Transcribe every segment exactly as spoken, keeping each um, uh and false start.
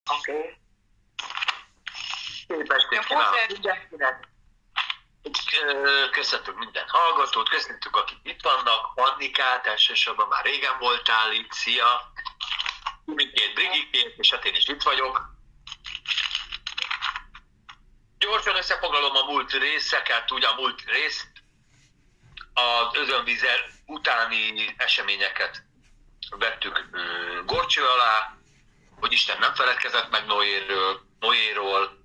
Oké. Okay. Szép estét kívánok mindenkinek. Köszöntünk minden hallgatót, köszöntünk, akik itt vannak, Annikát, elsősorban már régen voltál itt, szia! Mindkét Brigikét, és hát én is itt vagyok. Gyorsan összefoglalom a múlt részeket, ugye a múlt részt, az özönvízer utáni eseményeket vettük górcső alá, hogy Isten nem feledkezett meg Noéről, Noéról.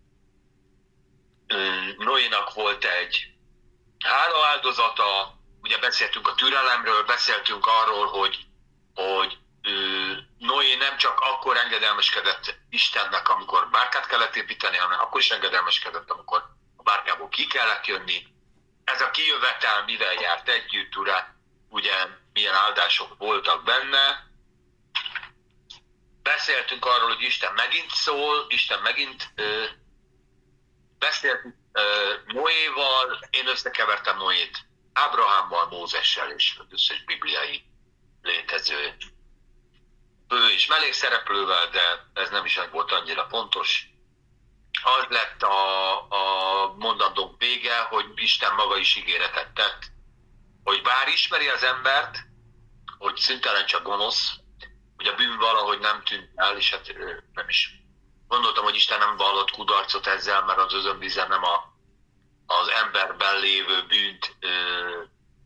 Noénak volt egy hála áldozata, ugye beszéltünk a türelemről, beszéltünk arról, hogy, hogy Noé nem csak akkor engedelmeskedett Istennek, amikor bárkát kellett építeni, hanem akkor is engedelmeskedett, amikor a bárkából ki kellett jönni. Ez a kijövetel mivel járt együtt, ura, ugye milyen áldások voltak benne. Beszéltünk arról, hogy Isten megint szól, Isten megint ö, beszéltünk ö, Noéval, én összekevertem Noét Ábrahámmal, Mózessel és az összes bibliai létező fő és mellékszereplővel, de ez nem is volt annyira fontos. Az lett a, a mondandónk vége, hogy Isten maga is ígéretet tett, hogy bár ismeri az embert, hogy szüntelen csak gonosz, hogy a bűn valahogy nem tűnt el, és hát nem is gondoltam, hogy Isten nem vallott kudarcot ezzel, mert az özönvízen nem a, az emberben lévő bűnt ö,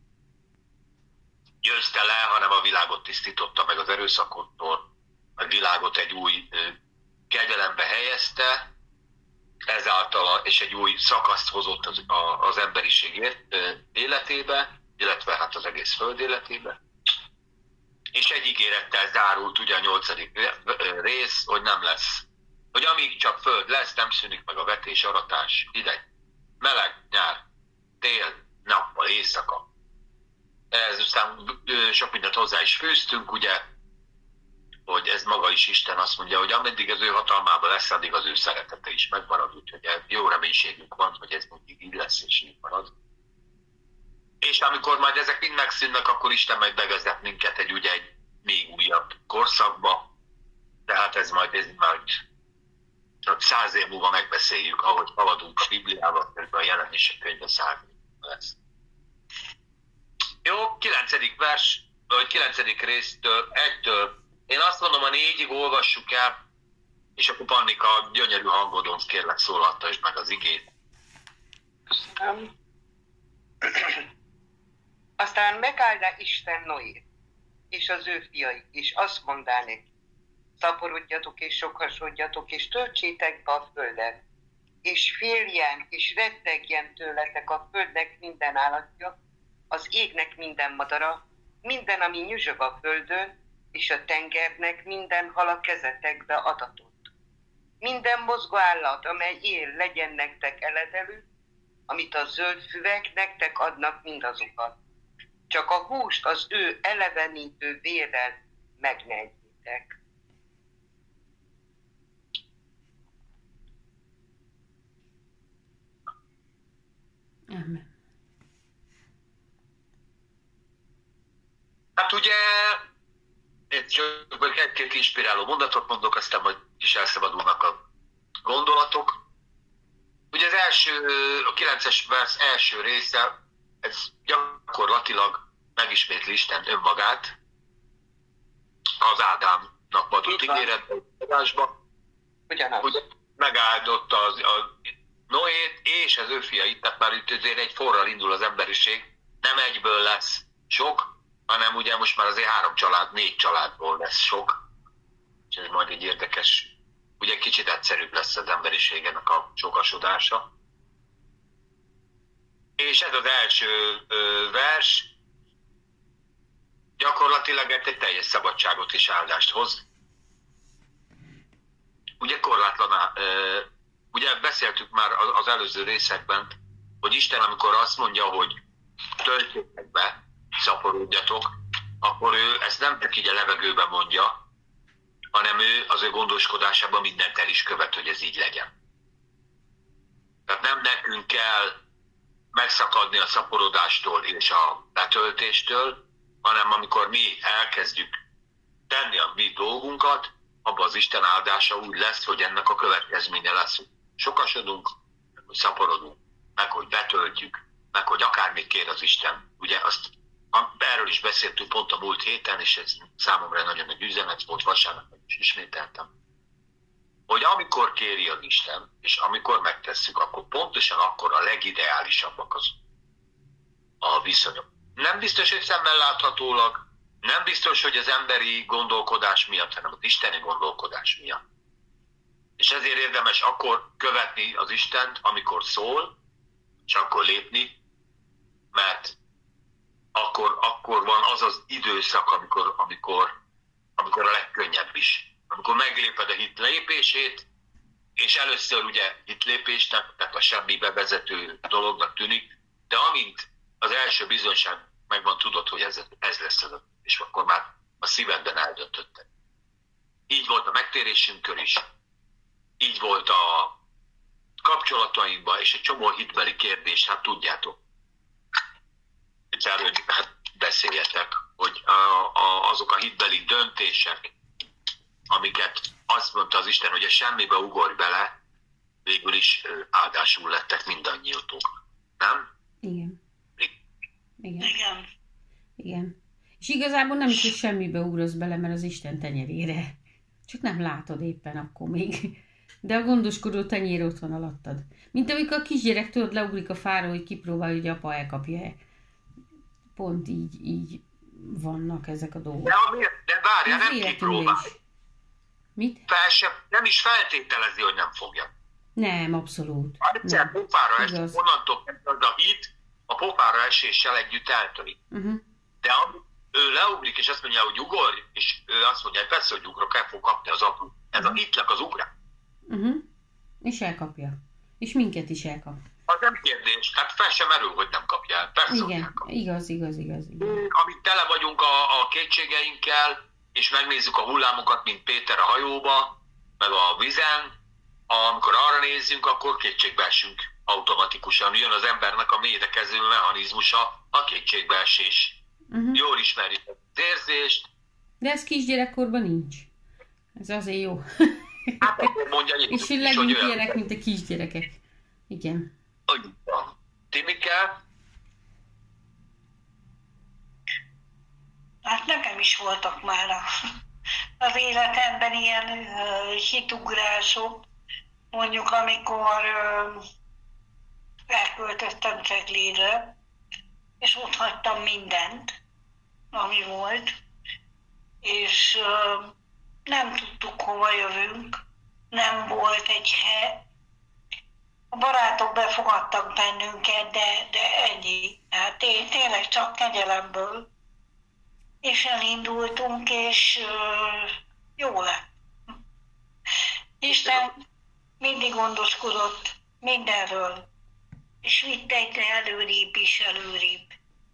győzte le, hanem a világot tisztította meg az erőszakottól, a világot egy új ö, kegyelembe helyezte, ezáltal, és egy új szakaszt hozott az, a, az emberiség életébe, illetve hát az egész föld életébe. És egy ígérettel zárult ugye a nyolcadik rész, hogy nem lesz, hogy amíg csak föld lesz, nem szűnik meg a vetés, aratás, hideg, meleg, nyár, tél, nappal, éjszaka. Ez aztán sok mindent hozzá is fűztünk, ugye, hogy ez maga is Isten azt mondja, hogy ameddig az ő hatalmában lesz, addig az ő szeretete is megmarad, úgyhogy jó reménységünk van, hogy ez mindig így lesz és így marad. És amikor majd ezek mind megszűnnek, akkor Isten majd bevezet minket egy, ugye, egy még újabb korszakba, tehát ez majd, ez majd száz év múlva megbeszéljük, ahogy haladunk a Bibliával, mert a Jelenések könyve száz év lesz. Jó, kilencedik vers, vagy kilencedik résztől, egytől, én azt mondom, a négyig olvassuk el, és akkor Pannika, gyönyörű hangodon kérlek szólaltasd meg az igét. Köszönöm. Aztán megáldá Isten Noét, és az ő fiai, és azt mondá neki, szaporodjatok és sokasodjatok, és töltsétek be a földet, és féljen, és rettegjen tőletek a földnek minden állatja, az égnek minden madara, minden, ami nyüzsög a földön, és a tengernek minden hal a kezetekbe adatott. Minden mozgó állat, amely él, legyen nektek eledelő, amit a zöld füvek nektek adnak mindazokat. Csak a húst az ő elevenítő vérrel meg ne egyétek. Amen. Hát ugye, én csak egy-két inspiráló mondatot mondok, aztán majd is elszabadulnak a gondolatok. Ugye az első, a kilences vers első része, ez gyakorlatilag megismétli Isten önmagát az Ádámnak adott ígéretben, hogy megáldotta az, a Noét és az ő fiait, tehát már itt azért egy forral indul az emberiség, nem egyből lesz sok, hanem ugye most már azért három család, négy családból lesz sok, és ez majd egy érdekes, ugye kicsit egyszerűbb lesz az emberiségenek a sokasodása. És ez az első ö, vers gyakorlatilag egy teljes szabadságot és áldást hoz. Ugye korlátlan, ö, ugye beszéltük már az előző részekben, hogy Isten, amikor azt mondja, hogy töltsétek be, szaporodjatok, akkor ő ezt nem csak így a levegőben mondja, hanem ő az ő gondoskodásában mindent el is követ, hogy ez így legyen. Tehát nem nekünk kell megszakadni a szaporodástól és a betöltéstől, hanem amikor mi elkezdjük tenni a mi dolgunkat, abban az Isten áldása úgy lesz, hogy ennek a következménye lesz, hogy sokasodunk, meg hogy szaporodunk, meg hogy betöltjük, meg hogy akármit kér az Isten. Ugye azt, erről is beszéltünk pont a múlt héten, és ez számomra nagyon nagy üzenet volt, vasárnap is ismételtem, hogy amikor kéri az Isten, és amikor megtesszük, akkor pontosan akkor a legideálisabbak az a viszonyok. Nem biztos, hogy szemmel láthatólag, nem biztos, hogy az emberi gondolkodás miatt, hanem az isteni gondolkodás miatt. És ezért érdemes akkor követni az Istent, amikor szól, és akkor lépni, mert akkor, akkor van az az időszak, amikor, amikor, amikor a legkönnyebb is. Amikor megléped a hit lépését, és először ugye hitlépésnek, tehát a semmibe vezető dolognak tűnik, de amint az első bizonyság megvan, tudod, hogy ez, ez lesz az, és akkor már a szívedben eldöntötted. Így volt a megtérésünkkör is, így volt a kapcsolatainkban, és egy csomó hitbeli kérdés, hát tudjátok, hogy hát beszéljetek, hogy a, a, azok a hitbeli döntések, amiket azt mondta az Isten, hogy a semmibe ugorj bele, végül is áldásul lettek mindannyiótok. Nem? Igen. Igen. Igen. Igen. És igazából nem is, hogy semmibe ugrasz bele, mert az Isten tenyerére. Csak nem látod éppen akkor még. De a gondoskodó tenyér ott van alattad. Mint amikor a kisgyerek tudod, leugrik a fára, hogy kipróbálja, hogy apa elkapja-e. Pont így, így vannak ezek a dolgok. De, de várjál, nem kipróbálj. Mit? Fel sem, nem is feltételezi, hogy nem fogja. Nem, abszolút. Egyszer pofára esik, onnantól kezdve a hit a pofára eséssel együtt eltörik. Uh-huh. De amíg ő leugrik, és azt mondja, hogy ugorj, és ő azt mondja, hogy persze, hogy ugrok, el fog kapni az apu. Ez uh-huh. a hitnek az ugrás. Uh-huh. És elkapja. És minket is elkap. Az nem kérdés. Hát fel sem merül, hogy nem kapja el. Persze, igen, igaz, igaz, igaz, igaz. Amit tele vagyunk a, a kétségeinkkel, és megnézzük a hullámokat, mint Péter a hajóba, meg a vizen, amikor arra nézzünk, akkor kétségbe esünk automatikusan. Jön az embernek a médekező mechanizmusa, a kétségbeesés. Uh-huh. Jól ismerjük az érzést. De ez kisgyerekkorban nincs. Ez azért jó. Hát mondja, és hogy legyünk ilyenek, mint a kisgyerekek. Igen. Timike? Hát nekem is voltak már a, az életemben ilyen uh, hitugrások, mondjuk amikor uh, elköltöztem Ceglédre, és ott hagytam mindent, ami volt, és uh, nem tudtuk, hova jövünk, nem volt egy hely. A barátok befogadtak bennünket, de, de ennyi. Hát tényleg csak kegyelemből. És elindultunk, és uh, jó lett. Isten mindig gondoskodott mindenről, és vitt egyre előrébb is előrébb.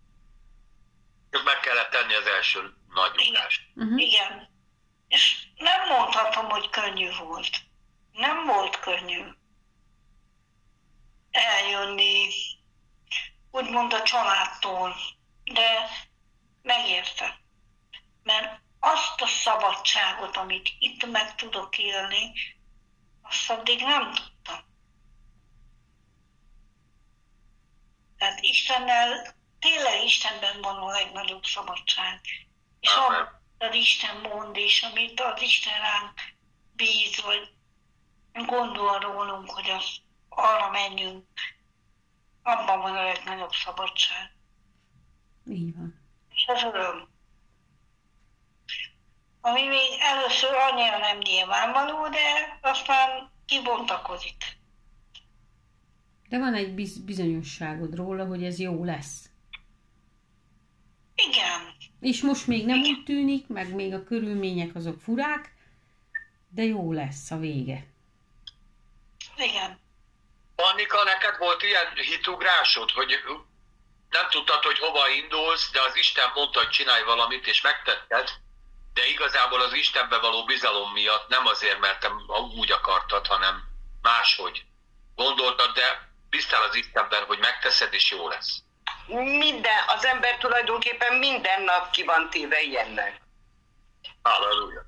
Meg kellett tenni az első nagy utást. Uh-huh. Igen. És nem mondhatom, hogy könnyű volt. Nem volt könnyű eljönni, úgymond a családtól, de megérte. Mert azt a szabadságot, amit itt meg tudok élni, azt addig nem tudtam. Tehát Istennel, tényleg Istenben van a legnagyobb szabadság. És amit az Isten mond, és amit az Isten ránk bíz, vagy gondol rólunk, hogy az arra menjünk, abban van a legnagyobb szabadság. Így van. És az öröm. Ami még először annyira nem nyilvánvaló, de aztán kibontakozik. De van egy biz- bizonyosságod róla, hogy ez jó lesz. Igen. És most még nem úgy tűnik, meg még a körülmények azok furák, de jó lesz a vége. Igen. Annika, neked volt ilyen hitugrásod, hogy nem tudtad, hogy hova indulsz, de az Isten mondta, hogy csinálj valamit, és megtetted, de igazából az Istenbe való bizalom miatt, nem azért, mert te úgy akartad, hanem máshogy gondoltad, de bíztál az Istenben, hogy megteszed, és jó lesz. Minden, az ember tulajdonképpen minden nap ki van téve ilyennek. Halleluja.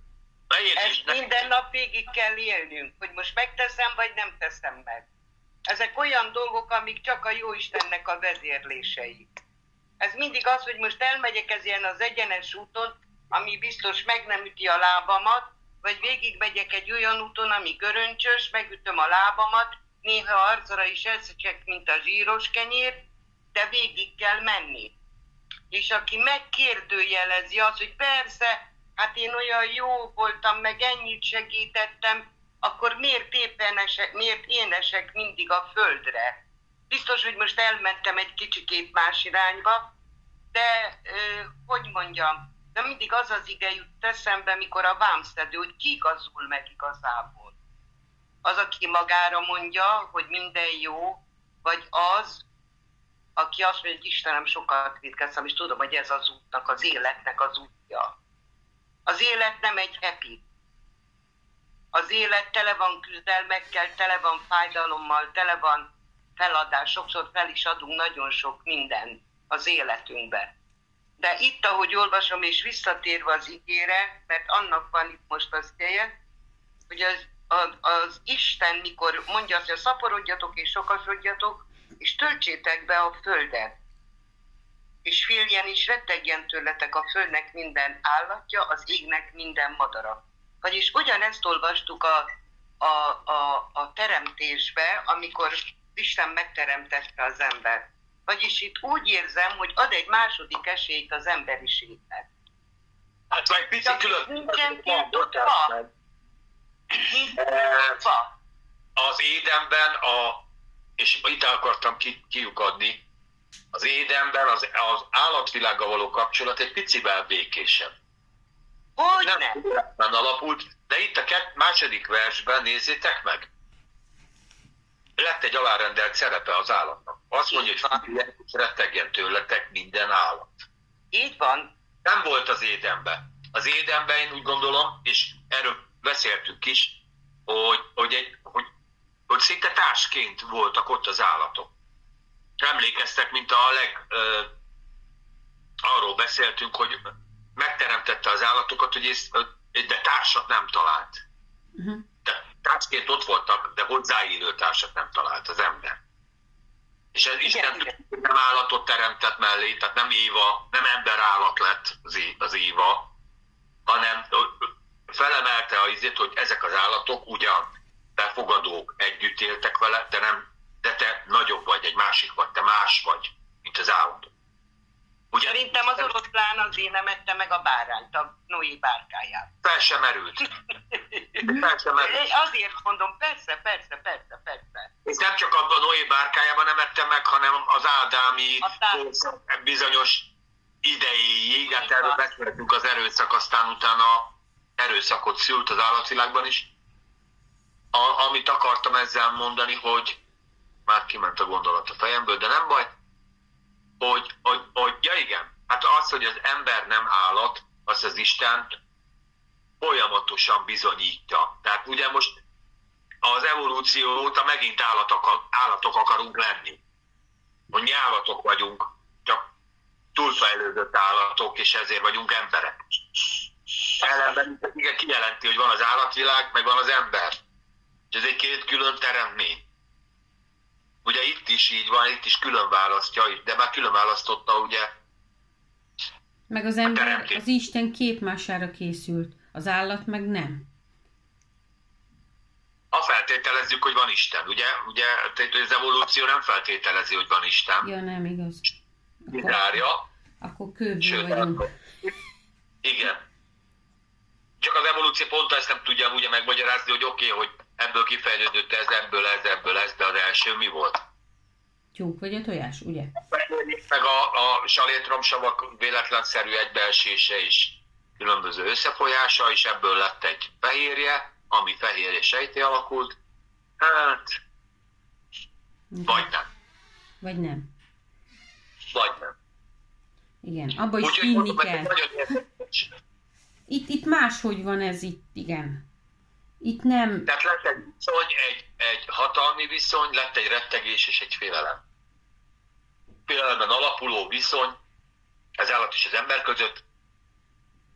Ezt minden nap végig kell élnünk, hogy most megteszem, vagy nem teszem meg. Ezek olyan dolgok, amik csak a Jóistennek a vezérlései. Ez mindig az, hogy most elmegyek ezen az egyenes úton, ami biztos meg nem üti a lábamat, vagy végigmegyek egy olyan úton, ami göröncsös, megütöm a lábamat, néha arcra is eszecsek, mint a zsíros kenyér, de végig kell menni. És aki megkérdőjelezi azt, hogy persze, hát én olyan jó voltam, meg ennyit segítettem, akkor miért, éppen esek, miért én esek mindig a földre? Biztos, hogy most elmentem egy kicsikét más irányba, de ö, hogy mondjam, de mindig az az ige jut eszembe, mikor a vámszedő, hogy ki igazul meg igazából. Az, aki magára mondja, hogy minden jó, vagy az, aki azt mondja, hogy Istenem, sokat vétkeztem, és tudom, hogy ez az útnak, az életnek az útja. Az élet nem egy happy. Az élet tele van küzdelmekkel, tele van fájdalommal, tele van feladás. Sokszor fel is adunk nagyon sok mindent az életünkben. De itt, ahogy olvasom, és visszatérve az igére, mert annak van itt most az helye, hogy az, az, az Isten, mikor mondja azt, hogy szaporodjatok és sokasodjatok, és töltsétek be a földet. És féljen is, rettegjen tőletek a földnek minden állatja, az égnek minden madara. Vagyis ugyanezt olvastuk a, a, a, a teremtésbe, amikor Isten megteremtette az embert. Vagyis itt úgy érzem, hogy ad egy második esélyt az emberiségnek. Hát vagy pici külön... Nincsen tiltva. Az Édenben, a, és itt akartam ki, kiukadni, az Édenben az, az állatvilággal való kapcsolat egy picivel békésebb. Hogy nem? Nem? Nem alapult, de itt a kett, második versben nézzétek meg. Lett egy alárendelt szerepe az állatnak. Azt mondja, hogy figyeljetek, rettegjen tőletek minden állat. Így van. Nem volt az Édenben. Az Édenben én úgy gondolom, és erről beszéltünk is, hogy, hogy, egy, hogy, hogy szinte társként voltak ott az állatok. Emlékeztek, mint a leg... Ö, arról beszéltünk, hogy megteremtette az állatokat, hogy ez, de társat nem talált. Uh-huh. De társként ott voltak, de hozzáillő társat nem talált az ember. És ez Isten nem állatot teremtett mellé, tehát nem Éva, nem ember állat lett az Éva, hanem felemelte az izét, hogy ezek az állatok ugyan befogadók, együtt éltek vele, de, nem, de te nagyobb vagy, egy másik vagy, te más vagy, mint az állatok. Ugye, szerintem az oroszlán azért nem ette meg a bárányt, a Noé bárkáját. Fel sem merült. Fel sem merült. Azért mondom, persze, persze, persze, persze. És nem csak a Noé bárkájában nem ette meg, hanem az ádámi bizonyos idejéig, hát erről beszéltünk az erőszak, aztán utána erőszakot szült az állatvilágban is. A, amit akartam ezzel mondani, hogy már kiment a gondolat a fejemből, de nem baj, hogy, hogy, hogy ja igen, hát az, hogy az ember nem állat, az az Istent folyamatosan bizonyítja. Tehát ugye most az evolúció óta megint állatok, állatok akarunk lenni. Hogy mi állatok vagyunk, csak túlfejlődött állatok, és ezért vagyunk emberek. Ellenben igen, kijelenti, hogy van az állatvilág, meg van az ember. És ez egy két külön teremtmény. Ugye itt is így van, itt is külön választja, de már külön választotta, ugye. Meg az ember az Isten képmására készült, az állat meg nem. Ha feltételezzük, hogy van Isten, ugye? Ugye az evolúció nem feltételezi, hogy van Isten. Ja, nem igaz. Kizárja. Akkor kőből vagyunk. Igen. Csak az evolúció pont ezt nem tudja ugye megmagyarázni, hogy oké, okay, hogy ebből kifejlődött ez, ebből ez, ebből ez, de az első mi volt? Tyúk vagy a tojás, ugye? Meg a, a salétromsavak véletlenszerű egybeesése is különböző összefolyása, és ebből lett egy fehérje, ami fehérje sejté alakult. Hát... Vagy nem. Vagy nem. Vagy nem. Igen, abba is úgy, hinni kell. Itt, itt máshogy van ez itt, igen. Itt nem... Tehát lett egy viszony, egy, egy hatalmi viszony, lett egy rettegés és egy félelem. Félelemben alapuló viszony, az állat és az ember között,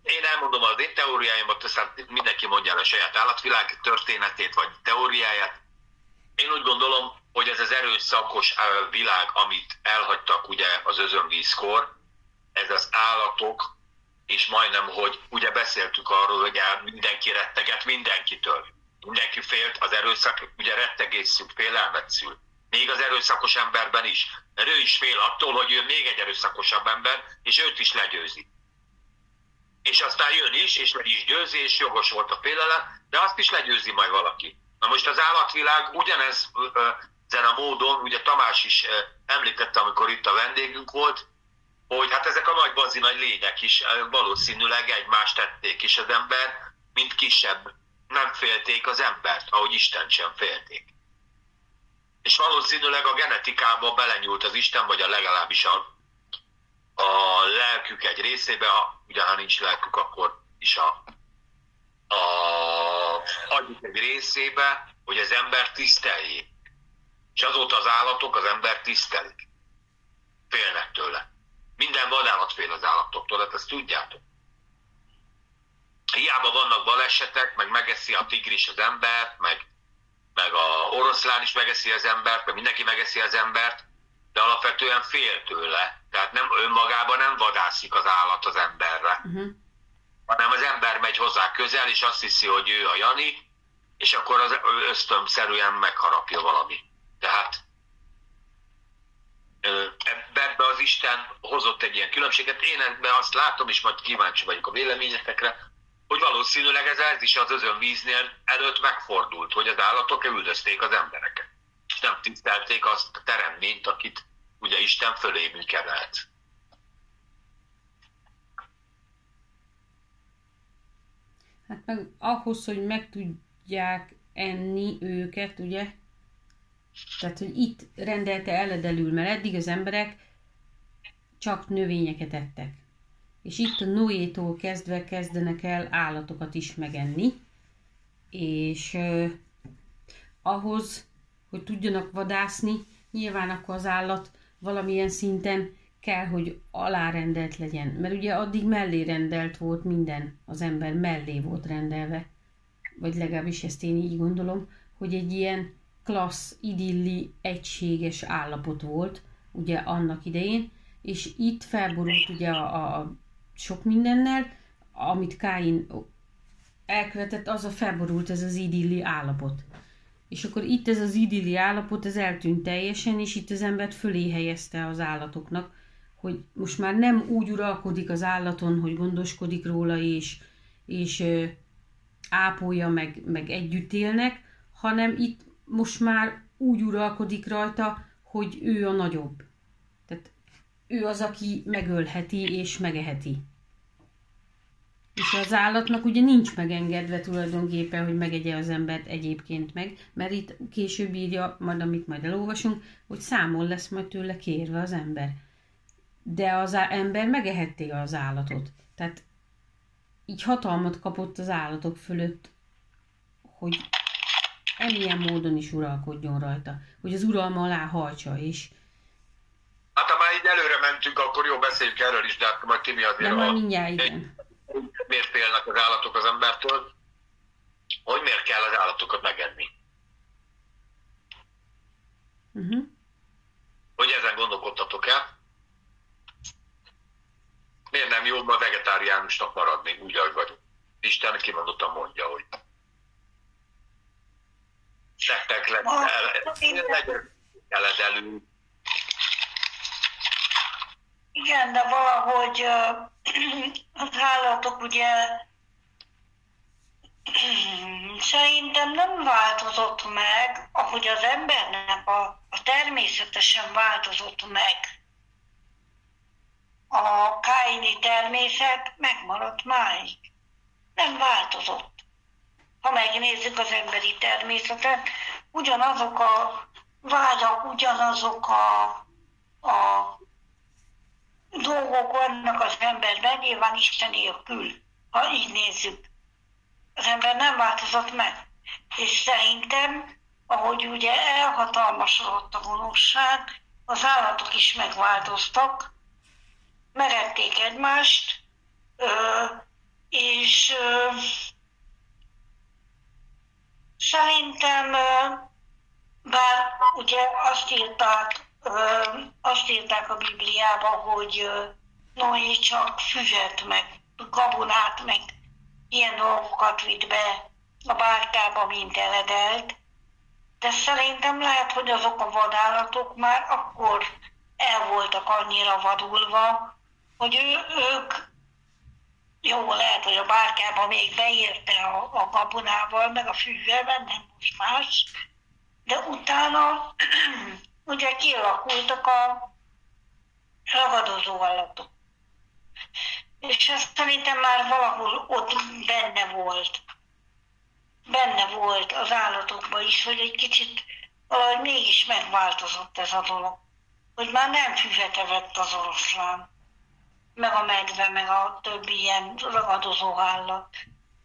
én elmondom az én teóriáimat, aztán mindenki mondja a saját állatvilág történetét, vagy teóriáját. Én úgy gondolom, hogy ez az erőszakos világ, amit elhagytak ugye az özönvízkor, ez az állatok, és majdnem, hogy ugye beszéltük arról, hogy mindenki retteget mindenkitől. Mindenki félt, az erőszak, ugye rettegés szül, félelmet szül. Még az erőszakos emberben is. Mert ő is fél attól, hogy ő még egy erőszakosabb ember, és őt is legyőzi. És aztán jön is, és le is győzi, és jogos volt a félelem, de azt is legyőzi majd valaki. Na most az állatvilág ugyanez ezen a módon, ugye Tamás is említette, amikor itt a vendégünk volt, hogy hát ezek a nagy bazi nagy lények is valószínűleg egymást tették, és az ember, mint kisebb, nem félték az embert, ahogy Isten sem félték. És valószínűleg a genetikába belenyúlt az Isten, vagy a legalábbis a, a lelkük egy részébe, ugye ha nincs lelkük, akkor is a, a agyuk egy részébe, hogy az ember tiszteljék. És azóta az állatok az ember tisztelik. Félnek tőle. Minden vadállat fél az állatoktól, hát ezt tudjátok. Hiába vannak balesetek, meg megeszi a tigris az embert, meg, meg a oroszlán is megeszi az embert, meg mindenki megeszi az embert, de alapvetően fél tőle. Tehát nem, önmagában nem vadászik az állat az emberre, uh-huh. hanem az ember megy hozzá közel, és azt hiszi, hogy ő a Jani, és akkor az ösztönszerűen megharapja valami. Tehát ebbe az Isten hozott egy ilyen különbséget. Én ebben azt látom, és majd kíváncsi vagyok a véleményetekre, hogy valószínűleg ez, ez is az özönvíznél előtt megfordult, hogy az állatok üldözték az embereket. És nem tisztelték azt a teremményt, akit ugye Isten fölébünk emelt. Hát meg ahhoz, hogy meg tudják enni őket, ugye? Tehát, hogy itt rendelte eledelül, mert eddig az emberek csak növényeket ettek. És itt a Noétól kezdve kezdenek el állatokat is megenni, és eh, ahhoz, hogy tudjanak vadászni, nyilván akkor az állat valamilyen szinten kell, hogy alárendelt legyen. Mert ugye addig mellé rendelt volt minden, az ember mellé volt rendelve. Vagy legalábbis ezt én így gondolom, hogy egy ilyen klassz, idilli, egységes állapot volt, ugye annak idején, és itt felborult ugye a, a sok mindennel, amit Káin elkövetett, az a felborult ez az idilli állapot. És akkor itt ez az idilli állapot, ez eltűnt teljesen, és itt az embert fölé helyezte az állatoknak, hogy most már nem úgy uralkodik az állaton, hogy gondoskodik róla, és, és ö, ápolja, meg, meg együtt élnek, hanem itt most már úgy uralkodik rajta, hogy ő a nagyobb. Tehát ő az, aki megölheti és megeheti. És az állatnak ugye nincs megengedve tulajdonképpen, hogy megegye az embert egyébként meg, mert itt később írja, majd amit majd elolvasunk, hogy számon lesz majd tőle kérve az ember. De az ember megehette az állatot. Tehát így hatalmat kapott az állatok fölött, hogy emilyen módon is uralkodjon rajta, hogy az uralma alá hajtsa is. Hát ha már így előre mentünk, akkor jó, beszéljük erről is, de hát majd Timi azért... De majd mindjárt, igen. Miért félnek az állatok az embertől? Hogy miért kell az állatokat megenni? Uh-huh. Hogy ezen gondolkodtatok el? Miért nem jobb a vegetáriánusnak maradni, úgy, ahogy vagyunk? Isten kimondottan mondja, hogy nektek legyen eledelő. Igen, de valahogy az állatok ugye szerintem nem változott meg, ahogy az embernek a, a természetesen változott meg. A káini természet megmaradt máig. Nem változott. Ha megnézzük az emberi természetet, ugyanazok a vágyak, ugyanazok a, a dolgok vannak az emberben, nyilván Isten nélkül, ha így nézzük. Az ember nem változott meg. És szerintem, ahogy ugye elhatalmasodott a gonoszság, az állatok is megváltoztak, megették egymást, ö, És ö, szerintem, ö, bár ugye azt írták, ö, azt írták a Bibliába, hogy ö, Noé csak füzet, meg gabonát, meg ilyen dolgokat vitt be a bárkába, mint eledelt, de szerintem lehet, hogy azok a vadállatok már akkor el voltak annyira vadulva, hogy ő, ők, jó, lehet, hogy a bárkába még beérte a, a gabonával, meg a fűvel, nem most más, de utána ugye kialakultak a ragadozó állatok. És ez szerintem már valahol ott benne volt. Benne volt az állatokban is, hogy egy kicsit valahogy mégis megváltozott ez a dolog. Hogy már nem füvet evett az oroszlán, meg a medve, meg a többi ilyen ragadozó állat,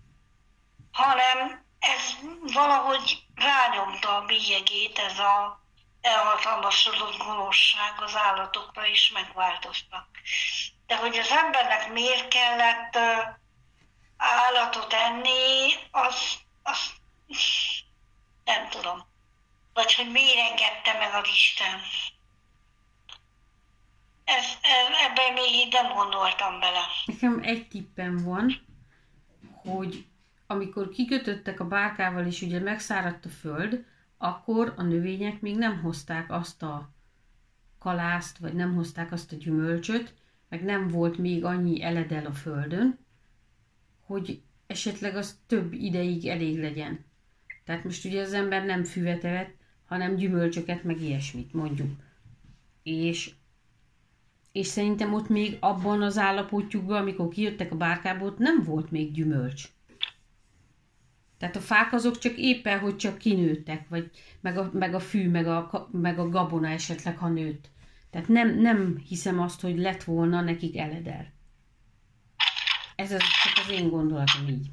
hanem ez valahogy rányomta a bélyegét, ez a elhatalmasodott gonoszság az állatokra is megváltoztak. De hogy az embernek miért kellett uh, állatot enni, az, az nem tudom. Vagy hogy miért engedte meg az Isten. Ez, ebben még így nem gondoltam bele. Nekem egy tippem van, hogy amikor kikötöttek a bárkával és ugye megszáradt a föld, akkor a növények még nem hozták azt a kalászt, vagy nem hozták azt a gyümölcsöt, meg nem volt még annyi eledel a földön, hogy esetleg az több ideig elég legyen. Tehát most ugye az ember nem füvet evett, hanem gyümölcsöket, meg ilyesmit mondjuk. És, és szerintem ott még abban az állapotjukban, amikor kijöttek a bárkából, ott nem volt még gyümölcs. Tehát a fák azok csak éppen, hogy csak kinőttek, vagy meg a, meg a fű, meg a, meg a gabona esetleg, ha nőtt. Tehát nem, nem hiszem azt, hogy lett volna nekik eledel. Ez az csak az én gondolatom így.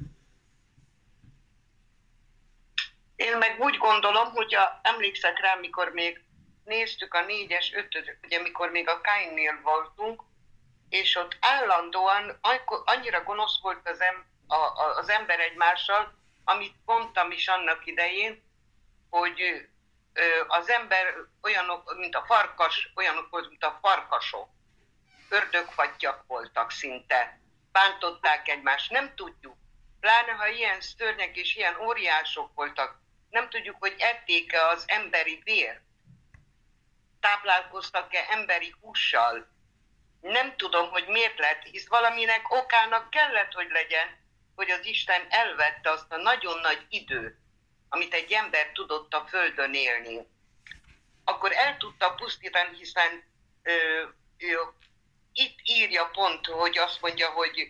Én meg úgy gondolom, hogy a, emlékszek rá, mikor még néztük a négyes, ötöt, ugye mikor még a Kainnél voltunk, és ott állandóan annyira gonosz volt az, em, a, a, az ember egymással, amit mondtam is annak idején, hogy az ember olyanok, mint a farkas, olyanok volt, mint a farkasok. Ördögfattyak voltak szinte. Bántották egymást. Nem tudjuk. Pláne, ha ilyen szörnyek és ilyen óriások voltak, nem tudjuk, hogy ették-e az emberi vért. Táplálkoztak-e emberi hússal. Nem tudom, hogy miért lett, hisz valaminek okának kellett, hogy legyen, hogy az Isten elvette azt a nagyon nagy időt, amit egy ember tudott a földön élni. Akkor el tudta pusztítani, hiszen ö, ö, itt írja pont, hogy azt mondja, hogy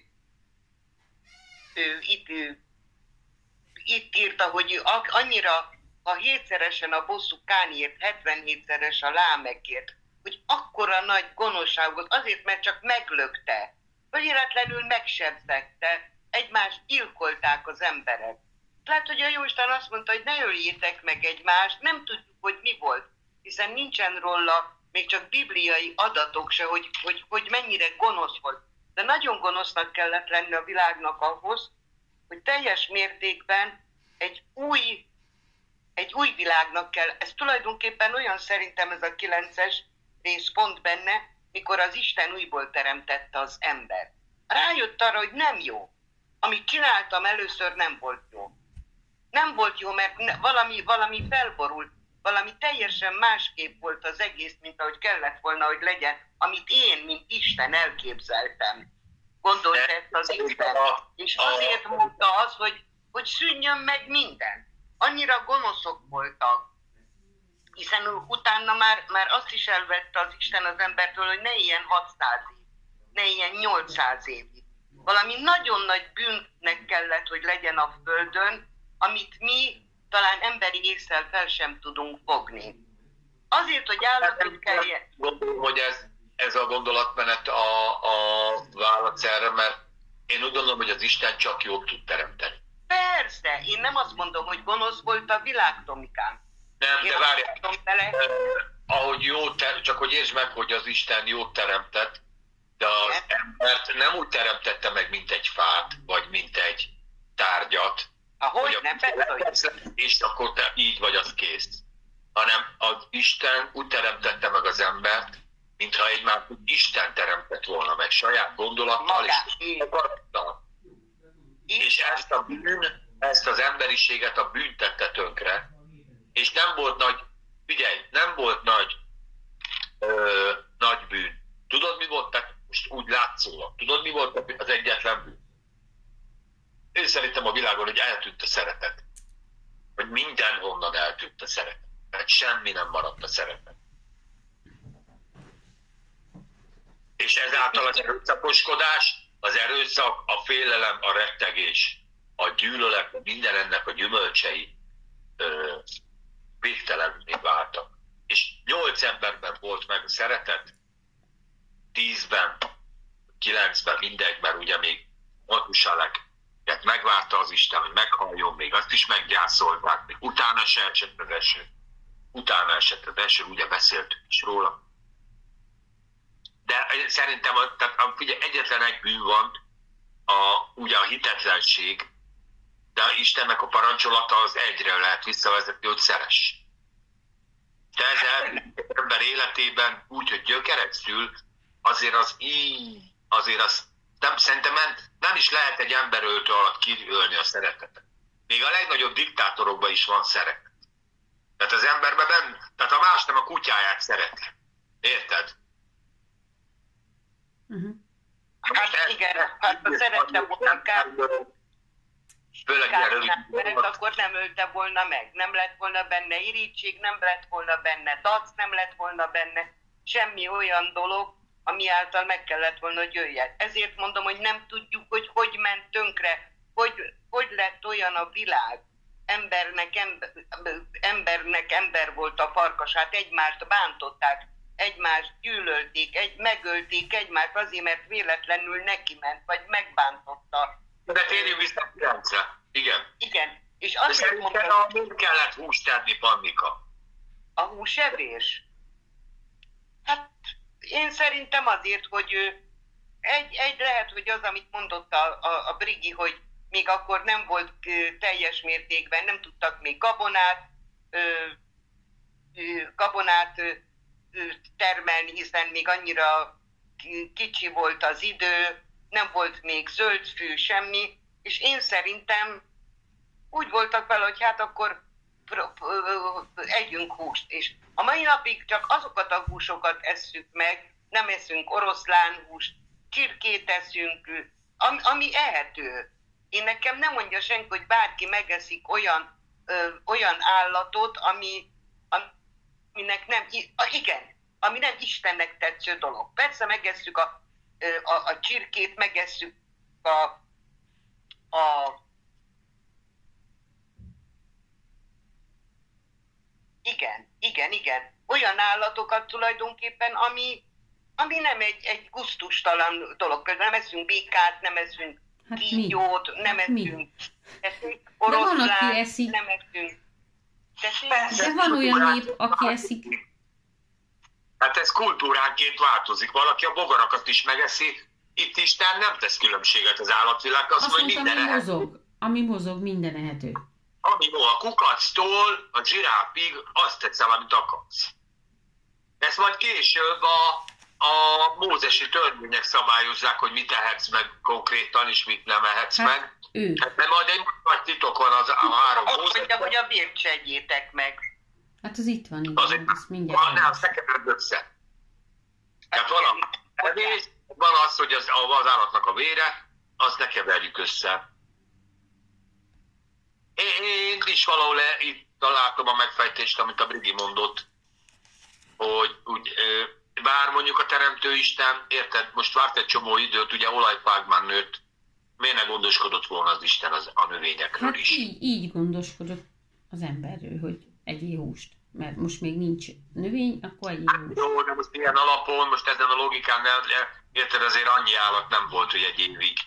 ö, itt, ö, itt írta, hogy annyira, ha hétszeresen a bosszú Kánért, hetvenhétszeres a Lámekért, hogy akkora nagy gonoszság volt, azért, mert csak meglökte, véletlenül megsebzette, egymást gyilkolták az emberek. Lehet, hogy a Jóisten azt mondta, hogy ne öljétek meg egymást, nem tudjuk, hogy mi volt, hiszen nincsen róla még csak bibliai adatok se, hogy, hogy, hogy mennyire gonosz volt. De nagyon gonosznak kellett lenni a világnak ahhoz, hogy teljes mértékben egy új, egy új világnak kell. Ez tulajdonképpen olyan, szerintem ez a kilences rész pont benne, mikor az Isten újból teremtette az ember. Rájött arra, hogy nem jó. Amit csináltam először, nem volt jó. Nem volt jó, mert valami, valami felborult, valami teljesen másképp volt az egész, mint ahogy kellett volna, hogy legyen, amit én, mint Isten elképzeltem. Gondolta ezt az Isten. És azért mondta az, hogy, hogy szűnjön meg minden. Annyira gonoszok voltak. Hiszen utána már, már azt is elvette az Isten az embertől, hogy ne ilyen hatszáz év, ne ilyen nyolcszáz évig. Valami nagyon nagy bűnnek kellett, hogy legyen a Földön, amit mi talán emberi észsel fel sem tudunk fogni. Azért, hogy állatot kelljen... Gondolom, hogy ez, ez a gondolatmenet a, a válasz erre, mert én úgy gondolom, hogy az Isten csak jót tud teremteni. Persze, én nem azt mondom, hogy gonosz volt a világ, Tomikám. Nem, én de várjál, eh, ahogy jó, ter- csak hogy értsd meg, hogy az Isten jót teremtett, De az embert nem úgy teremtette meg, mint egy fát, vagy mint egy tárgyat, Ahogy nem persze, és akkor te így vagy, az kész. Hanem az Isten úgy teremtette meg az embert, mintha egy már Isten teremtett volna meg saját gondolattal és akarattal. És ezt a bűn, ezt az emberiséget a bűn tette tönkre, és nem volt nagy, figyelj, nem volt nagy, ö, nagy bűn. Tudod, mi volt? Tehát most úgy látszólag. Tudod, mi volt az egyetlen bűn? Én szerintem a világon, hogy eltűnt a szeretet. Hogy mindenhonnan eltűnt a szeretet. Tehát semmi nem maradt a szeretet. És ezáltal az erőszakoskodás, az erőszak, a félelem, a rettegés, a gyűlölet, minden ennek a gyümölcsei ö, végtelenné váltak. És nyolc emberben volt meg a szeretet, tízben, kilencben, mindegyben, ugye még Matusalek megvárta az Isten, hogy meghalljon, még azt is meggyászolták, még utána se esett az eső. Utána esett az eső, ugye beszéltünk is róla. De szerintem tehát, ugye egyetlen egy bűn van, a, ugye a hitetlenség, de Istennek a parancsolata az egyre lehet visszavezetni, hogy szeress. De ez ember életében úgy, hogy gyökeret szül, azért az így, azért az nem, szerintem nem, nem is lehet egy emberöltő alatt kiölni a szeretetet. Még a legnagyobb diktátorokban is van szeretet. Tehát az emberben nem, tehát a más nem a kutyáját szereti. Érted? Uh-huh. Hát igen, hát ha szerette volna Kárnát, akkor nem ölte volna meg. Nem lett volna benne irítség, nem lett volna benne dac, nem lett volna benne semmi olyan dolog, ami által meg kellett volna, hogy jöjjön. Ezért mondom, hogy nem tudjuk, hogy hogy ment tönkre, hogy, hogy lett olyan a világ. Embernek ember, embernek ember volt a farkasát, egymást bántották, egymást gyűlölték, egy, megölték egymást azért, mert véletlenül neki ment, vagy megbántotta. De térjünk vissza a kilencre. Igen. Igen. És azért mondom, a mind kellett húst tenni, Pannika? A húsevés? Hát én szerintem azért, hogy egy, egy lehet, hogy az, amit mondott a, a, a Brigi, hogy még akkor nem volt teljes mértékben, nem tudtak még gabonát, gabonát termelni, hiszen még annyira kicsi volt az idő, nem volt még zöldfű, semmi, és én szerintem úgy voltak vele, hogy hát akkor együnk húst. És a mai napig csak azokat a húsokat esszük meg, nem eszünk oroszlánhúst, csirkét eszünk, ami, ami ehető. Én nekem nem mondja senki, hogy bárki megeszik olyan, ö, olyan állatot, ami, aminek nem, igen, ami nem Istennek tetsző dolog. Persze megesszük a, a, a csirkét, megesszük a, a igen, igen, igen. Olyan állatokat tulajdonképpen, ami, ami nem egy, egy gusztustalan dolog. Nem eszünk békát, nem eszünk hát kígyót, mi? nem hát eszünk oroszlán, nem eszünk. De van olyan nép, aki eszik. Hát ez kultúránként változik. Valaki a bogarakat is megeszi. Itt Isten nem tesz különbséget az állatvilág. Azt, azt mondja, hogy minden ami mozog, ami mozog, minden ehető. Ami a kukactól a zsiráfig azt tetszem, amit akarsz. Ezt majd később a, a mózesi törvények szabályozzák, hogy mit ehetsz meg konkrétan, és mit nem ehetsz hát, meg. Ő. Hát de majd egy nagy titok van az a három mózes. Azt mondja, hogy a bért se egyétek meg. Hát az itt van, igen. Azért, azt mindjárt van, ne, azt ne keverd össze. Tehát van, a, van az, hogy az, az állatnak a vére, azt ne keverjük össze. Én is valahol itt találtam a megfejtést, amit a Brigi mondott, hogy úgy, bár mondjuk a Teremtő Isten, érted, most várt egy csomó időt, ugye olajfákban nőtt, miért ne gondoskodott volna az Isten az, a növényekről hát is? Így, így gondoskodott az emberről, hogy egyél húst. Mert most még nincs növény, akkor egyél húst. Jó, de most ilyen alapon, most ezen a logikán nem, érted, azért annyi állat nem volt, hogy egy évig.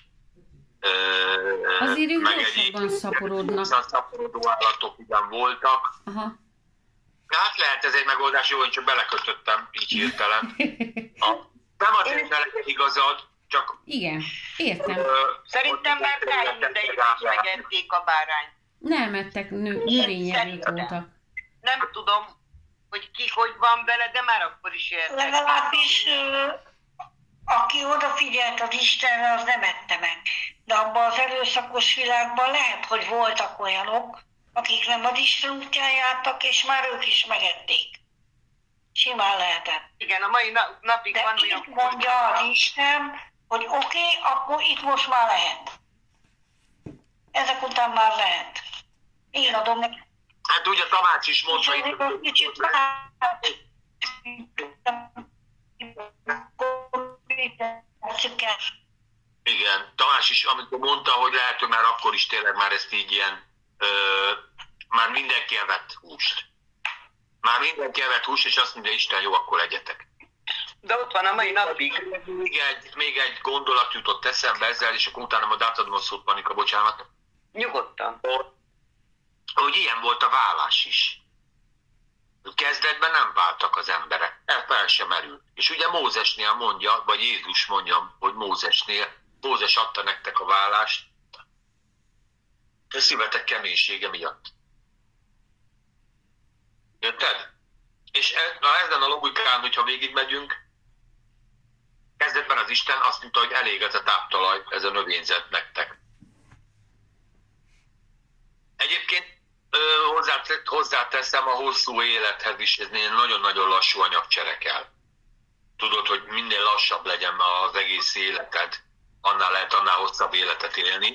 Azért ők gyorsabban szaporodnak. Szaporodó állatok ugyan voltak. Aha. Hát lehet ez egy megoldás, jó, hogy csak belekötöttem így hirtelen. A, Nem azért, ne legyen igazad, csak... Igen, értem. Ö, Szerintem már Káin idején is megették a bárányt. Nem ettek, nő, növényevők voltak. Nem tudom, hogy ki hogy van vele, de már akkor is értek. Legalábbis ö, aki odafigyelt az Istenre, az nem ette meg. De abban az erőszakos világban lehet, hogy voltak olyanok, akik nem az Isten útján jártak, és már ők is megették. Simán lehetett. Igen, a mai na- napig De van itt olyan... mondja az Isten, hogy oké, okay, akkor itt most már lehet. Ezek után már lehet. Én adom neki. Hát ugye Tamás is mondta, És hogy... egy kicsit Igen, Tamás is, amikor mondta, hogy lehet, hogy már akkor is tényleg már ezt így ilyen, ö, már mindenki evett húst. Már mindenki evett húst, és azt mondja, Isten, jó, akkor egyetek. De ott van a mai napig. Még egy, még egy gondolat jutott eszembe ezzel, és akkor utána majd átadom a szót, Panika, bocsánat. Nyugodtan. Hogy ilyen volt a vállás is. Kezdetben nem váltak az emberek, el fel sem merült. És ugye Mózesnél mondja, vagy Jézus mondja, hogy Mózesnél, Mózes adta nektek a vállást, a szívetek keménysége miatt. Érted? És ez, na ezen a logikán, hogyha végigmegyünk, kezdetben az Isten azt mondta, hogy elég ez a táptalaj, ez a növényzet nektek. Egyébként hozzáteszem, a hosszú élethez is ez nagyon-nagyon lassú anyagcsere kell. Tudod, hogy minél lassabb legyen az egész életed, annál lehet annál hosszabb életet élni.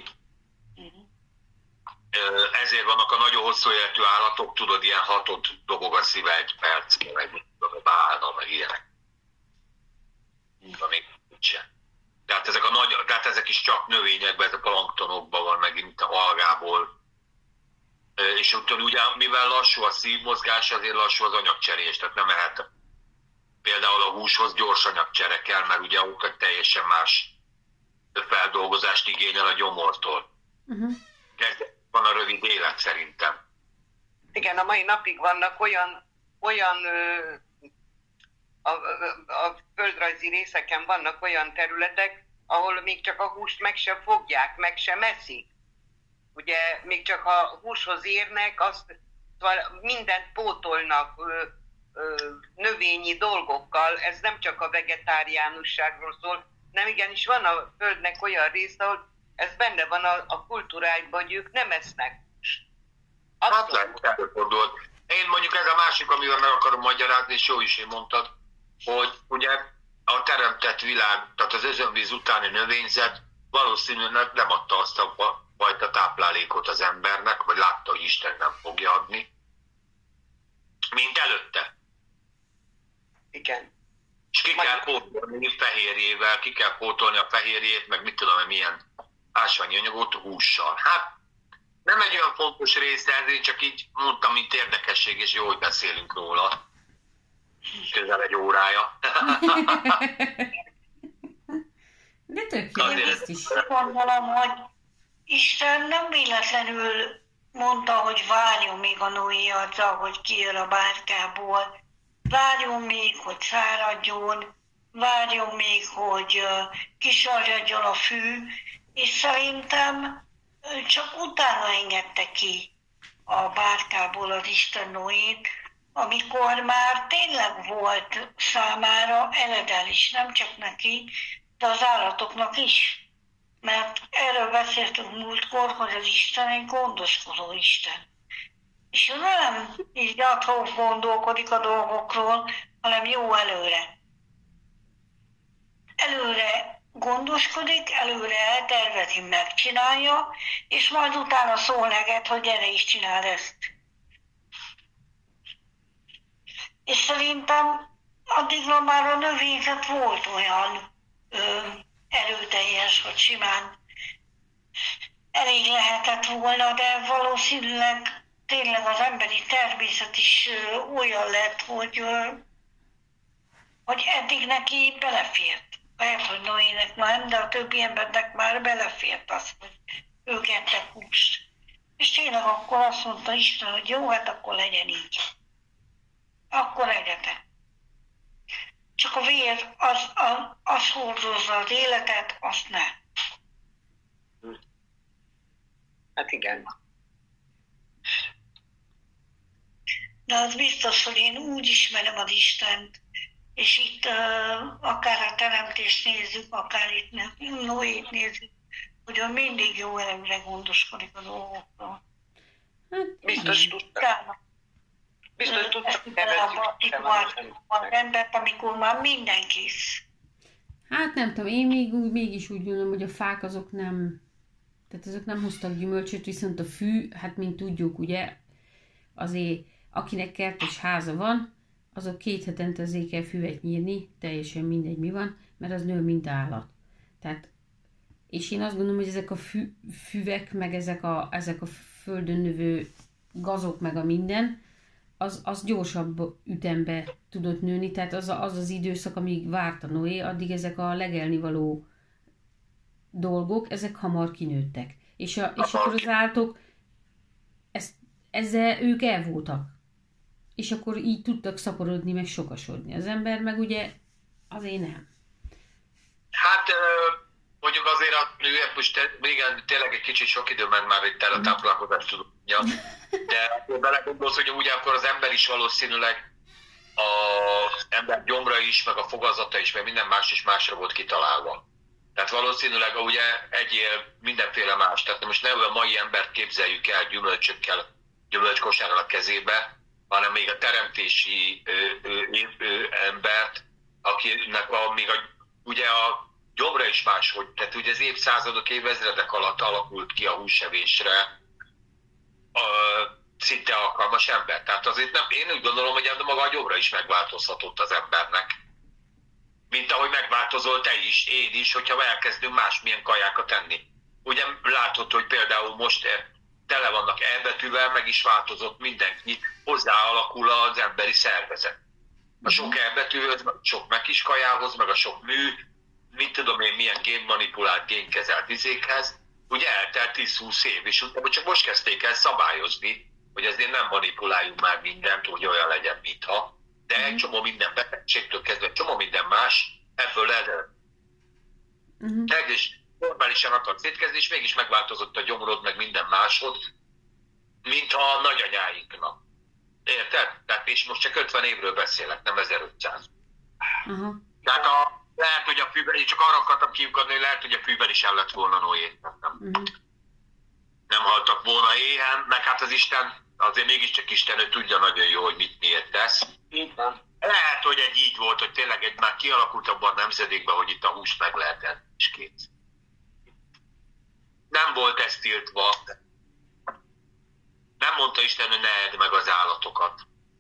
Ezért vannak a nagyon hosszú életű állatok, tudod, ilyen hatot dobog a szíve egy percben, meg bálna, meg ilyenek. Még sem. Tehát ezek, a nagy, tehát ezek is csak növényekben, ezek a planktonokban van, meg mint a algából. És utána ugye, mivel lassú a szívmozgás, azért lassú az anyagcserés, tehát nem lehet például a húshoz gyors anyagcsere kell, mert ugye ott egy teljesen más feldolgozást igényel a gyomortól. Uh-huh. Van a rövid élet szerintem. Igen, a mai napig vannak olyan, olyan ö, a, a, a földrajzi részeken vannak olyan területek, ahol még csak a húst meg sem fogják, meg sem eszik. Ugye még csak a húshoz érnek, azt mindent pótolnak ö, ö, növényi dolgokkal, ez nem csak a vegetáriánusságról szól, nem igenis van a földnek olyan része, ahol ez benne van a, a kultúrájukban, hogy ők nem esznek húst. Hát lehet, előfordult. Én mondjuk ez a másik, amivel meg akarom magyarázni, és jó is én mondtad, hogy ugye a teremtett világ, tehát az özönvíz utáni növényzet valószínűleg nem adta azt a fajta táplálékot az embernek, vagy látta, hogy Isten nem fogja adni, mint előtte. Igen. És ki kell pótolni fehérjével, ki kell pótolni a fehérjét, meg mit tudom, milyen ásványi anyagot hússal. Hát nem egy olyan fontos része, ezért csak így mondtam, mint érdekesség, és jó, hogy beszélünk róla. Közel egy órája. De tök jó, ezt is. Gondolom, hogy Isten nem véletlenül mondta, hogy várjon még a Noé azzal, hogy kijön a bárkából. Várjon még, hogy száradjon, várjon még, hogy kisarjadjon a fű, és szerintem csak utána engedte ki a bárkából az Isten Noét, amikor már tényleg volt számára eledel is, nem csak neki, de az állatoknak is. Mert erről beszéltünk múltkor, hogy az Isten egy gondoskodó Isten. És ő nem így adhok gondolkodik a dolgokról, hanem jó előre. Előre gondoskodik, előre eltervezi, megcsinálja, és majd utána szól neked, hogy gyere is csináld ezt. És szerintem addigra már a növényzet volt olyan ö, erőteljes, hogy simán elég lehetett volna, de valószínűleg tényleg az emberi természet is ö, olyan lett, hogy, ö, hogy eddig neki belefért. Lehet, hogy Noének már nem, de a többi embernek már belefért az, hogy ők ettek húst. És tényleg akkor azt mondta Isten, hogy jó, hát akkor legyen így. Akkor egyetek. csak a vér, az, az, az hordozza az életet, azt ne. Hát igen. De az biztos, hogy én úgy ismerem az Istent, és itt uh, akár a teremtést nézzük, akár itt Noét nézzük, hogy ő mindig jó elemre gondoskodik a dolgokról. Hát, Biztos tudtam. Biztos tudtam. Itt van az embert, amikor már minden kész. hát nem tudom, én még úgy, mégis úgy gondolom, hogy a fák azok nem, tehát azok nem hoztak gyümölcsöt, viszont a fű, hát mint tudjuk, ugye, azért akinek kertes háza van, azok két hetente azért kell füvet nyírni, teljesen mindegy mi van, mert az nő, mint állat. Tehát, és én azt gondolom, hogy ezek a fü, füvek, meg ezek a, ezek a földön növő gazok, meg a minden, az, az gyorsabb ütembe tudott nőni, tehát az, a, az az időszak, amíg várt a Noé, addig ezek a legelnivaló dolgok, ezek hamar kinőttek. És, a, és akkor az állatok, ezt, ezzel ők el voltak. És akkor így tudtak szaporodni, meg sokasodni. Az ember meg ugye azért nem. Hát mondjuk azért a nőek most igen, tényleg egy kicsit sok idő ment már itt el a táplálkozást tudja, de belegondolsz, hogy ugye akkor az ember is valószínűleg az ember gyomra is, meg a fogazata is, meg minden más is másra volt kitalálva. Tehát valószínűleg ugye egyél mindenféle más. Tehát most ne a mai embert képzeljük el gyümölcsökkel, gyümölcskosárral a kezébe, hanem még a teremtési ö, ö, ö, embert, akinek a, még a, ugye a gyomra is máshogy, tehát ugye az évszázadok, évezredek alatt alakult ki a húsevésre a szinte alkalmas ember. Tehát azért nem, én úgy gondolom, hogy maga a gyomra is megváltozhatott az embernek. Mint ahogy megváltozol te is, én is, hogyha elkezdünk másmilyen kajákat tenni. Ugye látod, hogy például most tele vannak elbetűvel, meg is változott mindenki, hozzáalakul az emberi szervezet. A sok elbetűhöz, sok megkiskajához, meg a sok mű, mit tudom én, milyen génmanipulált, génkezelt izékhez, ugye eltelt tíz-húsz év, és utána csak most kezdték el szabályozni, hogy ezért nem manipuláljunk már mindent, hogy olyan legyen, mintha, de egy csomó minden betegségtől kezdve, egy csomó minden más, ebből ered. Uh-huh. És normálisan akart szétkezni, és mégis megváltozott a gyomrod, meg minden másod, mintha a nagyanyáinknak. Érted? Tehát és most csak ötven évről beszélek, nem ezerötszáz. Uh-huh. Tehát a, lehet, hogy a fűben, én csak arra akartam kiukadni, hogy lehet, hogy a fűben is el lett volna Noé. Nem, uh-huh. nem haltak volna éhen, meg hát az Isten, azért mégiscsak Isten, ő tudja nagyon jó, hogy mit miért tesz. Igen. Lehet, hogy egy így volt, hogy tényleg egy már kialakult abban a nemzedékben, hogy itt a húst meg lehet enni, és kész. Nem volt ez tiltva. Nem mondta Isten, hogy ne edd meg az állatokat.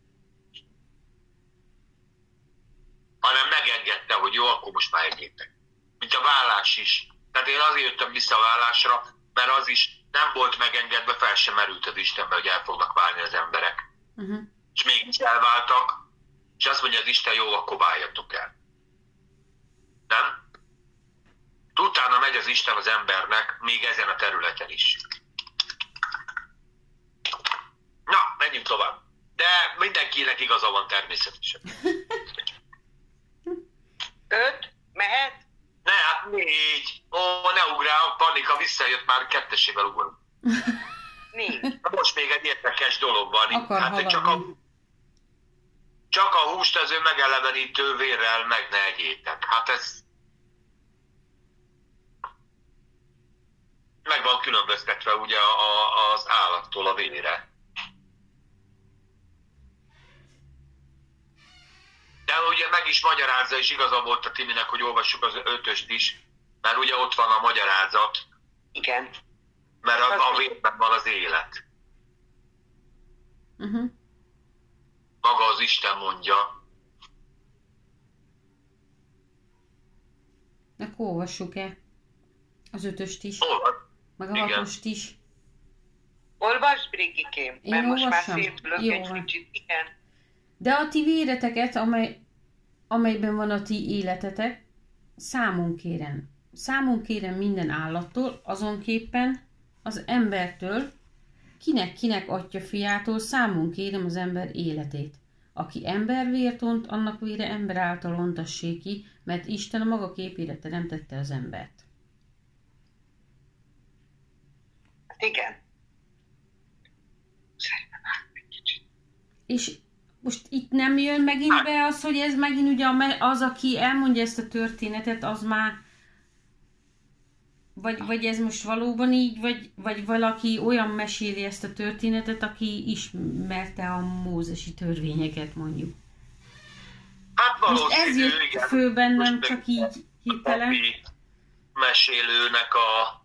Hanem megengedte, hogy jó, akkor most már egyétek. Mint a vállás is. Tehát én azért jöttem vissza a vállásra, mert az is nem volt megengedve, fel sem merült az Istenbe, hogy el fognak válni az emberek. Uh-huh. És mégis elváltak, és azt mondja az Isten, jó, akkor váljatok el. Nem? Utána megy az Isten az embernek, még ezen a területen is. Na, menjünk tovább. De mindenkinek igaza van természetesen. Öt? Mehet? Ne, hát négy. Ó, ne ugrál, Pannika visszajött, már kettesével ugorunk. Négy. Most még egy érdekes dolog van. Akar hát csak a, csak a húst az ő megelevenítő vérrel meg ne egyétek. Hát ez meg van különböztetve ugye a, a, az állattól a vére. De ugye meg is magyarázza, és igaza volt a Timinek, hogy olvassuk az ötöst is, mert ugye ott van a magyarázat. Igen. Mert a, a vérben van az élet. Uh-huh. Maga az Isten mondja. Akkor olvassuk-e az ötöst is? Olvad. Meg a Igen. hatost is? Olvasd, Brigikém, mert Én most már olvassam? szépülök Jó egy van. kicsit. Igen. De a ti véreteket, amely, amelyben van a ti életetek, számon kérem. Számon kérem minden állattól, azonképpen az embertől, kinek-kinek atya fiától számon kérem az ember életét. Aki embervért ont, annak vére ember által ontassék ki, mert Isten a maga képére teremtette az embert. Igen. És most itt nem jön megint be az, hogy ez megint ugye az, aki elmondja ezt a történetet, az már Vagy, vagy ez most valóban így, vagy, vagy valaki olyan meséli ezt a történetet, aki ismerte a mózesi törvényeket, mondjuk. Hát most ez jött igen. fő bennem, most csak így hirtelen. A mesélőnek a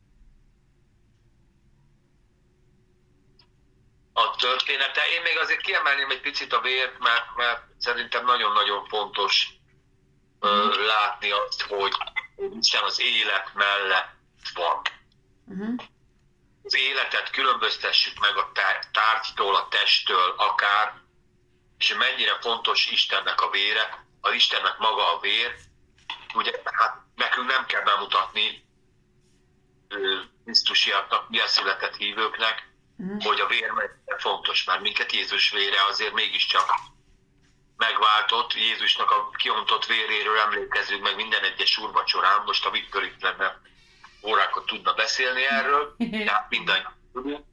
a története. Én még azért kiemelném egy picit a vért, mert, mert szerintem nagyon-nagyon fontos mm. ö, látni azt, hogy Isten az élet mellett van. Uh-huh. Az életet különböztessük meg a tárgytól, a testtől, akár, és mennyire fontos Istennek a vére, az Istennek maga a vér. Ugye, hát nekünk nem kell bemutatni Krisztusiaknak, milyen született hívőknek, uh-huh. hogy a vér mennyire fontos, mert minket Jézus vére azért mégiscsak megváltott. Jézusnak a kiontott véréről emlékezzünk meg minden egyes úrvacsorán. Most a Viktor itt lenne, órákat tudna beszélni erről, tehát mindannyian tudunk.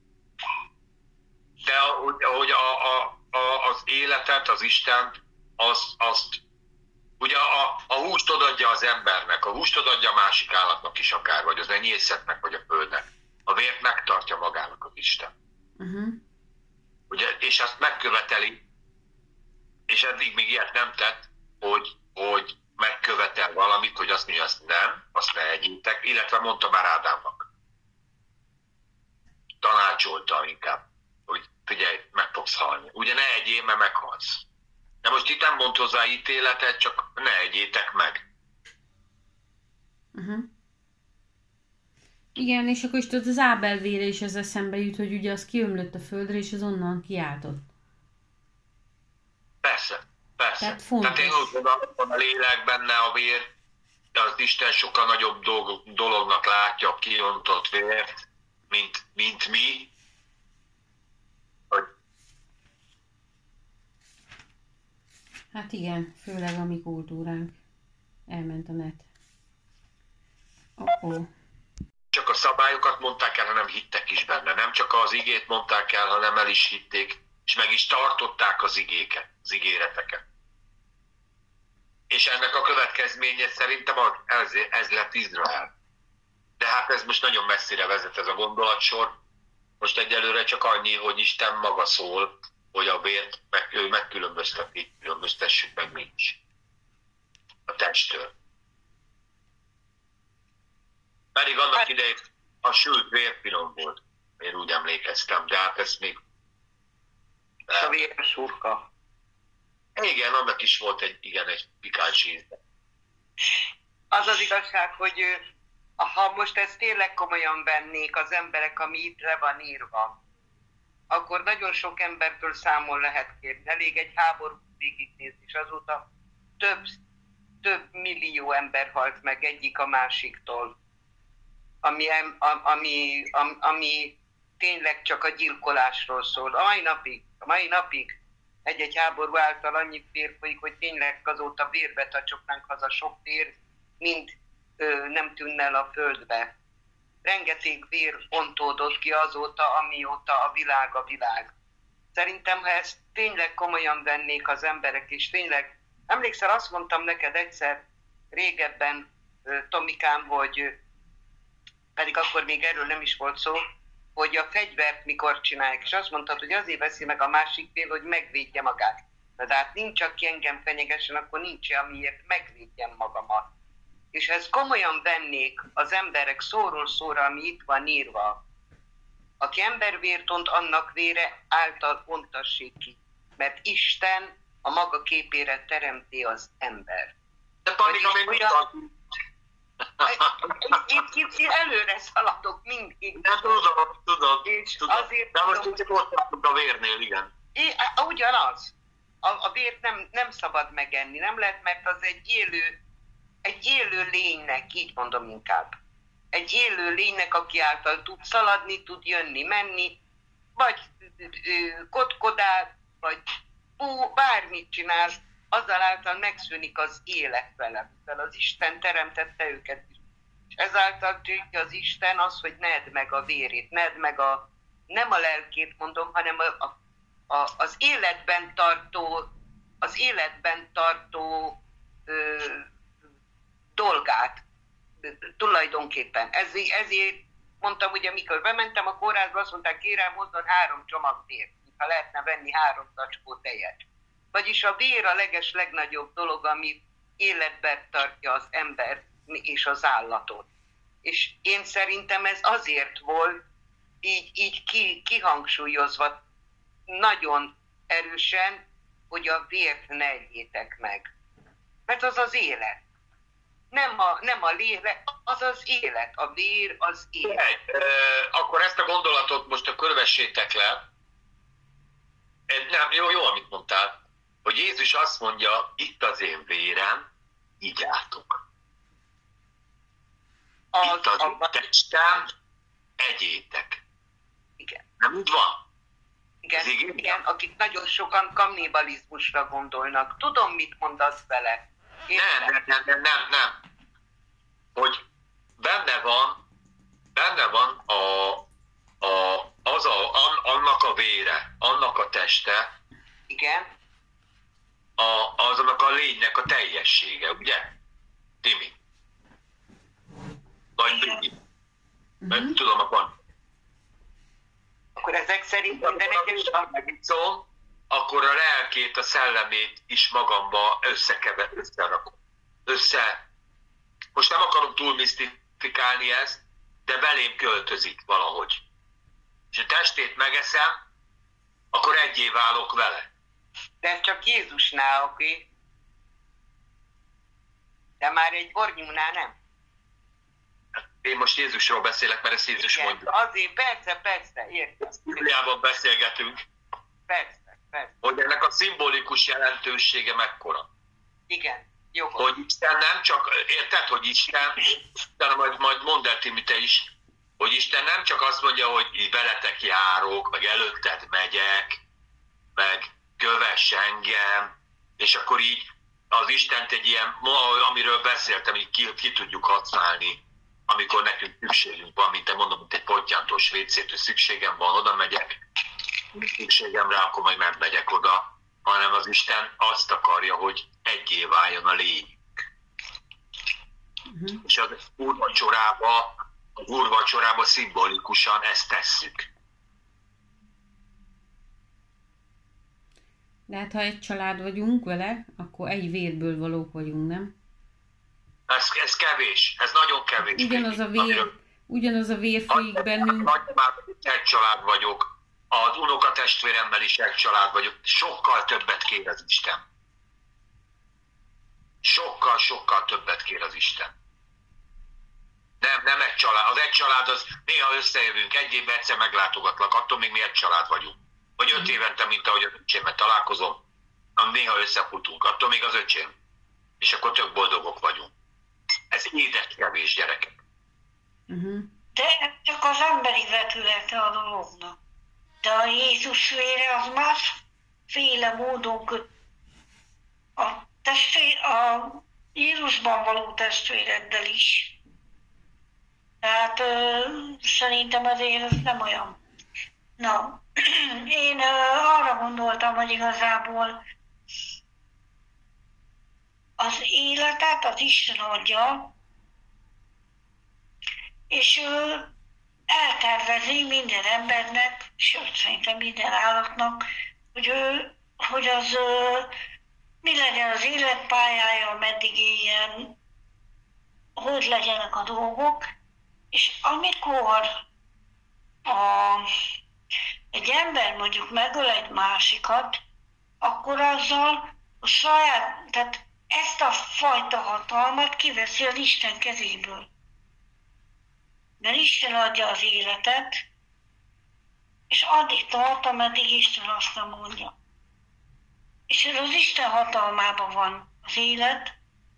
De ahogy a, a, a, az életet, az Istent, azt, azt ugye a, a húst odadja az embernek, a húst odadja a másik állatnak is akár, vagy az enyészetnek, vagy a földnek. A vért megtartja magának az Isten. Uh-huh. Ugye, és azt megköveteli, és eddig még ilyet nem tett, hogy, hogy megkövetel valamit, hogy azt mondja, azt nem, azt ne egyétek, illetve mondta már Ádámnak. Tanácsolta inkább, hogy figyelj, meg fogsz halni. Ugye ne egyél, mert meghalsz. De most itt nem mond hozzá ítéletet, csak ne egyétek meg. Uh-huh. Igen, és akkor is tudod, az Ábel vére is ez eszembe jut, hogy ugye az kiömlött a földre, és az onnan kiáltott. Persze, persze. Tehát, fontos. Tehát én úgy gondolom, a lélek benne, a vér, de az Isten sokkal nagyobb dolog, dolognak látja a kiontott vért, mint, mint mi. Hogy... Hát igen, főleg a mi kultúránk. Elment a net. Oh-oh. Csak a szabályokat mondták el, hanem hittek is benne. Nem csak az igét mondták el, hanem el is hitték, és meg is tartották az igéket, az ígéreteket. És ennek a következménye szerintem az, ez, ez lett Izrael. De hát ez most nagyon messzire vezet ez a gondolatsor. Most egyelőre csak annyi, hogy Isten maga szól, hogy a vért meg, ő megkülönbözteti, különböztessük meg mi is. A testtől. Pedig annak hát, idején a sült vér finom volt. Én úgy emlékeztem, de hát ez még... A véres hurka. Igen, annak is volt egy, igen, egy pikáns íze. Az az igazság, hogy ha most ezt tényleg komolyan vennék az emberek, ami itt le van írva, akkor nagyon sok embertől számon lehet kérni. Elég egy háborút végignézni, és azóta több, több millió ember halt meg egyik a másiktól. Ami, ami, ami, ami tényleg csak a gyilkolásról szól. A mai napig, a mai napig egy-egy háború által annyi vér folyik, hogy tényleg azóta vérbe tacsoknánk haza sok vér, mind ö, nem tűnne el a földbe. Rengeteg vér ontódott ki azóta, amióta a világ a világ. Szerintem, ha ezt tényleg komolyan vennék az emberek, és tényleg, emlékszel, azt mondtam neked egyszer régebben, ö, Tomikám, hogy pedig akkor még erről nem is volt szó, hogy a fegyvert mikor csinálják, és azt mondtad, hogy azért veszi meg a másik fél, hogy megvédje magát. De hát nincs, aki engem fenyegessen, akkor nincs, amiért megvédjem magamat. És ha ezt komolyan vennék az emberek szóról szóra, ami itt van írva, aki embervért ont, annak vére által ontassék ki. Mert Isten a maga képére teremti az ember. De pedig, ami olyan... Itt, itt, itt előre szaladok mindig. De tudom, tudom. És tudom. Azért de most tudom, csak ott tartunk a vérnél, igen. É, ugyanaz. A, a vért nem, nem szabad megenni, nem lehet, mert az egy élő, egy élő lénynek, így mondom inkább. Egy élő lénynek, aki által tud szaladni, tud jönni, menni, vagy kotkodál, vagy Ó, bármit csinál, azáltal megszűnik az élet vele, mivel az Isten teremtette őket is. És ezáltal tudja az Isten az, hogy ne edd meg a vérét, ne edd meg a, nem a lelkét mondom, hanem a, a, a, az életben tartó, az életben tartó ö, dolgát tulajdonképpen. Ezért, ezért mondtam, hogy amikor bementem a kórházba, azt mondták, kérem, hozzon három csomag vért, ha lehetne venni három zacskó tejet. Vagyis a vér a leges legnagyobb dolog, ami életben tartja az ember és az állatot. És én szerintem ez azért volt így, így ki, kihangsúlyozva nagyon erősen, hogy a vért ne egyétek meg. Mert az az élet. Nem a, nem a lélek, az az élet. A vér az élet. Egy, e, akkor ezt a gondolatot most a körvessétek le. Nem, jó, jó, amit mondtál. Hogy Jézus azt mondja, itt az én vérem, igyátok. Az, itt az én testem, egyétek. Igen. Nem úgy van? Igen, igen, igen, akik nagyon sokan kannibalizmusra gondolnak. Tudom, mit mondasz vele. Nem, nem, nem, nem, nem, nem. Hogy benne van, benne van a, a, az a, annak a vére, annak a teste, igen. A, az annak a lénynek a teljessége, ugye? Timi? Vagy Brigi? Nem tudom, akkor... Akkor ezek szerint minden egyes... Ha megígyom, akkor a lelkét, a szellemét is magamba összekever, összerakom. Össze... Most nem akarom túl misztifikálni ezt, de belém költözik valahogy. És a testét megeszem, akkor egyé válok vele. De ez csak Jézusnál, oké? Okay? De már egy bornyúnál nem. Én most Jézusról beszélek, mert ezt Jézus igen, mondja. Azért, persze, persze, értem. Bibliában beszélgetünk. Persze, persze. Hogy ennek a szimbolikus jelentősége mekkora. Igen, jó. Hogy Isten nem csak, érted, hogy Isten, de majd, majd mondd el, Timi, te is, hogy Isten nem csak azt mondja, hogy így veletek járok, meg előtted megyek, meg kövess engem, és akkor így az Istent egy ilyen, amiről beszéltem, így ki, ki tudjuk használni, amikor nekünk szükségünk van, mint te mondom, mint egy pottyantos vécét, hogy szükségem van, oda megyek, szükségem rá, akkor majd nem megyek oda, hanem az Isten azt akarja, hogy egyé váljon a lényünk. Uh-huh. És az úrvacsorába, az úrvacsorába szimbolikusan ezt tesszük. De hát ha egy család vagyunk vele, akkor egy vérből valók vagyunk, nem? Ez, ez kevés, ez nagyon kevés. Ugyanaz a vér, ugyanaz a vér folyik bennünk. Nagymában egy család vagyok, az unokatestvéremmel is egy család vagyok. Sokkal többet kér az Isten. Sokkal, sokkal többet kér az Isten. Nem, nem egy család. Az egy család, az néha összejövünk, egy évben egyszer meglátogatlak, attól még mi egy család vagyunk. Vagy öt évente, mint ahogy az öcsémmel találkozom, néha összefutunk, attól még az öcsém. És akkor tök boldogok vagyunk. Ez édes kevés, gyerekek. Uh-huh. De ez csak az emberi vetülete a dolognak. De a Jézus vére az másféle módon köt. A, testvér, a Jézusban való testvéreddel is. Tehát ö, szerintem azért ez nem olyan. Na, én ö, arra gondoltam, hogy igazából az életet az Isten adja, és ő eltervezi minden embernek, sőt, szerintem minden állatnak, hogy, ő, hogy az ö, mi legyen az életpályája, meddig éljen, hogy legyenek a dolgok, és amikor a, egy ember mondjuk megöl egy másikat, akkor azzal a saját, tehát ezt a fajta hatalmat kiveszi az Isten kezéből. Mert Isten adja az életet, és addig tart, ameddig Isten azt nem mondja. És ez az Isten hatalmában van az élet,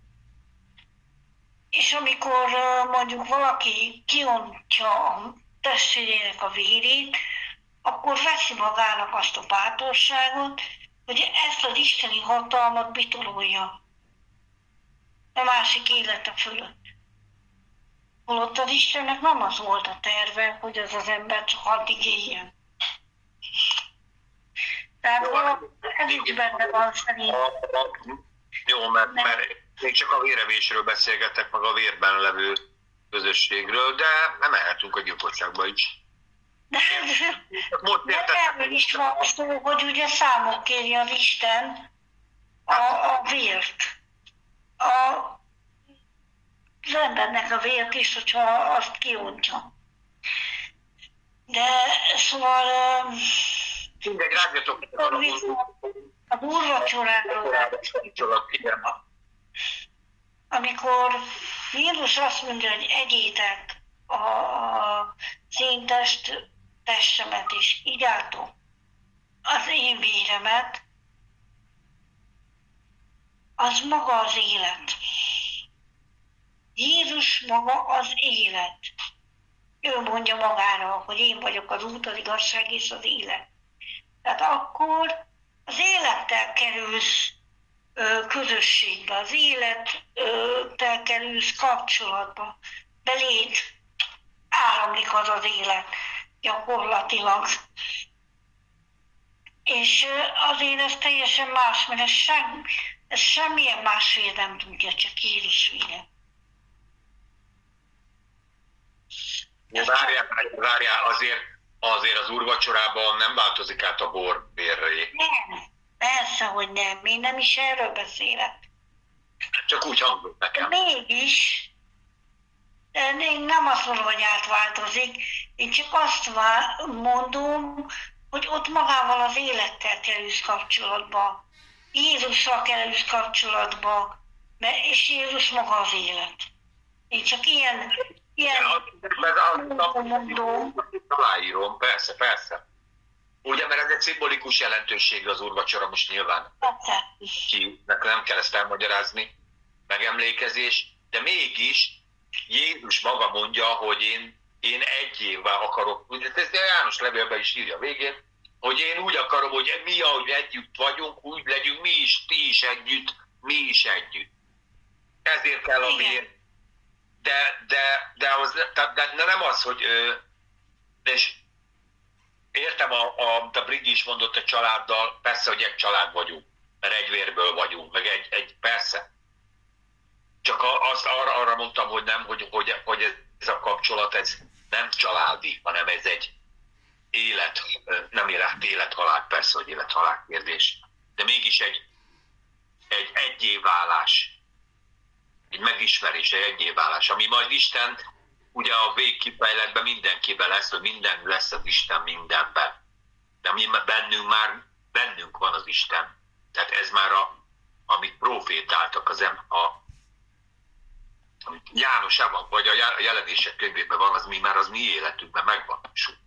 és amikor mondjuk valaki kiontja a testvérének a vérét, akkor veszi magának azt a bátorságot, hogy ezt az isteni hatalmat bitololja a másik élete fölött. Holott az Istennek nem az volt a terve, hogy az az ember csak addig éljen. Tehát ez is benne van szerintem. Jó, mert, mert még csak a vérevésről beszélgetek, meg a vérben levő közösségről, de nem mehetünk a gyilkosságba is. De, de erről is van szó, hogy ugye számok kéri az Isten a, a vért. A, az embernek a vért is, hogyha azt kiontja. De szóval... Mindegy, rágjatok. A úrvacsoráról, amikor Jézus azt mondja, hogy egyétek a, a széntest, testemet is, igyátok az én véremet, az maga az élet. Jézus maga az élet. Ő mondja magára, hogy én vagyok az út, az igazság és az élet. Tehát akkor az élettel kerülsz ö, közösségbe, az élettel kerülsz kapcsolatba, beléd áramlik az az élet gyakorlatilag. És ö, azért ez teljesen más, mert ez, sem, ez semmilyen más vér nem tudja, csak Jézus vére. Várjál, várjál, azért, azért az úrvacsorában nem változik át a bor vérré. Nem, persze, hogy nem. Én nem is erről beszélek. Csak úgy hangzott nekem. De mégis, de én nem azt mondom, hogy átváltozik. Én csak azt mondom, hogy ott magával az élettel kerülsz kapcsolatba. Jézussal kerülsz kapcsolatba, mert és Jézus maga az élet. Én csak ilyen... ilyen mondom. Aláírom, persze, persze. Ugye, mert ez egy szimbolikus jelentőségre az úrvacsora, most nyilván kinek nem kell ezt elmagyarázni, megemlékezés, de mégis Jézus maga mondja, hogy én, én egy évvel akarok, ez János levélben is írja a végén, hogy én úgy akarom, hogy mi, ahogy együtt vagyunk, úgy legyünk mi is, ti is együtt, mi is együtt. Ezért kell a vér. De, de, de, az, de, de nem az, hogy... És értem, a, a, a Brigi is mondott egy családdal, persze, hogy egy család vagyunk, mert egy vérből vagyunk, meg egy, egy persze. Csak azt arra, arra mondtam, hogy nem, hogy, hogy, hogy ez a kapcsolat, ez nem családi, hanem ez egy élet, nem élet, élet-halál, persze, hogy élet-halál kérdés, de mégis egy, egy egyéválás, egy megismerés, egy egyéválás, ami majd Isten, ugye a végkifejletben mindenkiben lesz, hogy minden lesz az Isten mindenben. De mi bennünk már, bennünk van az Isten. Tehát ez már, a, amit profétáltak az em, a amit Jánosában, vagy a jelenések könyvében van, az mi már az mi életünkben megvalósult.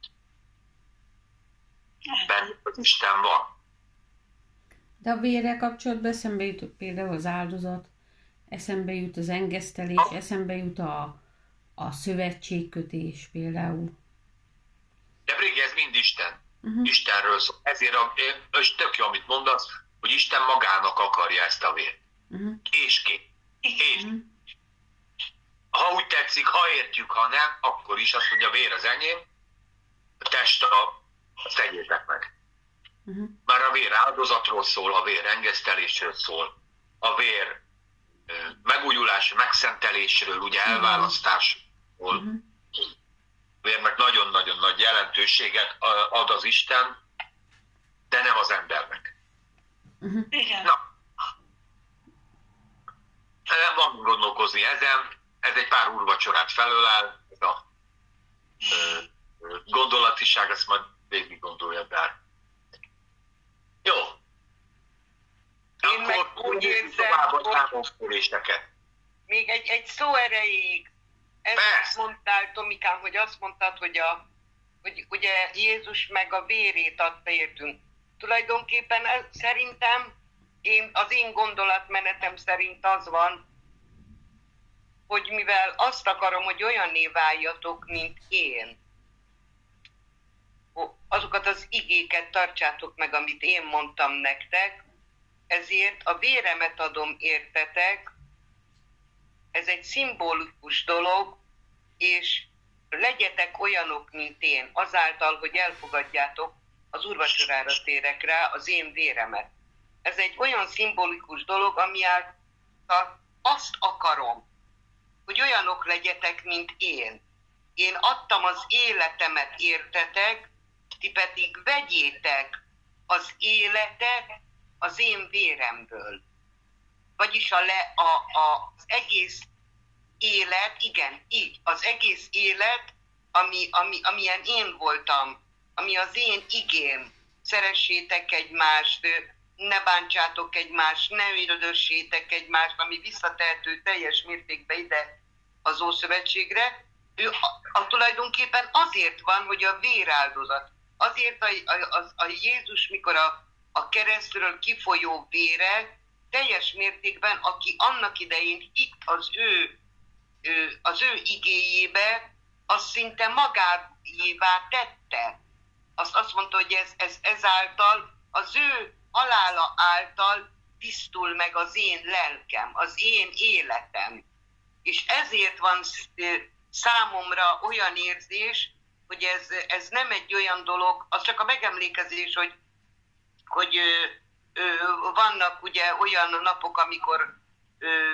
Bennünk az Isten van. De a vérrel kapcsolatban eszembe jut például az áldozat, eszembe jut az engesztelés, eszembe jut a, a szövetségkötés például. De Brigi, ez mind Isten. Uh-huh. Istenről szól. Ezért a, és tök jó, amit mondasz, hogy Isten magának akarja ezt a vért. Uh-huh. És ki? És. Uh-huh. Ha úgy tetszik, ha értjük, ha nem, akkor is azt mondja, a vér az enyém, a test a, azt tegyétek meg. Uh-huh. Már a vér áldozatról szól, a vér engesztelésről szól, a vér megújulás, megszentelésről, ugye elválasztásról. Uh-huh. Vérnek nagyon-nagyon nagy jelentőséget ad az Isten, de nem az embernek. Uh-huh. Na, nem van gondolkozni ezen, ez egy pár úrvacsorát felöláll, ez a ö, ö, gondolatiság, ezt majd végig gondolja bár. Jó. Én meg úgy érzem, hogy még egy, egy szó erejéig. Ezt mondtál, Tomikám, hogy azt mondtad, hogy, a, hogy ugye Jézus meg a vérét adta értünk. Tulajdonképpen ez, szerintem, én, az én gondolatmenetem szerint az van, hogy mivel azt akarom, hogy olyanné váljatok, mint én, azokat az igéket tartsátok meg, amit én mondtam nektek, ezért a véremet adom értetek, ez egy szimbolikus dolog, és legyetek olyanok, mint én, azáltal, hogy elfogadjátok, az úrvacsorára térek rá, az én véremet. Ez egy olyan szimbolikus dolog, ami által azt akarom, hogy olyanok legyetek, mint én. Én adtam az életemet, értetek, ti pedig vegyétek az életet az én véremből. Vagyis a le, a, a, az egész élet, igen, így, az egész élet, ami, ami, amilyen én voltam, ami az én igém, szeressétek egymást, ne bántsátok egymást, ne üldössétek egymást, ami visszatehető teljes mértékben ide az Ószövetségre, ő a, a tulajdonképpen azért van, hogy a véráldozat, azért a, a, a, a Jézus, mikor a, a keresztről kifolyó vére, teljes mértékben, aki annak idején hitt az ő, ő, az ő igéjébe, az szinte magáévá tette. Azt, azt mondta, hogy ez, ez, ezáltal, az ő halála által tisztul meg az én lelkem, az én életem. És ezért van számomra olyan érzés, hogy ez, ez nem egy olyan dolog, az csak a megemlékezés, hogy, hogy ö, ö, vannak ugye olyan napok, amikor ö,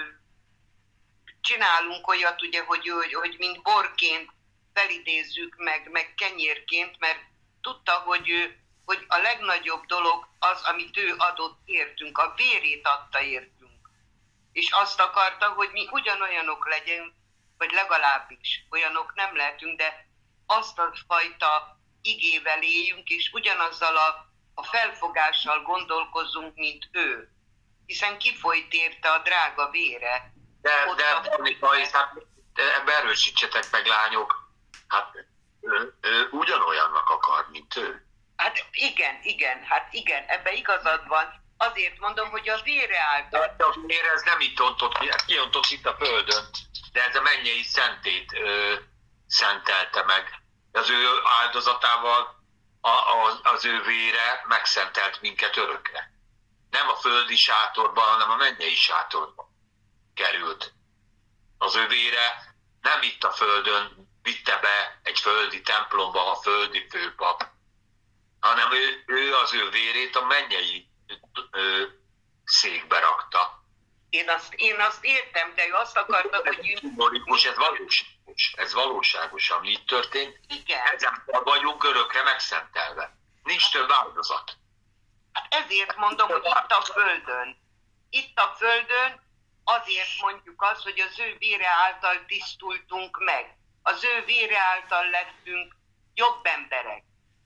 csinálunk olyat, ugye, hogy, hogy, hogy mint borként felidézzük meg, meg kenyérként, mert tudta, hogy, hogy a legnagyobb dolog az, amit ő adott értünk, a vérét adta értünk. És azt akarta, hogy mi ugyanolyanok legyünk, vagy legalábbis olyanok nem lehetünk, de azt a fajta igével éljünk, és ugyanazzal a, a felfogással gondolkozzunk, mint ő. Hiszen kifolyt érte a drága vére. De, de, de, hát, ebbe erősítsetek meg, lányok, hát ő, ő ugyanolyannak akar, mint ő. Hát igen, igen, hát igen, ebbe igazad van. Azért mondom, hogy a vére által... De a vére ez nem itt ontott, kiontott itt a földön, de ez a mennyei szentét ö, szentelte meg. Az ő áldozatával a, a, az ő vére megszentelt minket örökre. Nem a földi sátorban, hanem a mennyei sátorban került. Az ő vére nem itt a földön vitte be egy földi templomba a földi főpap, hanem ő, ő az ő vérét a mennyei ö, székbe rakta. Én azt, én azt értem, de ő azt akarta, hogy... Symbolikus, ez valóságos, ez valóságos, ami itt történt. Igen. Ezen vagyunk örökre megszentelve. Nincs több áldozat. Hát ezért mondom, hogy itt a Földön, itt a Földön azért mondjuk azt, hogy az ő vére által tisztultunk meg. Az ő vére által lettünk jobb emberek.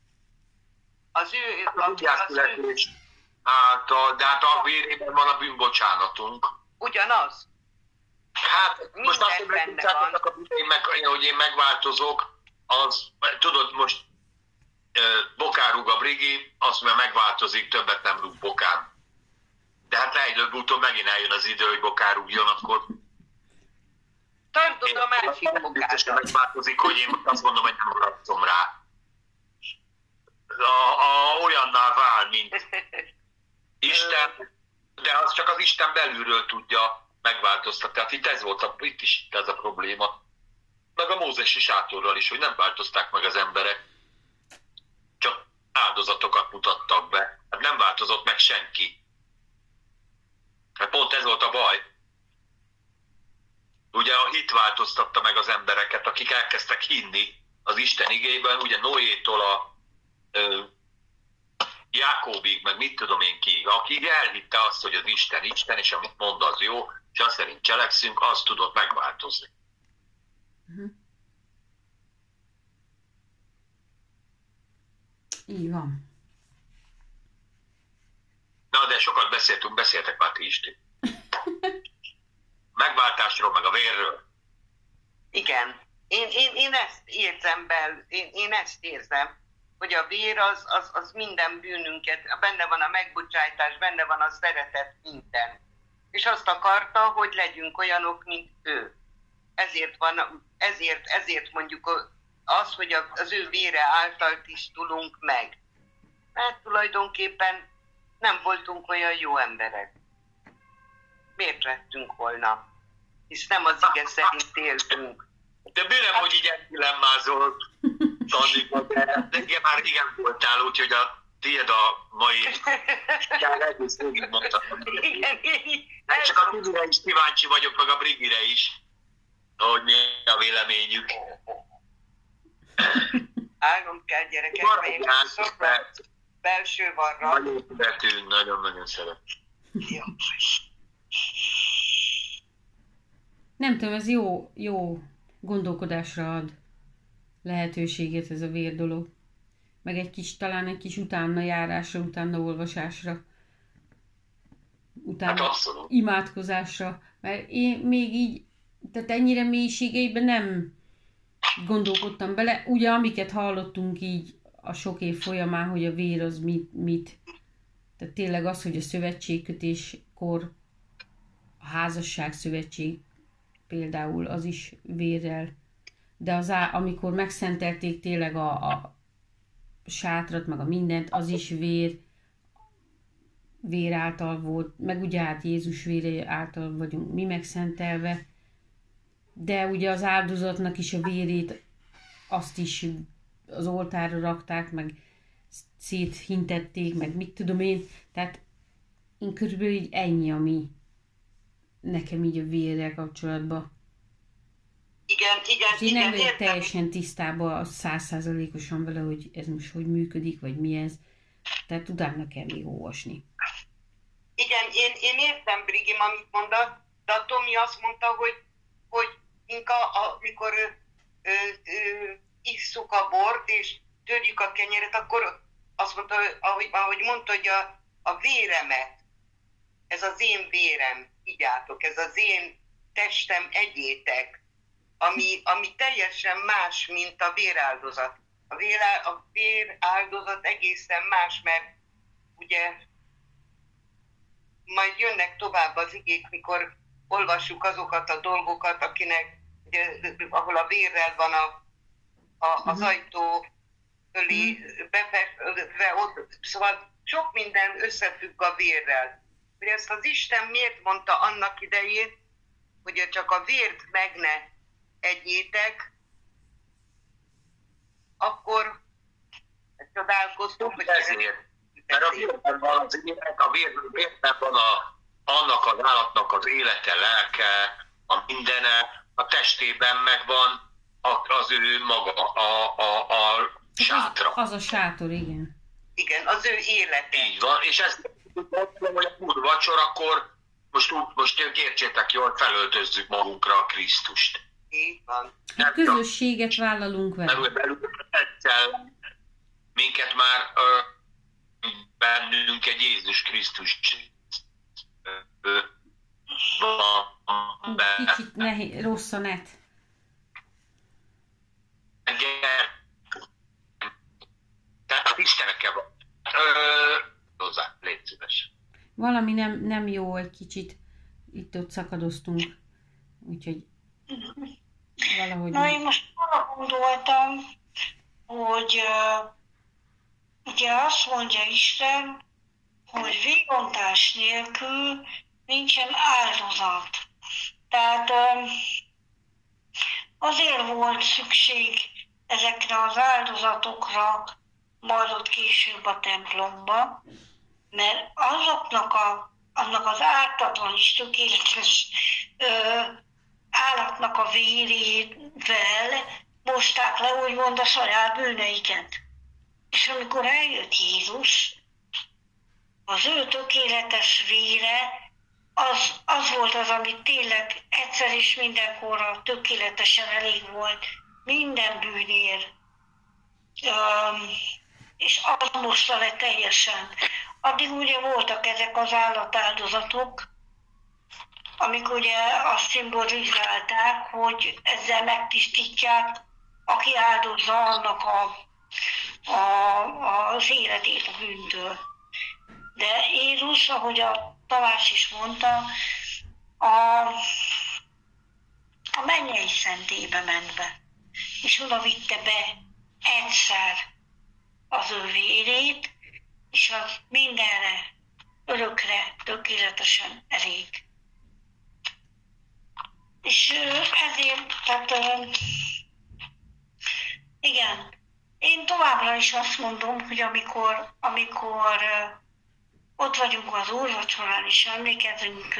Az ő... A, az ő által, de hát a vérében van a bűnbocsánatunk. Ugyanaz. Hát most azt mondom, hogy én megváltozok, az, tudod, most bokár rúg a Brigi, azt mondja, megváltozik, többet nem rúg bokám. De hát előbb-utóbb megint eljön az idő, hogy bokár rúgjon, akkor... Tartod a másik bokát. Megváltozik, hogy én azt mondom, hogy nem maradszom rá. A, a, olyannál vál, mint Isten, de az csak az Isten belülről tudja megváltoztatni. Tehát itt ez volt, a, itt is ez a probléma. Meg a mózesi sátorral is, hogy nem változták meg az emberek. Csak áldozatokat mutattak be. Hát nem változott meg senki. Hát pont ez volt a baj. Ugye a hit változtatta meg az embereket, akik elkezdtek hinni az Isten igében, ugye Noétól a ö, Jákóbig, meg mit tudom én ki, aki elhitte azt, hogy az Isten Isten, és amit mond az jó, és azt szerint cselekszünk, az tudott megváltozni. Uh-huh. Így van. Na, de sokat beszéltünk, beszéltek már ti is. Megváltásról, meg a vérről. Igen. Én, én, én ezt érzem bel, én, én ezt érzem, hogy a vér az, az, az minden bűnünket, benne van a megbocsájtás, benne van a szeretet, minden. És azt akarta, hogy legyünk olyanok, mint ő. Ezért van, ezért, ezért mondjuk az, hogy az ő vére által tisztulunk meg. Mert tulajdonképpen nem voltunk olyan jó emberek. Miért lettünk volna? Hisz nem az ige szerint éltünk. De bőlem, hogy így elfilemmázol, Tannika, de igen, már igen voltál, úgyhogy a tiéd a mai jár egész végig mondtam. Igen, én Nem csak a Brigire is kíváncsi vagyok, meg a Brigire is, hogy mi a véleményük. állnom kell gyerekek, melyek szoknak belső varra. Nagyon szeretünk, nagyon-nagyon szeret. Jó. Nem tudom, ez jó, jó gondolkodásra ad lehetőséget ez a vér dolog. Meg egy kis, talán egy kis utána járásra, utána olvasásra, utána Hát imádkozásra. Mert én még így, tehát ennyire mélységeiben nem gondolkodtam bele. Ugye, amiket hallottunk így a sok év folyamán, hogy a vér az mit, mit. Tehát tényleg az, hogy a szövetségkötéskor a házasság szövetség például az is vérrel, de az á, amikor megszentelték tényleg a, a sátrat, meg a mindent, az is vér, vér által volt, meg ugye hát Jézus vére által vagyunk mi megszentelve, de ugye az áldozatnak is a vérét, azt is az oltárra rakták, meg széthintették, meg mit tudom én, tehát én körülbelül így ennyi, ami nekem így a vérrel kapcsolatban. Igen, igen, És én nem igen, vagyok értem. teljesen tisztában százszázalékosan vele, hogy ez most hogy működik, vagy mi ez. Tehát utána kell még olvasni. Igen, én, én értem, Brigim, amit mondasz, de a Tomi azt mondta, hogy, hogy inkább, amikor ö, ö, ö, isszuk a bort, és törjük a kenyeret, akkor azt mondta, ahogy, ahogy mondta, hogy a, a véremet, ez az én vérem, igyátok, ez az én testem, egyétek, ami, ami teljesen más, mint a véráldozat. A, vér, a véráldozat egészen más, mert ugye majd jönnek tovább az igék, mikor olvassuk azokat a dolgokat, akinek, ugye, ahol a vérrel van a, a, az ajtó fölé befestve, ott, szóval sok minden összefügg a vérrel. Hogy ezt az Isten miért mondta annak idején, hogy csak a vért meg ne egyétek, akkor csodálkoztunk, hogy Ezért. Mert a vérben van az élet, a vér, vérben van a, annak az állatnak az élete, lelke, a mindene, a testében megvan az ő maga, a, a, a sátra. Az, az a sátor, igen. igen, az ő élete. Így van, és ezt mondom, hogy a úrvacsorakor most, most értsétek jól, felöltözzük magunkra a Krisztust. Így van. Hát közösséget vállalunk vele. Mert belül egyszer minket már ö, bennünk egy Jézus Krisztus ö, van be. Kicsit nehéz, rossz a net. Tehát Istenekkel van. Hozzá, légy szíves. Valami nem, nem jó, egy kicsit itt-ott szakadoztunk. Úgyhogy valahogy... Na, én most arra gondoltam, hogy uh, ugye azt mondja Isten, hogy vérontás nélkül nincsen áldozat. Tehát uh, azért volt szükség ezekre az áldozatokra, majd ott később a templomba, mert azoknak a, annak az ártatlan és tökéletes ö, állatnak a vérével mosták le, úgymond a saját bűneiket. És amikor eljött Jézus, az ő tökéletes vére, az, az volt az, ami tényleg egyszer és mindenkorra tökéletesen elég volt minden bűnért. Um, és az mosta le teljesen. Addig ugye voltak ezek az állatáldozatok, amik ugye azt szimbolizálták, hogy ezzel megtisztítják, aki áldozza annak a, a, az életét a bűntől. De Jézus, ahogy a Tamás is mondta, a, a mennyei szentélybe ment be. és oda vitte be egyszer az ő vérét, és az mindenre, örökre, tökéletesen elég. És ezért, tehát igen, én továbbra is azt mondom, hogy amikor, amikor ott vagyunk az úrvacsorán, és emlékezünk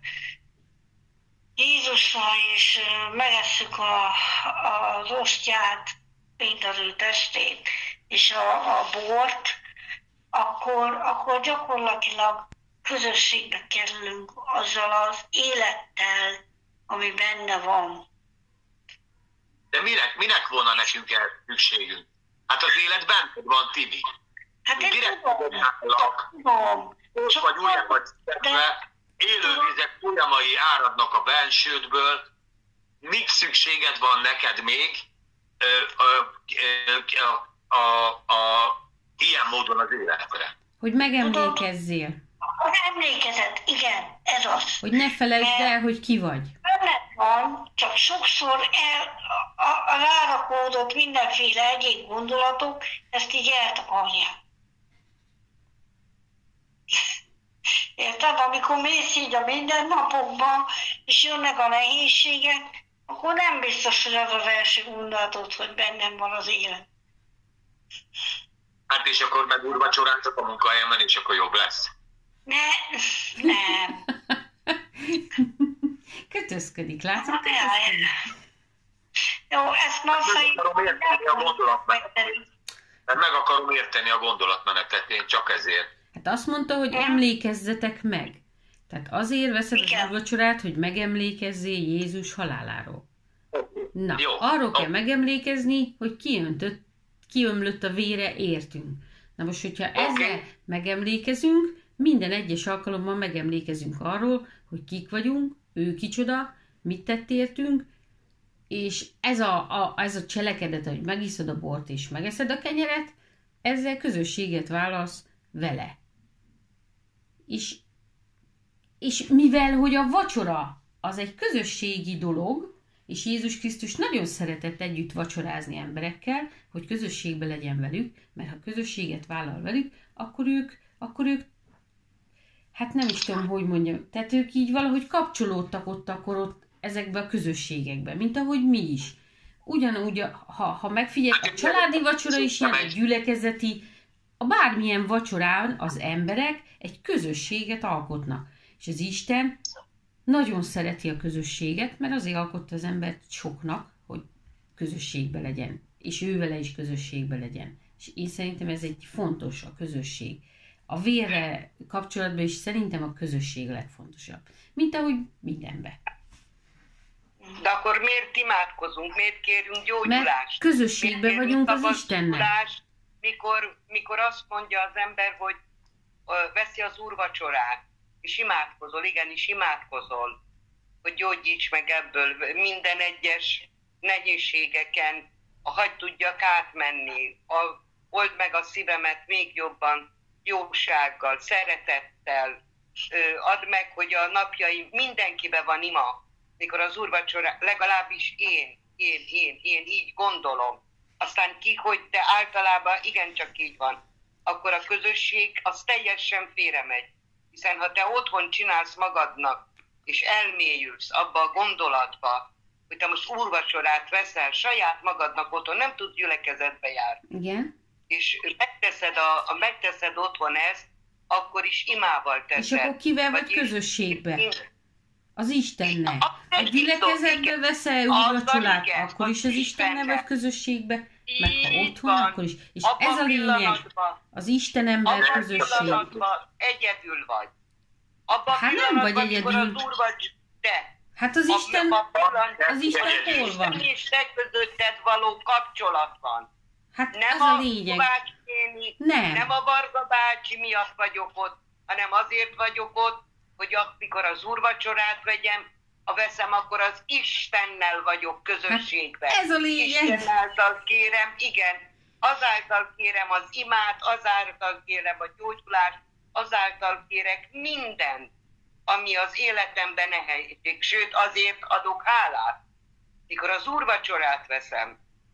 Jézusra, és megesszük a, az osztyát, mint az ő testét, és a, a bort, akkor, akkor gyakorlatilag közösségbe kerülünk azzal az élettel, ami benne van. De minek, minek volna nekünk el szükségünk? Hát az élet benned van, Tibi. Hát én Direkt tudom, tudom. Ott vagy újra vagy szedve, élővizek folyamai áradnak a bensődből, mik szükséged van neked még ö, ö, ö, a, a, a, ilyen módon az életre? Hogy megemlékezzél. Az emlékezet, igen, ez az. Hogy ne felejtsd el, hogy ki vagy. Benned van, csak sokszor el, a, a rárakódott mindenféle egyéb gondolatok, ezt így eltakarják. Érted? Amikor mész így a mindennapokban, és jönnek a nehézségek, akkor nem biztos, hogy az az első gondolatod, hogy bennem van az élet. Hát és akkor meg úrvacsorán csak a munkahelyemen, és akkor jobb lesz. Ne, nem. Kötözködik, látod? Kötözködik. Jó, ezt ma szerintem meg akarom érteni a gondolatmenetet, én csak ezért. Hát azt mondta, hogy emlékezzetek meg. Tehát azért veszed az úrvacsorát, hogy megemlékezzél Jézus haláláról. Na, Jó. arról kell megemlékezni, hogy kiöntött, kiömlött a vére értünk. Na most, hogyha Okay. ezzel megemlékezünk, minden egyes alkalommal megemlékezünk arról, hogy kik vagyunk, ő kicsoda, mit tett értünk, és ez a, a, ez a cselekedet, hogy megiszod a bort és megeszed a kenyeret, ezzel közösséget válasz vele. És, és mivel, hogy a vacsora az egy közösségi dolog, és Jézus Krisztus nagyon szeretett együtt vacsorázni emberekkel, hogy közösségbe legyen velük, mert ha közösséget vállal velük, akkor ők, akkor ők hát nem is tudom, hogy mondjam, tehát ők így valahogy kapcsolódtak ott akkor ott ezekbe a közösségekbe, mint ahogy mi is. Ugyanúgy, ha, ha megfigyelj, a családi vacsora is ilyen, a gyülekezeti, a bármilyen vacsorán az emberek egy közösséget alkotnak. És az Isten nagyon szereti a közösséget, mert azért alkotta az embert soknak, hogy közösségbe legyen. És ő vele is közösségbe legyen. És én szerintem ez egy fontos, a közösség. A vérre kapcsolatban is szerintem a közösség a legfontosabb. Mint ahogy mindenben. De akkor miért imádkozunk? Miért kérünk gyógyulást? Mert közösségben vagyunk az Istennel. Mikor, mikor azt mondja az ember, hogy ö, veszi az úrvacsorát, és imádkozol, igenis imádkozol, hogy gyógyíts meg ebből minden egyes nehézségeken, hagy tudjak átmenni, a, old meg a szívemet még jobban, jósággal, szeretettel, ö, add meg, hogy a napjaim mindenkiben van ima, mikor az úrvacsora, legalábbis én, én, én, én így gondolom. Aztán ki, hogy de általában igencsak így van, akkor a közösség az teljesen félremegy. Hiszen ha te otthon csinálsz magadnak, és elmélyülsz abba a gondolatba, hogy te most úrvacsorát veszel saját magadnak otthon, nem tudsz gyülekezetbe járni. Igen. És megteszed, a, a, megteszed otthon ezt, akkor is imával teszed. És akkor kivel vagy közösségbe? Az Istennel. A gyülekezetbe veszel úrvacsorát, akkor is az Istennel vagy közösségbe, meg ha otthon, akkor is. És ez a lényeg, az Isten ember közösség. Egyedül vagy. Abban hát nem vagy egyedül. De. Hát az Isten, az Isten hol van? Az és te közötted való kapcsolat van. Hát nem ez a lényeg. Bácsi, nem. nem a Varga bácsi miatt vagyok ott, hanem azért vagyok ott, hogy amikor az úrvacsorát vegyem, ha veszem, akkor az Istennel vagyok közösségben. Hát ez a lényeg. Isten által kérem, igen, azáltal kérem az imát, azáltal kérem a gyógyulást, azáltal kérek mindent, ami az életemben nehézség. Sőt, azért adok hálát. Mikor az úrvacsorát veszem,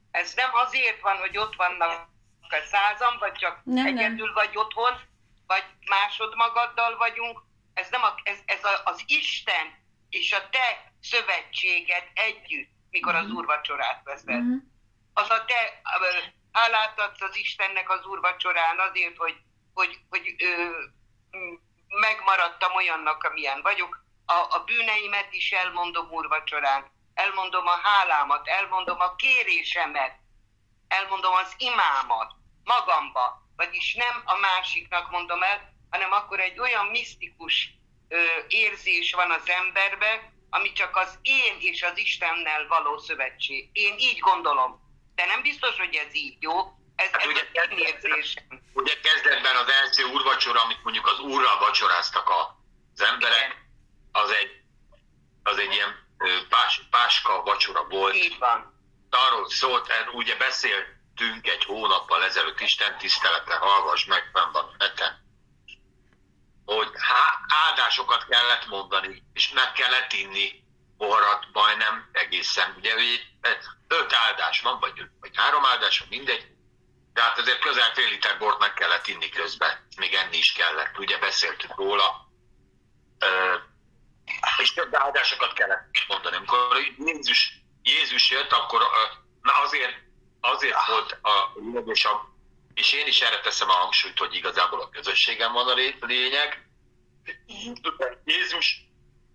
Ez nem azért van, hogy ott vannak a százan, vagy csak nem, egyedül nem. vagy otthon, vagy másodmagaddal vagyunk. Ez, nem a, ez, ez a, az Isten és a te szövetséged együtt, mikor az úrvacsorát veszed. Uh-huh. Az a te hálát adsz az Istennek az úrvacsorán azért, hogy, hogy, hogy ö, megmaradtam olyannak, amilyen vagyok. A, a bűneimet is elmondom úrvacsorán. Elmondom a hálámat, elmondom a kérésemet, elmondom az imámat magamba, vagyis nem a másiknak mondom el, hanem akkor egy olyan misztikus ö, érzés van az emberben, ami csak az én és az Istennel való szövetség. Én így gondolom, de nem biztos, hogy ez így, jó? Ez, hát ez ugye, az én érzésem. Ugye kezdetben az első úrvacsora, amit mondjuk az úrral vacsoráztak az emberek, az egy, az egy ilyen pás, páska vacsora volt. Így van. Arról szólt, ugye beszéltünk egy hónappal ezelőtt, Isten tiszteletre, hallgass meg, fenn van neten, hogy há, áldásokat kellett mondani, és meg kellett inni poharat, majdnem egészen. Ugye öt áldás van, vagy, vagy három áldás, mindegy. De hát azért közel fél liter bort meg kellett inni közben, még enni is kellett, ugye beszéltük róla. Ö, és több áldásokat kellett mondani. Amikor Jézus, Jézus jött, akkor na azért, azért volt a lényeg, és én is erre teszem a hangsúlyt, hogy igazából a közösségem van a lényeg. Jézus,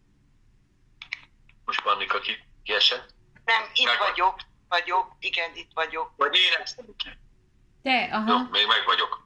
most Pannika ki, kiesett? Nem, itt meg vagyok, vagyok, igen, itt vagyok. Vagy énekszem ki? De, aha. Jó, még meg vagyok.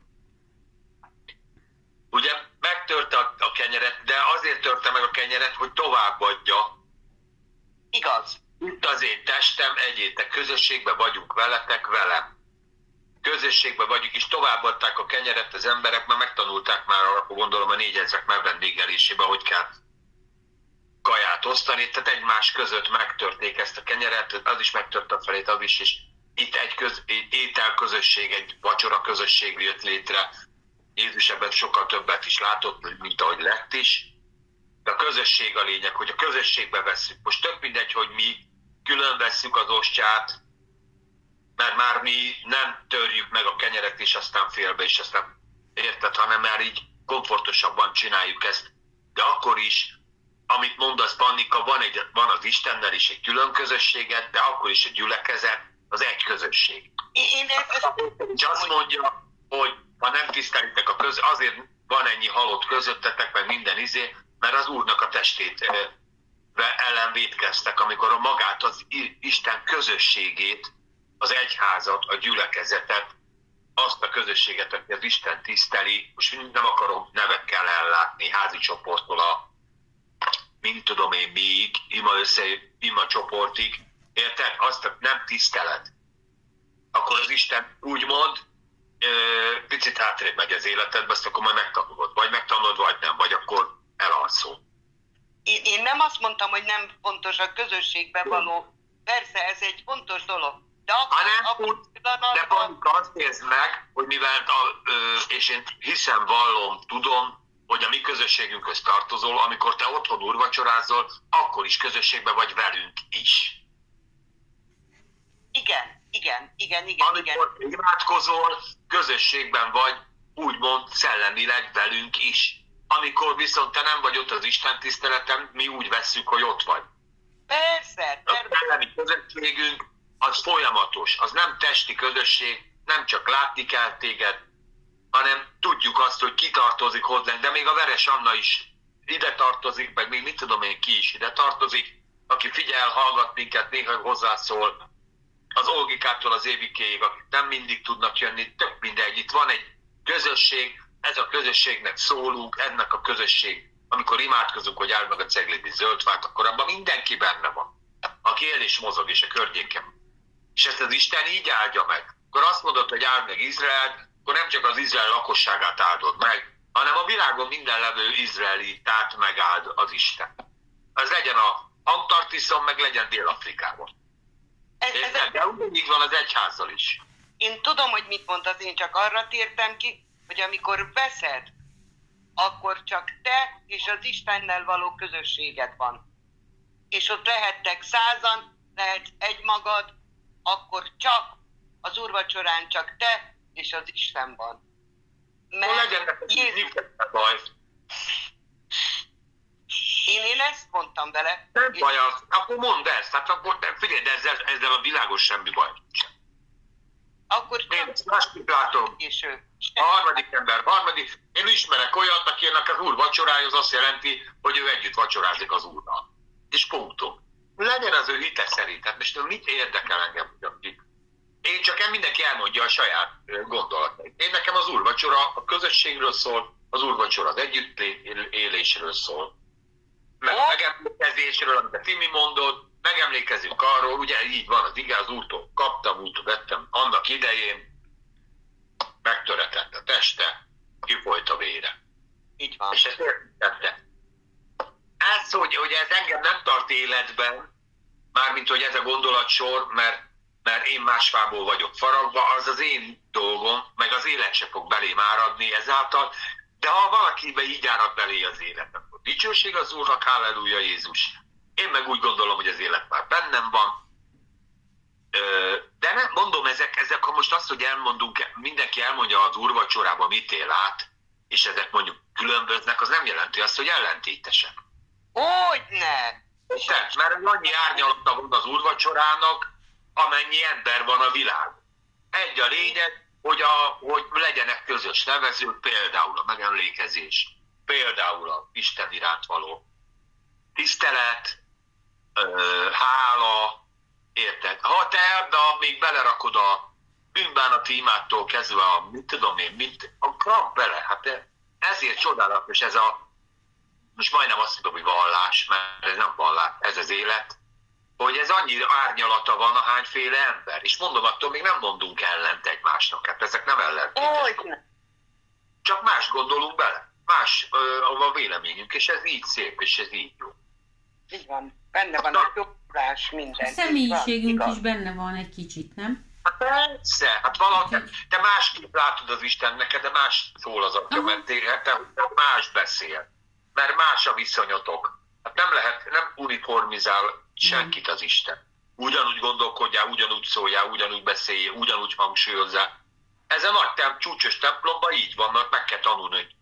Ugye megtörte a, a kenyeret, de azért törte meg a kenyeret, hogy továbbadja. Igaz. Itt az én testem, egyétek, közösségben vagyunk veletek, velem. Közösségben vagyunk, és továbbadták a kenyeret az emberek, mert megtanulták már, akkor gondolom a négyezrek már vendégelésébe, hogy kell kaját osztani, tehát egymás között megtörték ezt a kenyeret, az is megtörte a felét, az is, és itt egy, köz, egy ételközösség, egy vacsora közösség jött létre. Jézus ebben sokkal többet is látott, mint ahogy lett is. De a közösség a lényeg, hogy a közösségbe vesszük. Most tök mindegy, hogy mi külön vesszük az ostját, mert már mi nem törjük meg a kenyeret, és aztán félbe, és aztán érted, hanem már így komfortosabban csináljuk ezt. De akkor is, amit mondasz, Pannika, van, egy, van az Istennel is egy külön közösséget, de akkor is egy gyülekezet, az egy közösség. Én ezt... És azt mondja, hogy ha nem tisztelitek a köz, azért van ennyi halott közöttetek, meg minden izé, mert az Úrnak a testét ellen vétkeztek, amikor a magát, az Isten közösségét, az egyházat, a gyülekezetet, azt a közösséget, aki az Isten tiszteli, most nem akarom nevekkel ellátni, házi csoporttól a, mint tudom én még, ima össze, ima csoportig, érted? Azt nem tiszteled. Akkor az Isten úgy mond, picit hátrébb megy az életedbe, azt akkor majd megtanulod. Vagy megtanulod, vagy nem, vagy akkor elalszol. Én, én nem azt mondtam, hogy nem fontos a közösségbe való. Persze, ez egy fontos dolog. De akkor, hanem akkor úgy, pillanatban... de Pannika, azt értsd meg, hogy mivel, a, ö, és én hiszem, vallom, tudom, hogy a mi közösségünkhöz tartozol, amikor te otthon úrvacsorázol, akkor is közösségben vagy velünk is. Igen, igen, igen, igen. Amikor igen. imádkozol, közösségben vagy, úgymond szellemileg velünk is. Amikor viszont te nem vagy ott az Isten tiszteleten, mi úgy vesszük, hogy ott vagy. Persze, A természetesen. szellemi közösségünk az folyamatos, az nem testi közösség, nem csak látni kell téged, hanem tudjuk azt, hogy ki tartozik hozzánk, de még a Veres Anna is ide tartozik, meg még mit tudom én, ki is ide tartozik, aki figyel, hallgat minket, néha hozzászól, az Olgikától az Évikéig, akik nem mindig tudnak jönni, tök mindegy, itt van egy közösség, ez a közösségnek szólunk, ennek a közösség, amikor imádkozunk, hogy áld meg a ceglédi zöldfát, akkor abban mindenki benne van, aki él és mozog és a környéken. És ezt az Isten így áldja meg. Akkor azt mondod, hogy áld meg Izraelt, akkor nem csak az Izrael lakosságát áldod meg, hanem a világon minden levő izraelitát megáld az Isten. Ez legyen a Antarktiszon, meg legyen Dél-Afrikában. Ez, ez, Érted? De ugyanígy van az egyházzal is. én tudom, hogy mit mondasz, én csak arra tértem ki, hogy amikor veszed, akkor csak te és az Istennel való közösséged van. És ott lehettek százan, lehet egy magad, akkor csak az úrvacsorán csak te és az Isten van. Mert legyen Jézus baj. Én, én ezt mondtam vele. Nem baj az, akkor mondd ezt, hát akkor nem, figyelj, de ezzel, ezzel a világos semmi baj sem. Akkor én másképp látom. És ő. A harmadik ember, harmadik, én ismerek olyat, akinek az úr vacsorája az azt jelenti, hogy ő együtt vacsorázik az úrral. És punktum. Legyen az ő hite szerint, hát most mit érdekel engem, hogy én csak mindenki elmondja a saját gondolatait. Én nekem az úrvacsora a közösségről szól, az úrvacsora az együttélésről szól. Meg a megemlékezésről, amit a Timi mondott, megemlékezünk arról, ugye így van, az ige, az úrtól kaptam, úrtól vettem, annak idején megtöretett a teste, kifolyt a vére. Így van. És ezt értette. Ez, hogy, hogy ez engem nem tart életben, mármint, hogy ez a gondolatsor, mert, mert én más fából vagyok faragva, az az én dolgom, meg az élet se fog belém áradni ezáltal, de ha valakibe így árad belé az élet, akkor dicsőség az Úrnak, halleluja Jézus. Én meg úgy gondolom, hogy az élet már bennem van. De nem mondom, ezek, ezek ha most azt, hogy elmondunk, mindenki elmondja az úrvacsorában mit él át, és ezek mondjuk különböznek, az nem jelenti azt, hogy ellentétesek. Hogyne! Tehát, mert annyi árnyalata van az úrvacsorának, amennyi ember van a világ. Egy a lényeg, hogy, a, hogy legyenek közös nevezők, például a megemlékezés, például a Isten iránt való tisztelet, hála, érted? Ha te ebbe még belerakod a bűnbánati imádtól kezdve a, mit tudom én, mit, akkor bele, hát ezért csodálatos ez a, most majdnem azt tudom, hogy vallás, mert ez nem vallás, ez az élet, hogy ez annyi árnyalata van, ahányféle ember. És mondom, attól még nem mondunk ellent egymásnak, hát ezek nem ellentétesek. Csak más gondolunk bele, más ö, a véleményünk, és ez így szép, és ez így jó. Így van, benne van a jobbulás, minden. A személyiségünk is benne van egy kicsit, nem? Hát persze, hát valahogy te, te másképp látod az Isten neked, de más szól az atya, mert te, te más beszél, mert más a viszonyotok. Hát nem lehet, nem uniformizál senkit az Isten. Ugyanúgy gondolkodjál, ugyanúgy szóljál, ugyanúgy beszéljél, ugyanúgy hangsúlyozzál. Ez a nagy tem, csúcsos templomban így van, mert meg kell tanulni, hogy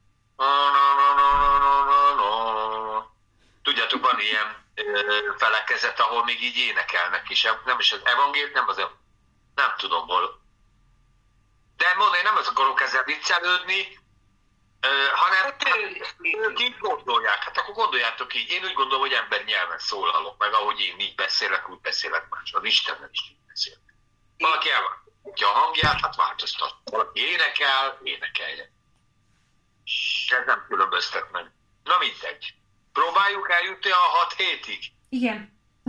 tudjátok, van ilyen felekezet, ahol még így énekelnek is. Nem is az evangél, nem az a... Nem tudom hol. De mondom, én nem az akarok ezzel viccelődni, hanem ők így gondolják. Hát akkor gondoljátok így. Én úgy gondolom, hogy ember nyelven szólalok, meg ahogy én így beszélek, úgy beszélek más. Az Istennel is így beszélek. Valaki elváltoztatja a hangját, hát változtat. Valaki énekel, énekelje. Ez nem különböztet meg. Na mindegy. Próbáljuk eljutni a hat hétig. Igen.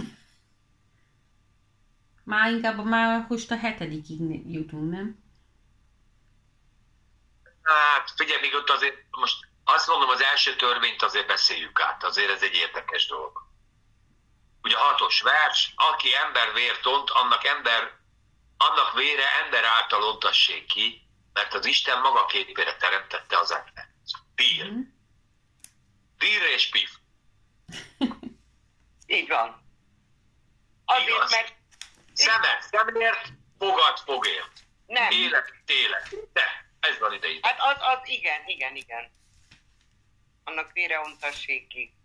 Már inkább már most a hetedikig jutunk, nem? Hát figyelj, még ott azért, most azt mondom, az első törvényt azért beszéljük át, azért ez egy érdekes dolog. Ugye a hatos vers, aki embervért ont, annak, ember, annak vére ember által ontassék ki, mert az Isten maga képére teremtette az embert. Dír. Mm. Dír és pif. Így van. Azért, igaz. mert... Szemed szemért, fogad fogért. Nem. Élet, élet. De, ez van ide ide. Hát az, az igen, igen, igen. Annak vére ontassék ki.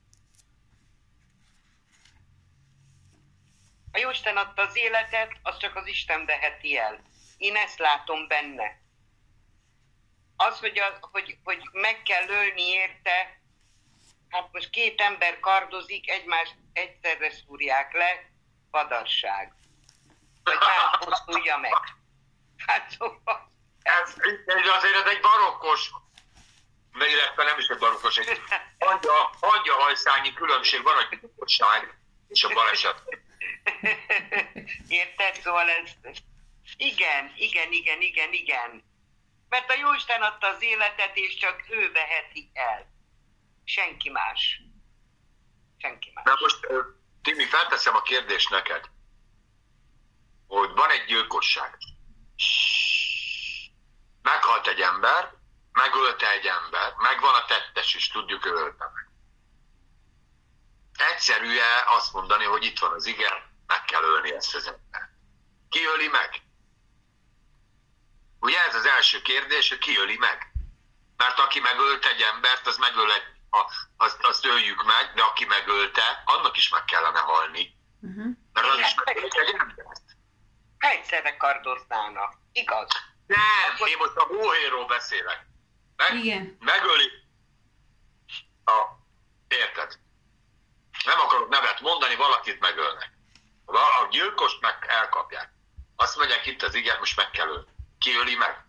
A Jóisten adta az életet, az csak az Isten veheti el. Én ezt látom benne. Az, hogy, a, hogy, hogy meg kell ölni érte, hát most két ember kardozik, egymást egyszerre szúrják le, vadarság. Vagy már bosszulja meg. Hát szóval... Ez, ez azért ez egy barokkos, illetve nem is egy barokkos, egy hangya, hangyahajszányi különbség van, a gyilkosság és a baleset. Érted? Szóval ez... Igen, igen, igen, igen, igen. Mert a Jóisten adta az életet, és csak ő veheti el. Senki más. Senki más. Na most, Timi, felteszem a kérdést neked, hogy van egy gyilkosság. Meghalt egy ember, megölte egy ember, megvan a tettes is, tudjuk, ő ölte meg. Egyszerű-e azt mondani, hogy itt van az ige, meg kell ölni ezt az embert? Ki öli meg? Ugye ez az első kérdés, hogy ki öli meg? Mert aki megölt egy embert, az megöl egy, azt, azt öljük meg, de aki megölte, annak is meg kellene halni. Uh-huh. Mert az is megölt egy embert. Egyszerre kardoznának, igaz? Nem, Akkor... én most a hóhéról beszélek. Meg, Igen. Megöli. A, érted? Nem akarok nevet mondani, valakit megölnek. A gyilkost meg elkapják. Azt mondják itt az igen, most meg kell ölni. Ki öli meg?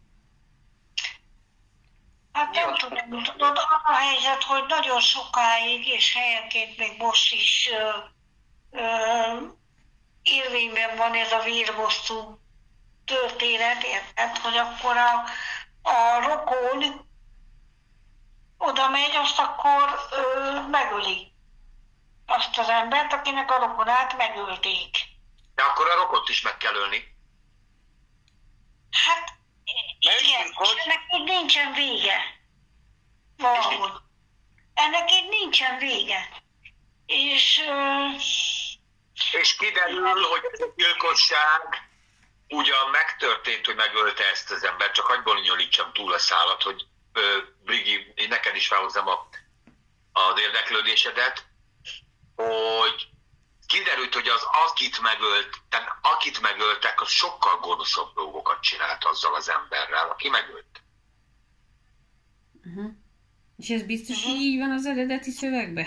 Hát nem tudom, tudod, a helyzet, hogy nagyon sokáig, és helyenként még most is ö, ö, érvényben van ez a vérbosszú történet, érted? Hogy akkor a, a rokon oda megy, azt akkor ö, megöli azt az embert, akinek a rokonát megölték. De akkor a rokont is meg kell ölni. Hát igen, és ennek így nincsen vége. Valahogy. Ennek így nincsen vége. És... Uh, és kiderül, hogy ez a gyilkosság ugyan megtörtént, hogy megölte ezt az embert, csak hagyj bonyolítsam túl a szálat, hogy uh, Brigi, én neked is felhozzam a, az érdeklődésedet, hogy kiderült, hogy az akit megölt, tehát akit megöltek, az sokkal gonoszabb dolgokat csinált azzal az emberrel, aki megölt. Uh-huh. És ez biztos, uh-huh. hogy így van az eredeti szövegben?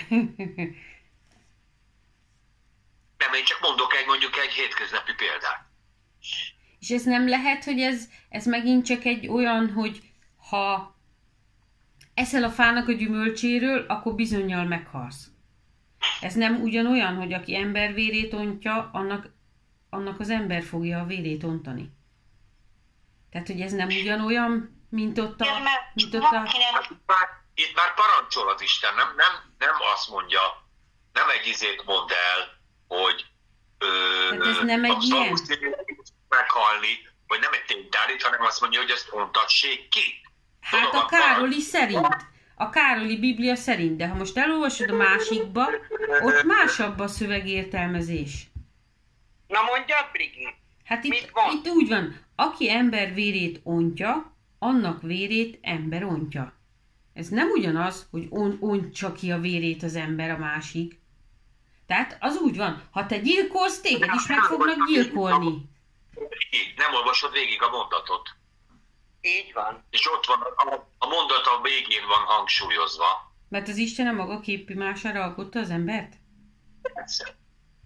Nem, én csak mondok egy, mondjuk egy hétköznapi példát. És ez nem lehet, hogy ez, ez megint csak egy olyan, hogy ha eszel a fának a gyümölcséről, akkor bizonnyal meghalsz. Ez nem ugyanolyan, hogy aki ember vérét ontja, annak, annak az ember fogja a vérét ontani. Tehát, hogy ez nem ugyanolyan, mint ott a... Mint ott a... Hát itt, már, itt már parancsol az Isten, nem, nem, nem azt mondja, nem egy izét mond el, hogy ö, hát ez nem egy ilyen? Meghalni, vagy nem egy tényt állít, hanem azt mondja, hogy ezt ontassék ki. Hát Tudom, a Károli szerint. A Károli Biblia szerint, de ha most elolvasod a másikba, ott másabb a szövegértelmezés. Na mondjad, Brigi. Hát itt, itt úgy van, aki ember vérét ontja, annak vérét ember ontja. Ez nem ugyanaz, hogy on, ontsa ki a vérét az ember a másik. Tehát az úgy van, ha te gyilkolsz, téged is meg fognak gyilkolni. Nem olvasod végig a mondatot. Így van. És ott van, a, a mondat a végén van hangsúlyozva. Mert az Isten a maga képmására alkotta az embert? Persze.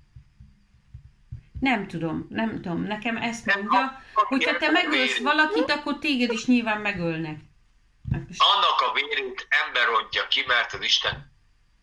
Nem tudom, nem tudom. Nekem ezt mondja, hogyha te megölsz valakit, akkor téged is nyilván megölnek. Annak a vérét ember ontja ki, mert az Isten...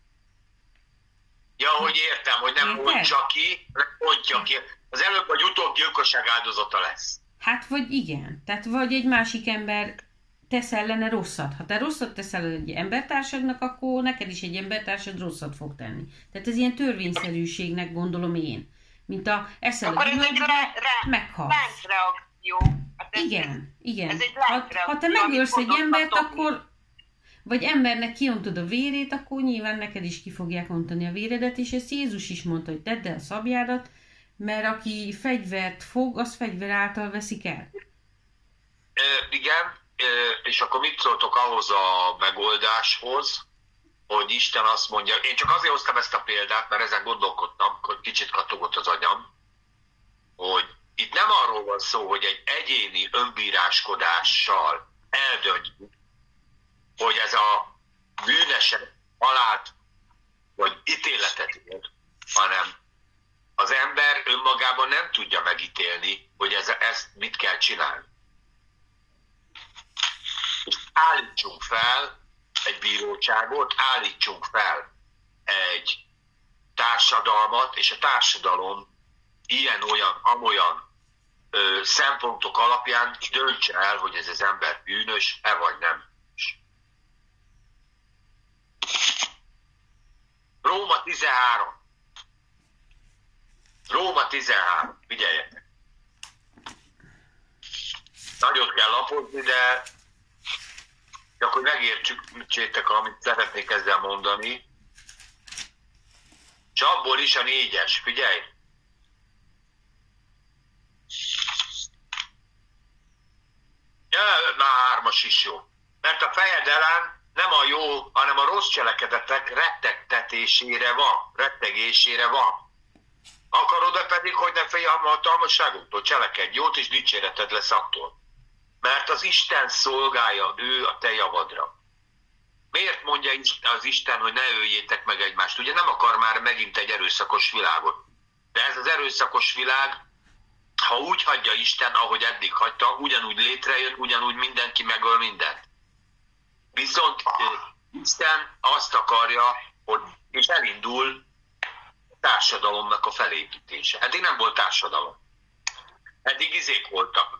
Ja, hogy értem, hogy nem ontja ki, nem ontja ki. Az előbb vagy utóbb gyilkosság áldozata lesz. Hát vagy igen. Tehát vagy egy másik ember tesz ellene rosszat. Ha te rosszat teszel egy embertársadnak, akkor neked is egy embertársad rosszat fog tenni. Tehát ez ilyen törvényszerűségnek gondolom én. Mint a eszel akkor a gyümölcsbe, meghalsz. Láncreakció. Hát ez, igen, igen. Ez egy ha, ha te megölsz egy embert, akkor vagy embernek kiontod a vérét, akkor nyilván neked is ki fogják ontani a véredet, és ezt Jézus is mondta, hogy tedd el szabjádat, mert aki fegyvert fog, az fegyver által veszik el. E, igen, e, és akkor mit szóltok ahhoz a megoldáshoz, hogy Isten azt mondja, én csak azért hoztam ezt a példát, mert ezen gondolkodtam, hogy kicsit kattogott az agyam, hogy itt nem arról van szó, hogy egy egyéni önbíráskodással eldöntjük, hogy ez a bűnesen halált vagy ítéletet ér, hanem az ember önmagában nem tudja megítélni, hogy ez, ezt mit kell csinálni. És állítsunk fel egy bíróságot, állítsunk fel egy társadalmat, és a társadalom ilyen-olyan, amolyan ö, szempontok alapján döntse el, hogy ez az ember bűnös-e vagy nem. Róma tizenhárom. Róma tizenhárom. Figyeljetek. Nagyot kell lapozni, de csak hogy megértsétek, amit szeretnék ezzel mondani. És abból is a négyes. Figyelj! Na, hármas is jó. Mert a fejedelem nem a jó, hanem a rossz cselekedetek rettegtetésére van, rettegésére van. Akarod-e pedig, hogy ne félj a hatalmasságoktól? Cselekedj jót, és dicséreted lesz attól. Mert az Isten szolgálja ő a te javadra. Miért mondja az Isten, hogy ne öljétek meg egymást? Ugye nem akar már megint egy erőszakos világot. De ez az erőszakos világ, ha úgy hagyja Isten, ahogy eddig hagyta, ugyanúgy létrejön, ugyanúgy mindenki megöl mindent. Viszont Isten azt akarja, hogy és elindul a társadalomnak a felépítése. Eddig nem volt társadalom. Eddig izék voltak.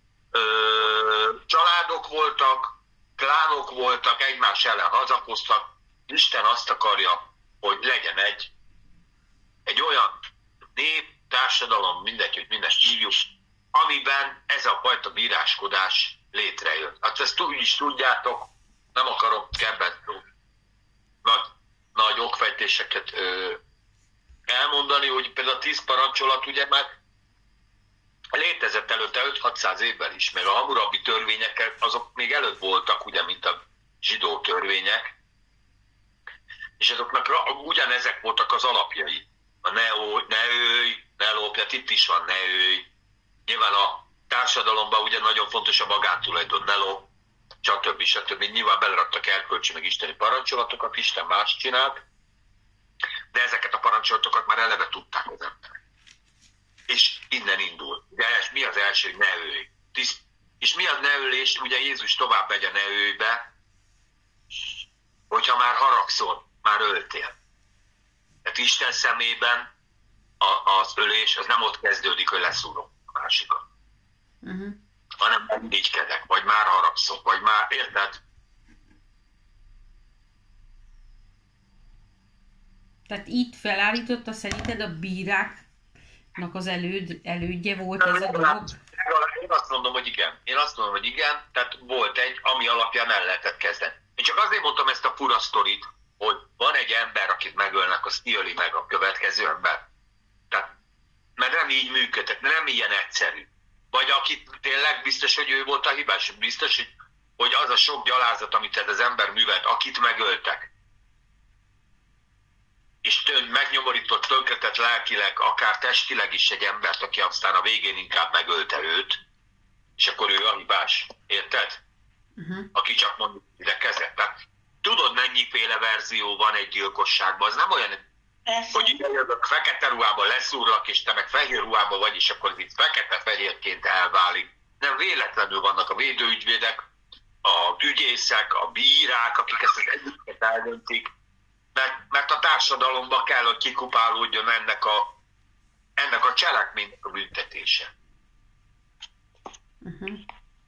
Ö, családok voltak, klánok voltak, egymás ellen hazakoztak. Isten azt akarja, hogy legyen egy, egy olyan nép, társadalom, mindegy, hogy mindezt hívjuk, amiben ez a fajta bíráskodás létrejön. Hát ezt úgy is tudjátok, nem akarom ebben nagy, nagy okfejtéseket ö, elmondani, hogy például a tíz parancsolat ugye már létezett előtte öt-hatszáz évvel is, meg a Hammurabi törvények azok még előbb voltak, ugye, mint a zsidó törvények, és azoknak ugyanezek voltak az alapjai. A ne, ó, ne ölj, ne lopj, itt is van ne ölj. Nyilván a társadalomban ugye nagyon fontos a magántulajdon, ne lop, stb. stb. Nyilván beleraktak erkölcsi meg isteni parancsolatokat, Isten más csinált, de ezeket a parancsolatokat már eleve tudták az emberek. És innen indul. De mi az első, hogy ne ölj? Tiszt. És mi az ne ölés? Ugye Jézus tovább megy a ne öllybe, hogyha már haragszol, már öltél. Tehát Isten szemében az ölés az nem ott kezdődik, hogy leszúrom a másikat. Uh-huh. Hanem megnégykedek, vagy már haragszok, vagy már, érted? Tehát itt felállította szerinted a bíráknak az előd, elődje volt ez a dolog? Én azt mondom, hogy igen. Én azt mondom, hogy igen, tehát volt egy, ami alapján el lehetett kezdeni. Én csak azért mondtam ezt a fura sztorit, hogy van egy ember, akit megölnek, az kiöli meg a következő ember. Tehát, mert nem így működtek, nem ilyen egyszerű. Vagy akit tényleg biztos, hogy ő volt a hibás, biztos, hogy, hogy az a sok gyalázat, amit ez az ember művelt, akit megöltek, és tön, megnyomorított, tönkretett lelkileg, akár testileg is egy embert, aki aztán a végén inkább megölte őt, és akkor ő a hibás. Érted? Uh-huh. Aki csak mondjuk ide kezet. Tehát, tudod, mennyiféle verzió van egy gyilkosságban? Az nem olyan, Persze. hogy ide jövök fekete ruhában, leszúrlak, és te meg fehér ruhában vagy, és akkor itt fekete-fehérként elválik. Nem véletlenül vannak a védőügyvédek, a ügyészek, a bírák, akik ezt az egyiket eldöntik, mert, mert a társadalomban kell, hogy kikupálódjon ennek a, ennek a cselekménynek a büntetése. Uh-huh.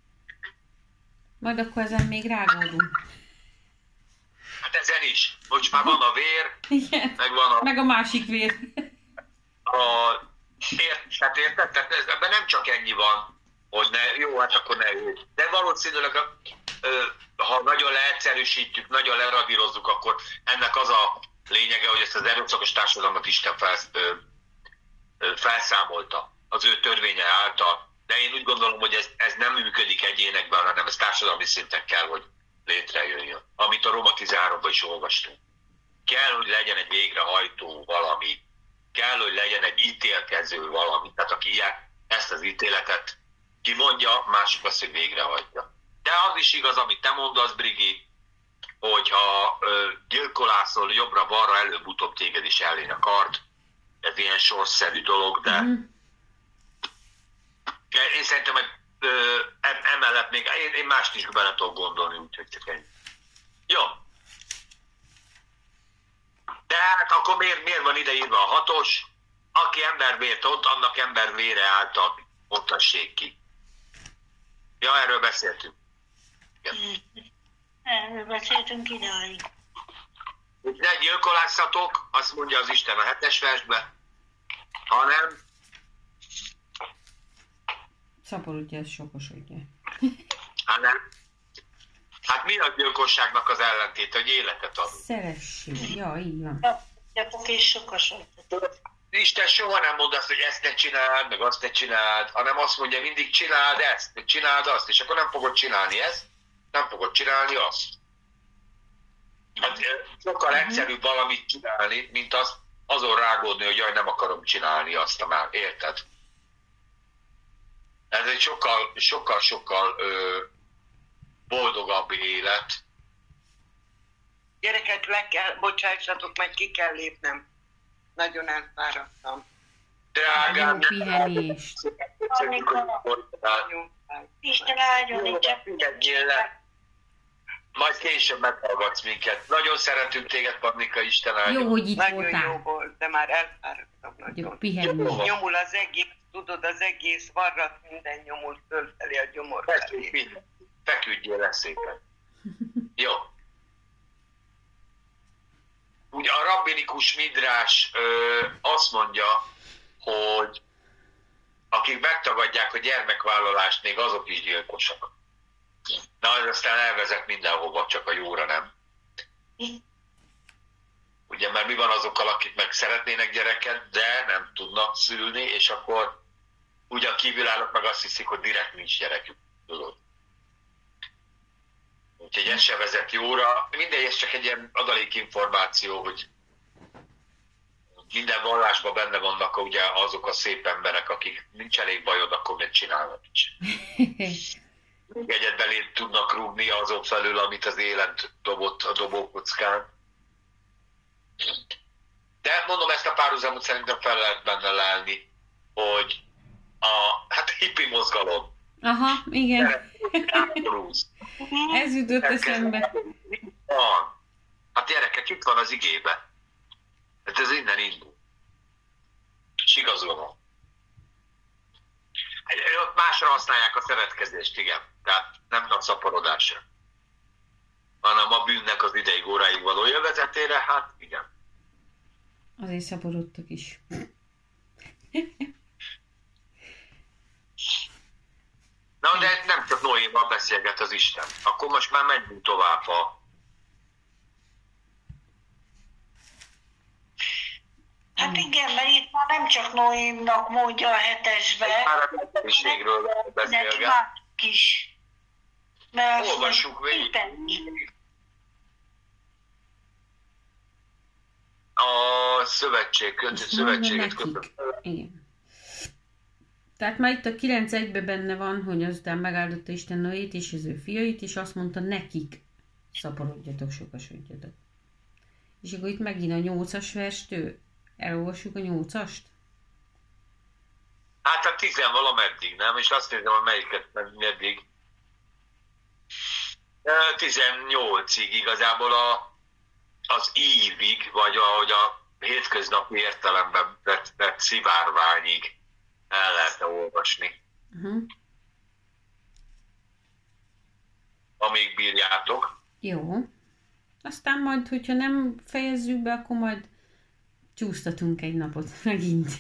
Majd akkor ezen még rágódunk. Hát ezen is. Most már van a vér, igen. meg van a... Meg a másik vér. A, ért, hát érted? Tehát ez, ebben nem csak ennyi van, hogy ne, jó, hát akkor ne ő. De valószínűleg, ha nagyon leegyszerűsítjük, nagyon leradírozzuk, akkor ennek az a lényege, hogy ezt az erőszakos társadalmat Isten felsz, ö, ö, felszámolta az ő törvénye által. De én úgy gondolom, hogy ez, ez nem működik egyénekben, hanem ez társadalmi szinten kell, hogy létrejöjjön. Amit a Róma tizenháromban is olvastunk. Kell, hogy legyen egy végrehajtó valami. Kell, hogy legyen egy ítélkező valami. Tehát aki ilyen, ezt az ítéletet kimondja, másik azt, hogy végrehajtja. De az is igaz, amit te mondasz, Brigi, hogyha ö, gyilkolászol jobbra-balra, előbb-utóbb téged is elén a kard. Ez ilyen sorszerű dolog, de mm. én szerintem, hogy ö, emellett még én, én mást is bele tudok gondolni, úgyhogy csak ennyi. Jó. De hát akkor miért, miért van ideírva a hatos? Aki embervért ott, annak embervére által ottassék ki. Ja, erről beszéltünk. Ja. Erről beszéltünk idáig. Ne gyilkolászatok, azt mondja az Isten a hetes versben, hanem szaporodja, ez sokosodja. hanem hát mi a gyilkosságnak az ellentét, hogy életet ad? Szeresség, ja, így van. Gyakok és sokosodjatok. Isten soha nem mond azt, hogy ezt ne csináld, meg azt ne csináld, hanem azt mondja, mindig csináld ezt, csináld azt, és akkor nem fogod csinálni ezt, nem fogod csinálni azt. Hát sokkal egyszerűbb valamit csinálni, mint azt azon rágódni, hogy jaj, nem akarom csinálni azt, már érted? Ez egy sokkal, sokkal, sokkal ö, boldogabb élet. Gyerekek, le kell, bocsássatok, meg ki kell lépnem. Nagyon elfáradtam. Drágám, Jó pihenést. Isten áldjon, csak majd később meghallgatsz minket. Nagyon szeretünk téged, Pannika, Isten áldjon. Jó, hogy itt Nagyon voltál. jó volt, de már elfáradtam Jó, nagyon. pihenés. Nyomul az egész, tudod, az egész varrat, minden nyomul fölfelé a gyomor felé. Feküdjél le szépen. Jó. Ugye a rabbinikus midrás ö, azt mondja, hogy akik megtagadják a gyermekvállalást, még azok is gyilkosak. Na, ez aztán elvezet mindenhova, csak a jóra nem. Ugye, mert mi van azokkal, akik meg szeretnének gyereket, de nem tudnak szülni, és akkor ugye a kívülállók meg azt hiszik, hogy direkt nincs gyerekük, tudod. Úgyhogy ez se vezet jóra. Mindegy, ez csak egy ilyen adalékinformáció, hogy minden vallásban benne vannak ugye azok a szép emberek, akik nincs elég bajod, akkor mit csinálnak is. Egyet belé tudnak rúgni azon felül, amit az élet dobott a dobókockán. De mondom, ezt a párhuzamot szerintem fel lehet benne lelni, hogy a hát hippi mozgalom. Aha, igen. Ez jutott eszembe. Van. Hát gyerekek, itt van az igébe. Hát ez innen indul. És igazolom. Ott másra használják a szeretkezést, igen. Tehát nem a szaporodásra. Hanem a bűnnek az ideig óráig való jövezetére, hát igen. Azért szaporodtak is. Na, de nem csak Noéval beszélget az Isten. Akkor most már menjünk tovább a... Hát igen, mert itt már nem csak Noémnak mondja a hetesbe, Már a emberiségről de beszélget. mások is. Mert azt Olvassuk mondja, végig. A szövetség, kötött szövetséget kötött. Igen. Tehát már itt a kilenc egyben benne van, hogy azután megáldotta Isten Noét és az ő fiait, és azt mondta nekik, szaporodjatok, sokasodjatok. És akkor itt megint a nyolcas verstől elolvassuk a nyolcast. Hát a tizen valameddig, nem? És azt nézem, hogy melyiket meddig. tizennyolcig igazából a, az ívig, vagy ahogy a hétköznapi értelemben vett, vett szivárványig el lehetne olvasni. Uh-huh. Amíg bírjátok. Jó. Aztán majd, hogyha nem fejezzük be, akkor majd csúsztatunk egy napot megint.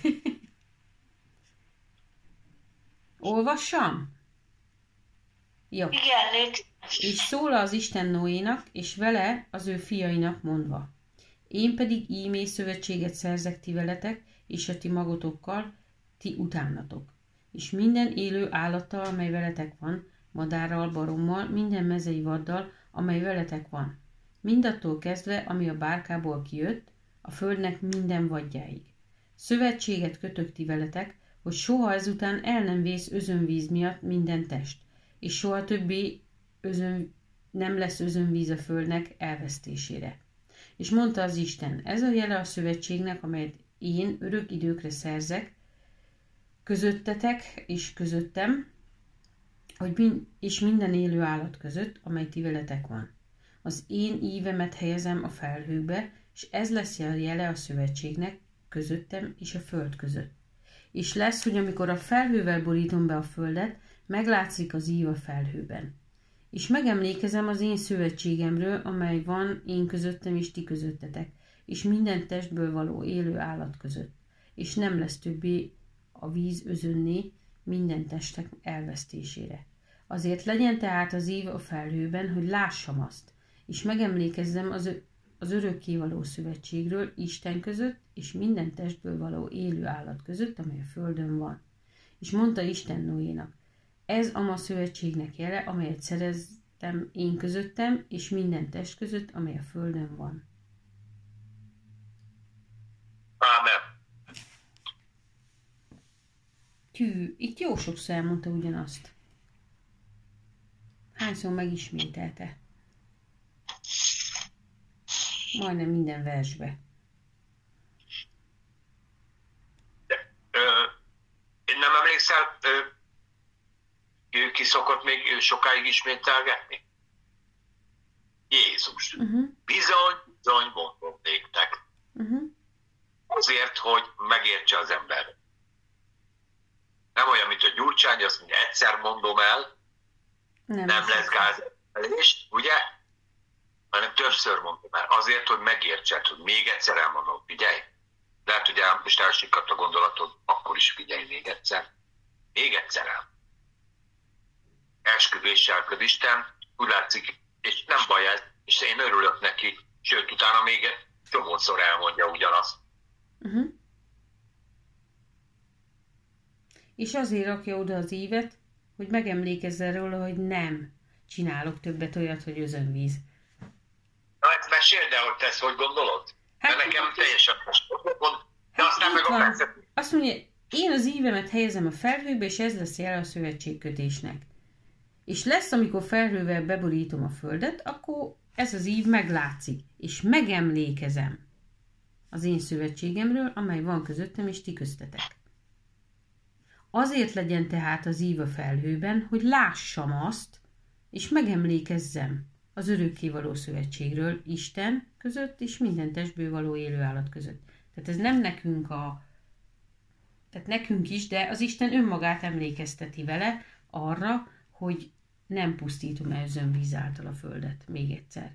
Olvassam? Jó. igen, légy. És szól az Isten Noénak, és vele az ő fiainak mondva. Én pedig ímé szövetséget szerzek ti veletek, és a ti magotokkal, ti utánatok. És minden élő állattal, amely veletek van, madárral, barommal, minden mezei vaddal, amely veletek van. Mindattól kezdve, ami a bárkából kijött, a földnek minden vadjáig. Szövetséget kötök ti veletek, hogy soha ezután el nem vész özönvíz miatt minden test, és soha többé özön, nem lesz özönvíz a földnek elvesztésére. És mondta az Isten, ez a jele a szövetségnek, amelyet én örök időkre szerzek, közöttetek és közöttem, hogy min- és minden élő állat között, amely ti veletek van. Az én ívemet helyezem a felhőbe, és ez lesz a jele a szövetségnek közöttem és a föld között. És lesz, hogy amikor a felhővel borítom be a földet, meglátszik az ív a felhőben. És megemlékezem az én szövetségemről, amely van én közöttem és ti közöttetek, és minden testből való élő állat között. És nem lesz többé a víz özönné minden testek elvesztésére. Azért legyen tehát az ív a felhőben, hogy lássam azt, és megemlékezzem az az örökkévaló szövetségről Isten között és minden testből való élő állat között, amely a földön van. És mondta Isten Noénak, ez a ma szövetségnek jele, amelyet szereztem én közöttem, és minden test között, amely a földön van. Ámen. Tű, itt jó sokszor elmondta ugyanazt. Hányszor megismételte? Majdnem minden versbe. De, ö, én nem emlékszel, ö, ő ki szokott még sokáig ismételgetni? Jézus. Uh-huh. Bizony, bizony mondom néktek. Uh-huh. Azért, hogy megértse az ember. Nem olyan, mint a Gyurcsány, azt mondja, egyszer mondom el, Nem, nem lesz gázelés, ugye? Hanem többször mondom el. Azért, hogy megértsed, hogy még egyszer elmondom, figyelj. Lehet, hogy el, most elsikadt a gondolatod, akkor is figyelj még egyszer. Még egyszer el. Esküvéssel köd Isten, úgy látszik, és nem baj ez, és én örülök neki, sőt, utána még egy csomószor elmondja ugyanazt. Uh-huh. És azért rakja oda az ívet, hogy megemlékezzen róla, hogy nem csinálok többet olyat, hogy özönvíz. Na, ezt meséld el, hogy te ezt hogy gondolod? Hát, mert nekem teljesen most mondom, de hát aztán meg a van. percet. Azt mondja, én az ívemet helyezem a felhőbe, és ez lesz jel a szövetségkötésnek. És lesz, amikor felhővel beborítom a földet, akkor ez az ív meglátszik, és megemlékezem az én szövetségemről, amely van közöttem és ti köztetek. Azért legyen tehát az ív a felhőben, hogy lássam azt, és megemlékezzem az örökkévaló szövetségről Isten között és minden testből való élő állat között. Tehát ez nem nekünk a... Tehát nekünk is, de az Isten önmagát emlékezteti vele arra, hogy nem pusztítom el özönvíz által a földet. Még egyszer.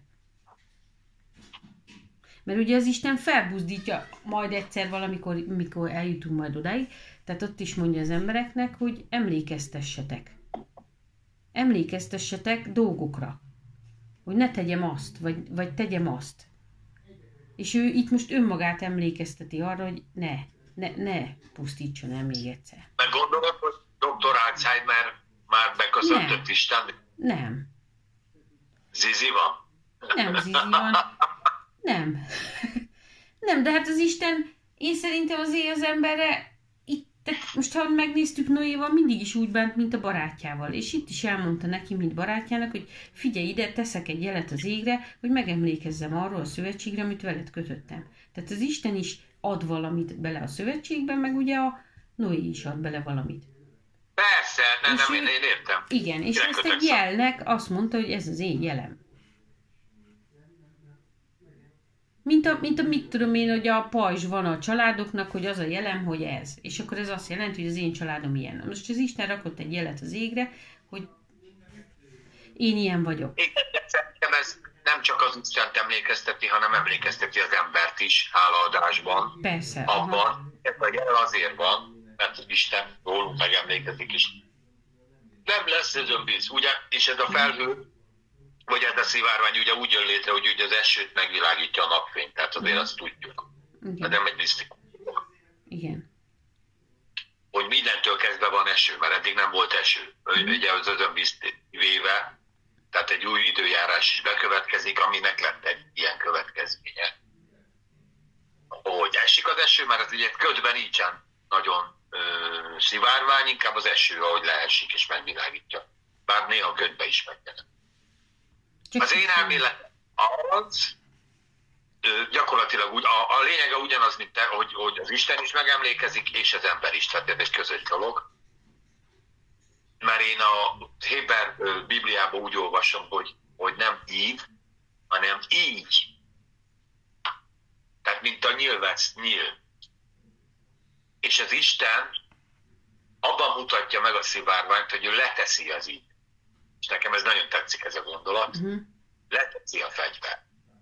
Mert ugye az Isten felbuzdítja majd egyszer valamikor, mikor eljutunk majd odáig, tehát ott is mondja az embereknek, hogy emlékeztessetek. Emlékeztessetek dolgokra. Hogy ne tegyem azt, vagy, vagy tegyem azt. És ő itt most önmagát emlékezteti arra, hogy ne, ne, ne pusztítson el még egyszer. Meg gondolod, hogy doktor Alzheimer már beköszöntött Isten? Nem. Zizi van? Nem Zizi van. Nem. Nem, de hát az Isten, én szerintem azért az emberre, itt, tehát most ha megnéztük Noéval, mindig is úgy bánt, mint a barátjával. És itt is elmondta neki, mint barátjának, hogy figyelj ide, teszek egy jelet az égre, hogy megemlékezzem arról a szövetségre, amit veled kötöttem. Tehát az Isten is ad valamit bele a szövetségben, meg ugye a Noé is ad bele valamit. Persze, nem, nem, ő, én, én értem. Igen, és Kire ezt egy kötökszem? jelnek azt mondta, hogy ez az én jelem. Mint a, mint a mit tudom én, hogy a pajzs van a családoknak, hogy az a jelem, hogy ez. És akkor ez azt jelenti, hogy az én családom ilyen. Most az Isten rakott egy jelet az égre, hogy én ilyen vagyok. Igen, szerintem ez nem csak az Istent emlékezteti, hanem emlékezteti az embert is hálaadásban. Persze. Abban, ez a jel azért van, mert Isten rólunk megemlékezik is. Nem lesz özönvíz, ugye? És ez a felhő, vagy ez a szivárvány ugye úgy jön létre, hogy ugye az esőt megvilágítja a napfény, tehát azért azt tudjuk. Igen. De nem egy misztikus. Igen. Hogy mindentől kezdve van eső, mert eddig nem volt eső. Mm. Ugye az özönvíz véve, tehát egy új időjárás is bekövetkezik, aminek lett egy ilyen következménye. Hogy esik az eső, mert az ugye ködben nincsen nagyon ö, szivárvány, inkább az eső, ahogy leesik és megvilágítja. Bár néha ködbe is megjelenik. Az én elmélet az, gyakorlatilag úgy, a, a lényege ugyanaz, mint te, hogy, hogy az Isten is megemlékezik, és az ember is, tehát ez egy közös dolog. Mert én a Héber Bibliában úgy olvasom, hogy, hogy nem így, hanem így. Tehát mint a nyilvec nyíl. És az Isten abban mutatja meg a szivárványt, hogy ő leteszi az így. És nekem ez nagyon tetszik, ez a gondolat. Uh-huh. Leteszi a fegyvert.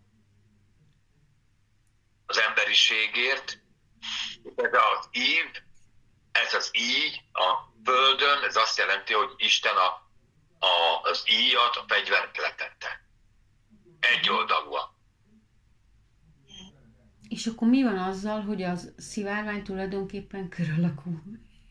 Az emberiségért, ez az ív, ez az íj a földön, ez azt jelenti, hogy Isten a, a, az íjat, a fegyvert letette. Egy oldalúan. És akkor mi van azzal, hogy az szivárvány tulajdonképpen kör alakú?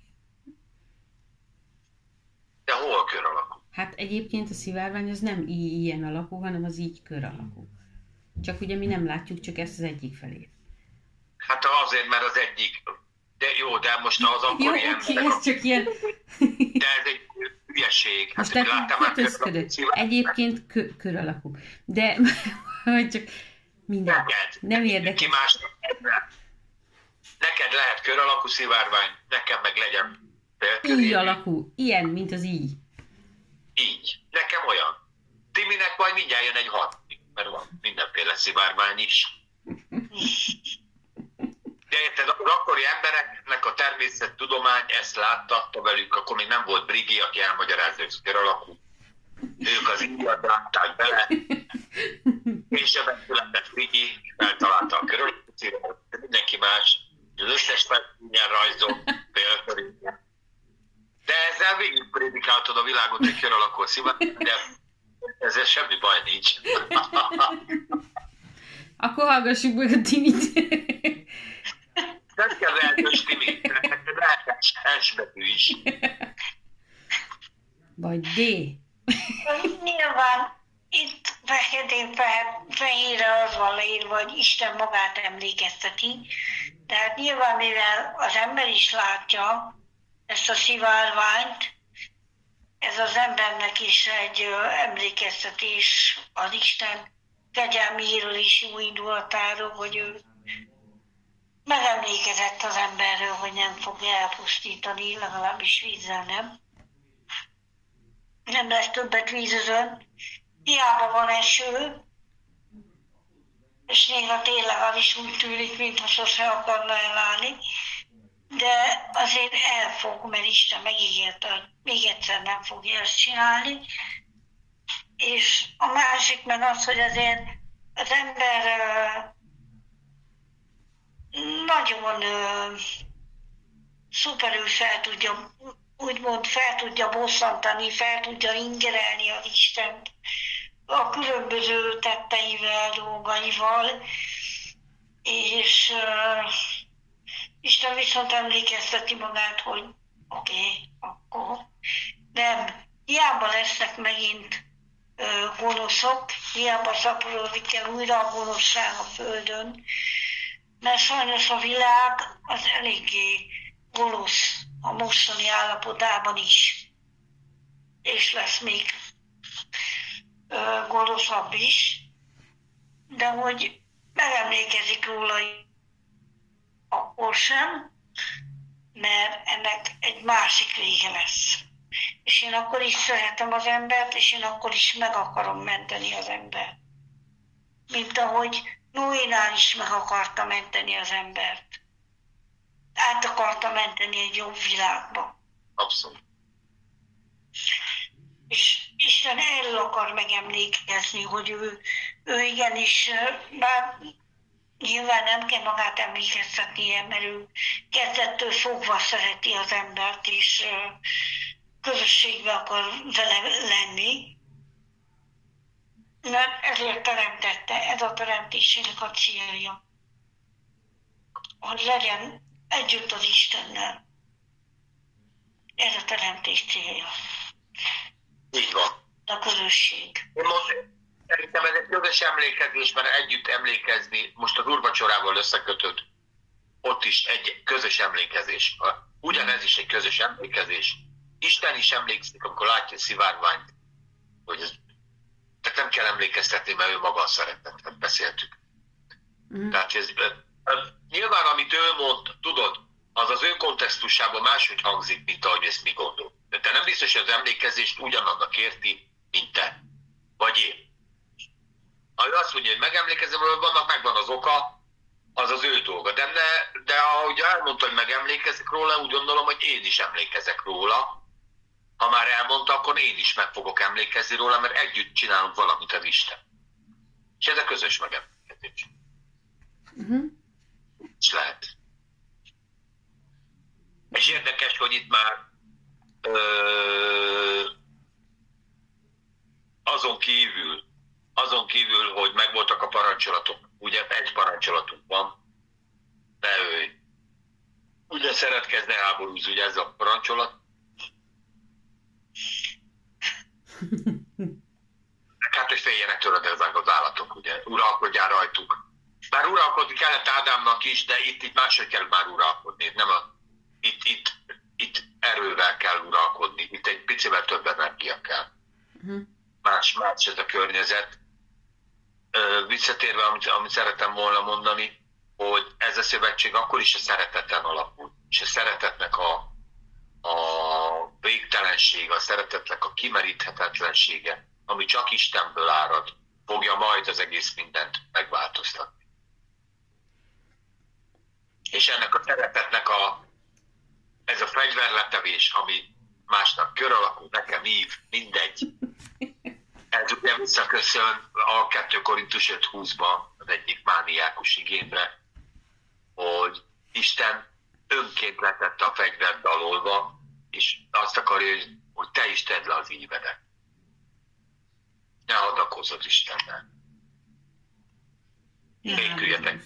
De hol kör alakú? Hát egyébként a szivárvány az nem i- ilyen alakú, hanem az így kör alakú. Csak ugye mi nem látjuk csak ezt az egyik felét. Hát azért, mert az egyik... De jó, de most az Jó, akkori oké, emberek... ez csak ilyen... De ez egy hülyeség. Most Hát, tehát láttam már kötözködött. szivárványt. Egyébként kö- kör alakú. De majd csak minden. Neked. Nem Ki érdekes. másnak. Neked lehet kör alakú szivárvány, nekem meg legyen félkörívű. Így alakú. Ilyen, mint az így. Így. Nekem olyan. Timinek majd mindjárt jön egy hat, mert van mindenféle szivárvány is. De érted, az akkori embereknek a természettudomány ezt láttatta velük, akkor még nem volt Brigi, aki elmagyarázza, hogy kör alakú. Ők az íjat látták bele, és a megszületett Brigi feltalálta a kör alakú szivárványt, mindenki más, az összes felszínyen rajzol félkörívű. De ezzel végig prédikáltad a világot, hogy kör alakú szivárvány, de ezzel semmi baj nincs. Akkor hallgassuk meg a Timit. Nem kell lehetős Timi, neked lehet S betű is. Vagy D. Nyilván itt feketén fehérre az van leírva, hogy Isten magát emlékezteti, de hát nyilván mivel az ember is látja ezt a szivárványt, ez az embernek is egy ö, emlékeztetés az Isten kegyelméről és jó indulatáról, hogy ő megemlékezett az emberről, hogy nem fogja elpusztítani, legalábbis vízzel nem. Nem lesz többet vízözön, hiába van eső, és néha tényleg az is úgy tűnik, mintha sose akarna elállni, de azért el fog, mert Isten megígérte, hogy még egyszer nem fogja ezt csinálni. És a másik meg az, hogy azért az ember ö, nagyon ö, szuperül fel tudja, úgymond fel tudja bosszantani, fel tudja ingerelni az Istent a különböző tetteivel, dolgaival, és uh, Isten viszont emlékezteti magát, hogy oké, okay, akkor nem, hiába lesznek megint uh, gonoszok, hiába szaporodik el újra a gonoszság a Földön, mert sajnos a világ az eléggé gonosz a mostani állapotában is, és lesz még uh, gonoszabb is, de hogy megemlékezik róla akkor sem, mert ennek egy másik vége lesz. És én akkor is szeretem az embert, és én akkor is meg akarom menteni az embert. Mint ahogy Noénál is meg akarta menteni az embert. Át akarta menteni egy jobb világba. Abszolút. És Isten erről akar megemlékezni, hogy ő, ő igenis, bár nyilván nem kell magát emlékeztetnie, mert ő kezdettől fogva szereti az embert, és közösségbe akar vele lenni, mert ezért teremtette, ez a teremtésének a célja, hogy legyen együtt az Istennel. Ez a teremtés célja. Így van. A közösség. Én most szerintem ez egy közös emlékezés, mert együtt emlékezni, most az úrvacsorával összekötött, ott is egy közös emlékezés. Ugyanez is egy közös emlékezés. Isten is emlékszik, amikor látja a szivárványt, hogy ez, tehát nem kell emlékeztetni, mert ő maga a szeretet, beszéltük. Mm. Tehát ez, nyilván, amit ő mond, tudod, az az ő kontextusában máshogy hangzik, mint ahogy ezt mi gondol. De te nem biztos, hogy az emlékezést ugyanannak érti, mint te. Vagy én. Ha ő azt mondja, hogy megemlékezem, hogy vannak, megvan az oka, az az ő dolga. De, ne, de ahogy elmondta, hogy megemlékezik róla, úgy gondolom, hogy én is emlékezek róla. Ha már elmondta, akkor én is meg fogok emlékezni róla, mert együtt csinálunk valamit az Isten. És ez a közös megemlékezés. Uh-huh. És lehet. És érdekes, hogy itt már ö, azon kívül, azon kívül, hogy megvoltak a parancsolatok, ugye egy parancsolatunk van, szeretkezz, ne háborúzz, ugye ez a parancsolat. Hát, hogy féljenek tőled ezek az állatok, ugye, uralkodjál rajtuk. Már uralkodni kellett Ádámnak is, de itt, itt máshogy kell már uralkodni. Nem a, itt, itt, itt erővel kell uralkodni, itt egy picivel több energia kell. Uh-huh. Más, más ez a környezet. Ö, visszatérve, amit, amit szeretem volna mondani, hogy ez a szövetség akkor is a szereteten alapul. És a szeretetnek a, a végtelenség, a szeretetnek a kimeríthetetlensége, ami csak Istenből árad, fogja majd az egész mindent megváltoztatni. És ennek a szeretetnek a, ez a fegyverletevés, ami másnak kör alakul, nekem ív, mindegy. Ez ugye visszaköszön a kettő Korintus öt húszban az egyik mániákus igényre, hogy Isten önként letette a fegyvert dalolva, és azt akarja, hogy te is tedd le az ívedet. Ne adakozod Istennel. Béküljetek.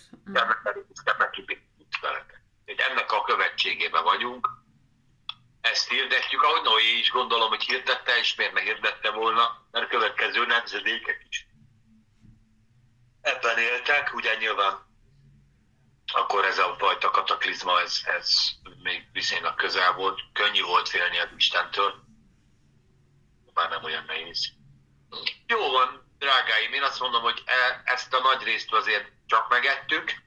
Ennek a követségében vagyunk. Ezt hirdetjük, ahogy Noé is gondolom, hogy hirdette, és miért ne hirdette volna, mert a következő nemzedékek is ebben éltek, ugye nyilván akkor ez a fajta kataklizma, ez, ez még viszonylag közel volt, könnyű volt félni az Istentől, már nem olyan nehéz. Jó van, drágáim, én azt mondom, hogy e, ezt a nagy részt azért csak megettük.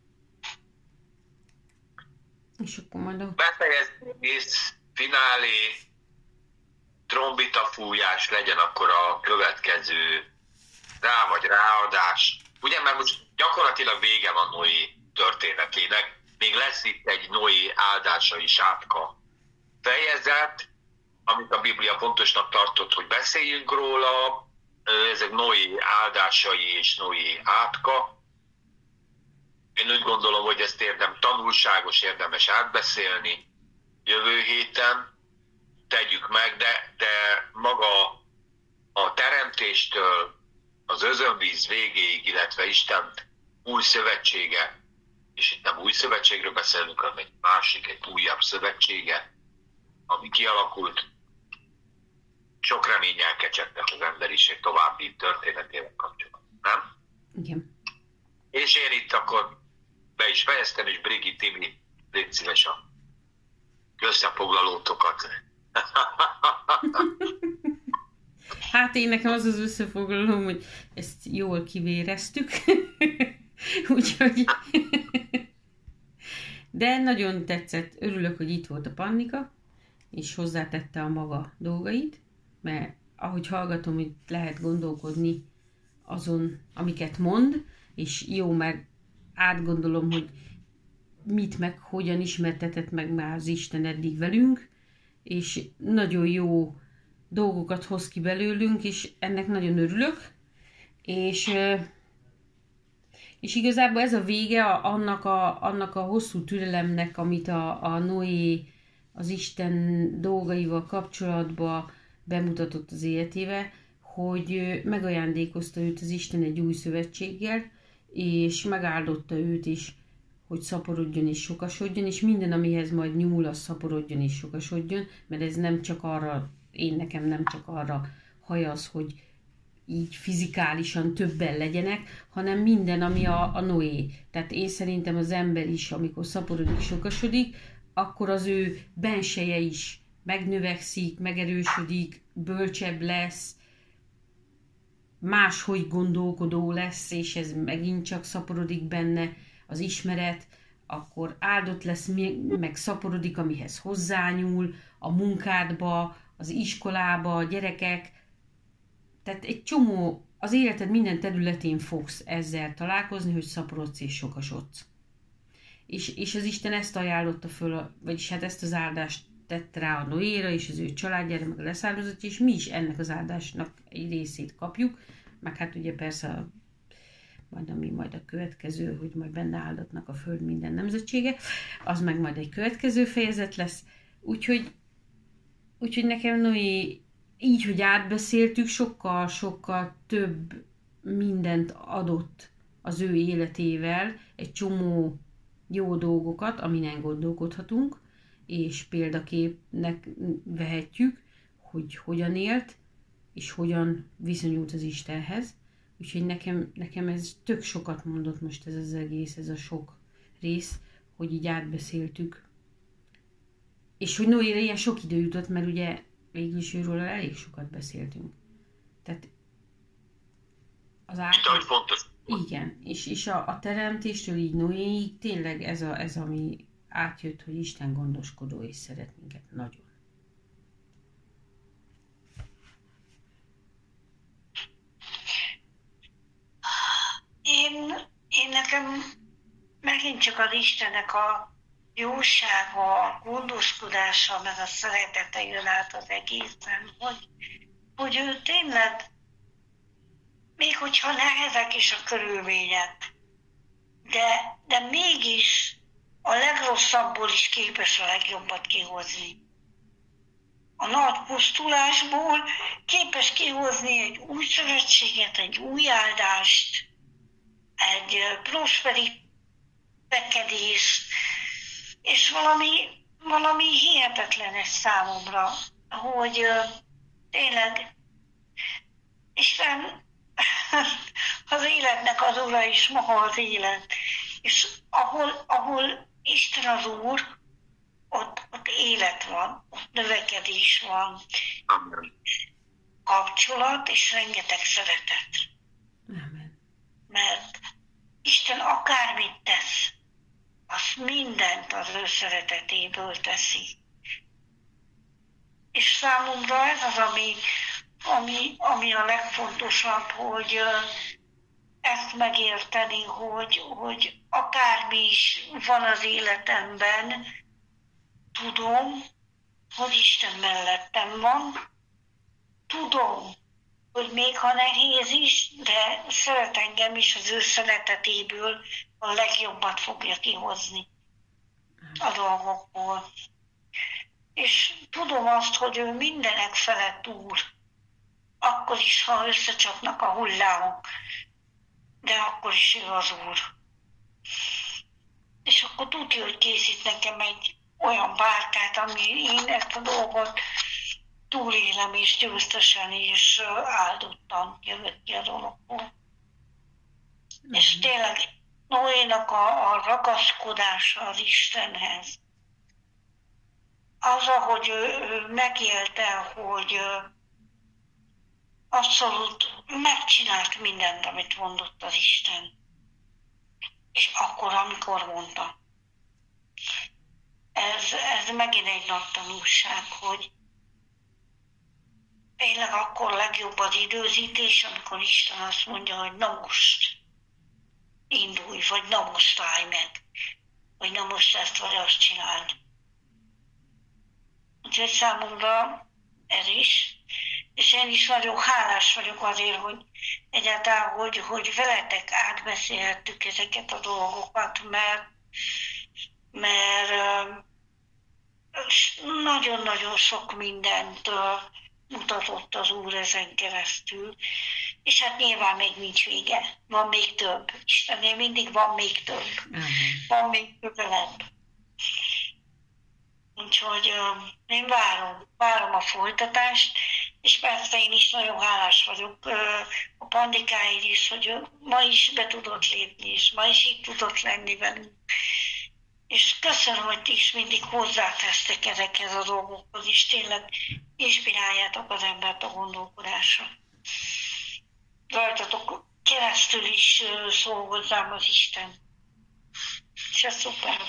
És akkor majd a... Befejezés, finálé, trombita fújás legyen akkor a következő rá vagy ráadás. Ugye, mert most gyakorlatilag vége van Noé történetének, még lesz itt egy Noé áldásai sátka fejezet, amit a Biblia fontosnak tartott, hogy beszéljünk róla, ezek Noé áldásai és Noé átka. Én úgy gondolom, hogy ezt érdem, tanulságos, érdemes átbeszélni jövő héten, tegyük meg, de, de maga a teremtéstől az özönvíz végéig, illetve Isten új szövetsége, és itt nem új szövetségről beszélünk, hanem egy másik, egy újabb szövetsége, ami kialakult, sok reménnyel kecsegtek az emberiség további történetével kapcsolatban, nem? Igen. És én itt akkor be is fejeztem, és Brigi, Timi, légy szíves a összefoglalótokat. Hát én nekem az az összefoglalom, hogy ezt jól kivéreztük. Úgyhogy... De nagyon tetszett, örülök, hogy itt volt a Pannika, és hozzátette a maga dolgait, mert ahogy hallgatom, hogy lehet gondolkodni azon, amiket mond, és jó, mert átgondolom, hogy mit meg hogyan ismertetett meg már az Isten eddig velünk, és nagyon jó dolgokat hoz ki belőlünk, és ennek nagyon örülök, és, és igazából ez a vége annak a, annak a hosszú türelemnek, amit a, a Noé az Isten dolgaival kapcsolatban bemutatott az életébe, hogy megajándékozta őt az Isten egy új szövetséggel, és megáldotta őt is, hogy szaporodjon és sokasodjon, és minden, amihez majd nyúl, az szaporodjon és sokasodjon, mert ez nem csak arra, én nekem nem csak arra hajaz, hogy így fizikálisan többen legyenek, hanem minden, ami a, a Noé. Tehát én szerintem az ember is, amikor szaporodik, sokasodik, akkor az ő benseje is megnövekszik, megerősödik, bölcsebb lesz, máshogy gondolkodó lesz, és ez megint csak szaporodik benne az ismeret, akkor áldott lesz, meg szaporodik, amihez hozzányúl, a munkádba, az iskolába, a gyerekek. Tehát egy csomó, az életed minden területén fogsz ezzel találkozni, hogy szaporodsz és sokasodsz. És, és az Isten ezt ajánlotta föl, vagyis hát ezt az áldást tette rá a Noéra és az ő családjára, meg a leszármazottja, és mi is ennek az áldásnak egy részét kapjuk, meg hát ugye persze a, majd ami majd a következő, hogy majd benne áldatnak a föld minden nemzetsége, az meg majd egy következő fejezet lesz. Úgyhogy, úgyhogy nekem Noé így, hogy átbeszéltük, sokkal, sokkal több mindent adott az ő életével, egy csomó jó dolgokat, amin gondolkodhatunk, és példaképnek vehetjük, hogy hogyan élt, és hogyan viszonyult az Istenhez. Úgyhogy nekem, nekem ez tök sokat mondott most ez az egész, ez a sok rész, hogy így átbeszéltük. És hogy Noére ilyen sok idő jutott, mert ugye végül is őről elég sokat beszéltünk. Tehát az át... Mint ahogy fontos. Igen, és, és a, a teremtéstől így Noéig tényleg ez, a, ez, ami átjött, hogy Isten gondoskodó és szeret minket nagyon. Én, én nekem megint csak az Istennek a jósága, a gondoskodása, meg a szeretete jön át az egészen, hogy, hogy ő tényleg, még hogyha nehezek is a körülmények, de, de mégis a legrosszabbból is képes a legjobbat kihozni. A nagy pusztulásból képes kihozni egy új szövetséget, egy új áldást, egy prosperitetkedést, és valami, valami hihetetlenes számomra, hogy tényleg Isten az életnek az ura, és maga az élet. És ahol, ahol Isten az Úr, ott, ott élet van, ott növekedés van, kapcsolat és rengeteg szeretet. Amen. Mert Isten akármit tesz, azt mindent az ő szeretetéből teszi. És számomra ez az, ami, ami, ami a legfontosabb, hogy ezt megérteni, hogy, hogy akármi is van az életemben, tudom, hogy Isten mellettem van, tudom, hogy még ha nehéz is, de szeret engem is, az ő szeretetéből a legjobbat fogja kihozni a dolgokból. És tudom azt, hogy ő mindenek felett úr, akkor is, ha összecsapnak a hullámok, de akkor is ő az úr. És akkor tudja, hogy készít nekem egy olyan bárkát, ami én ezt a dolgot túlélem, és győztesen és áldottan jövök ki a dologból. Mm-hmm. És tényleg Noénak a, a ragaszkodása az Istenhez, az, ahogy ő, ő megélte, hogy abszolút megcsinált mindent, amit mondott az Isten. És akkor, amikor mondta. Ez, ez megint egy nagy tanulság, hogy tényleg akkor legjobb az időzítés, amikor Isten azt mondja, hogy na most indulj, vagy na most állj meg, vagy na most ezt vagy azt csináld. Úgyhogy számomra ez is, és én is nagyon hálás vagyok azért, hogy egyáltalán, hogy, hogy veletek átbeszélhettük ezeket a dolgokat, mert, mert nagyon-nagyon sok mindent mutatott az Úr ezen keresztül, és hát nyilván még nincs vége, van még több. Istennél mindig van még több, uh-huh. van még többelebb. Úgyhogy uh, én várom, várom a folytatást, és persze én is nagyon hálás vagyok uh, a Pandikáért is, hogy uh, ma is be tudott lépni, és ma is itt tudott lenni velünk. És köszönöm, hogy ti is mindig hozzátesztek ezekhez a dolgokhoz, és tényleg inspiráljátok az embert a gondolkodásra. Rajtatok keresztül is uh, szól hozzám az Isten. És ez szuper.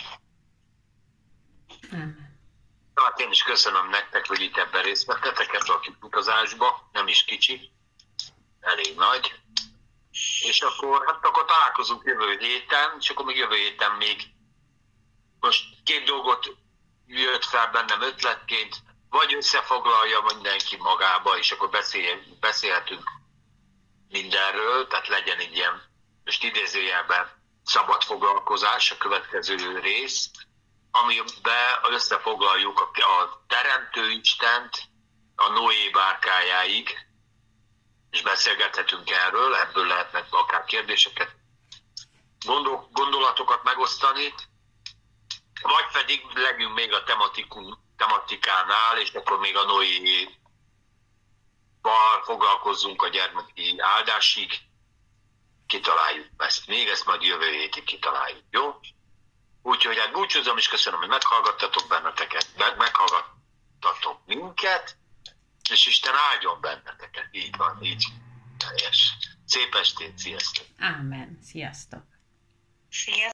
Amen. Hát én is köszönöm nektek, hogy itt ebben részt vettetek ebben a utazásba, nem is kicsi, elég nagy. És akkor, hát akkor találkozunk jövő héten, és akkor még jövő héten még most két dolgot jött fel bennem ötletként, vagy összefoglalja mindenki magába, és akkor beszél, beszélhetünk mindenről, tehát legyen egy ilyen, most idézőjelben szabad foglalkozás a következő rész, amiben összefoglaljuk a, a Teremtő Istent a Noé bárkájáig, és beszélgethetünk erről, ebből lehetnek akár kérdéseket, gondol, gondolatokat megosztani, vagy pedig legyünk még a tematikum, tematikánál, és akkor még a Noé-val foglalkozzunk a gyermeki áldásig, kitaláljuk ezt. Még ezt majd jövő hétig kitaláljuk, jó? Úgyhogy hát búcsúzom, és köszönöm, hogy meghallgattatok benneteket, meghallgattatok minket, és Isten áldjon benneteket. Így van, így. Teljes. Szép estét, sziasztok! Ámen. Sziasztok! Sziasztok!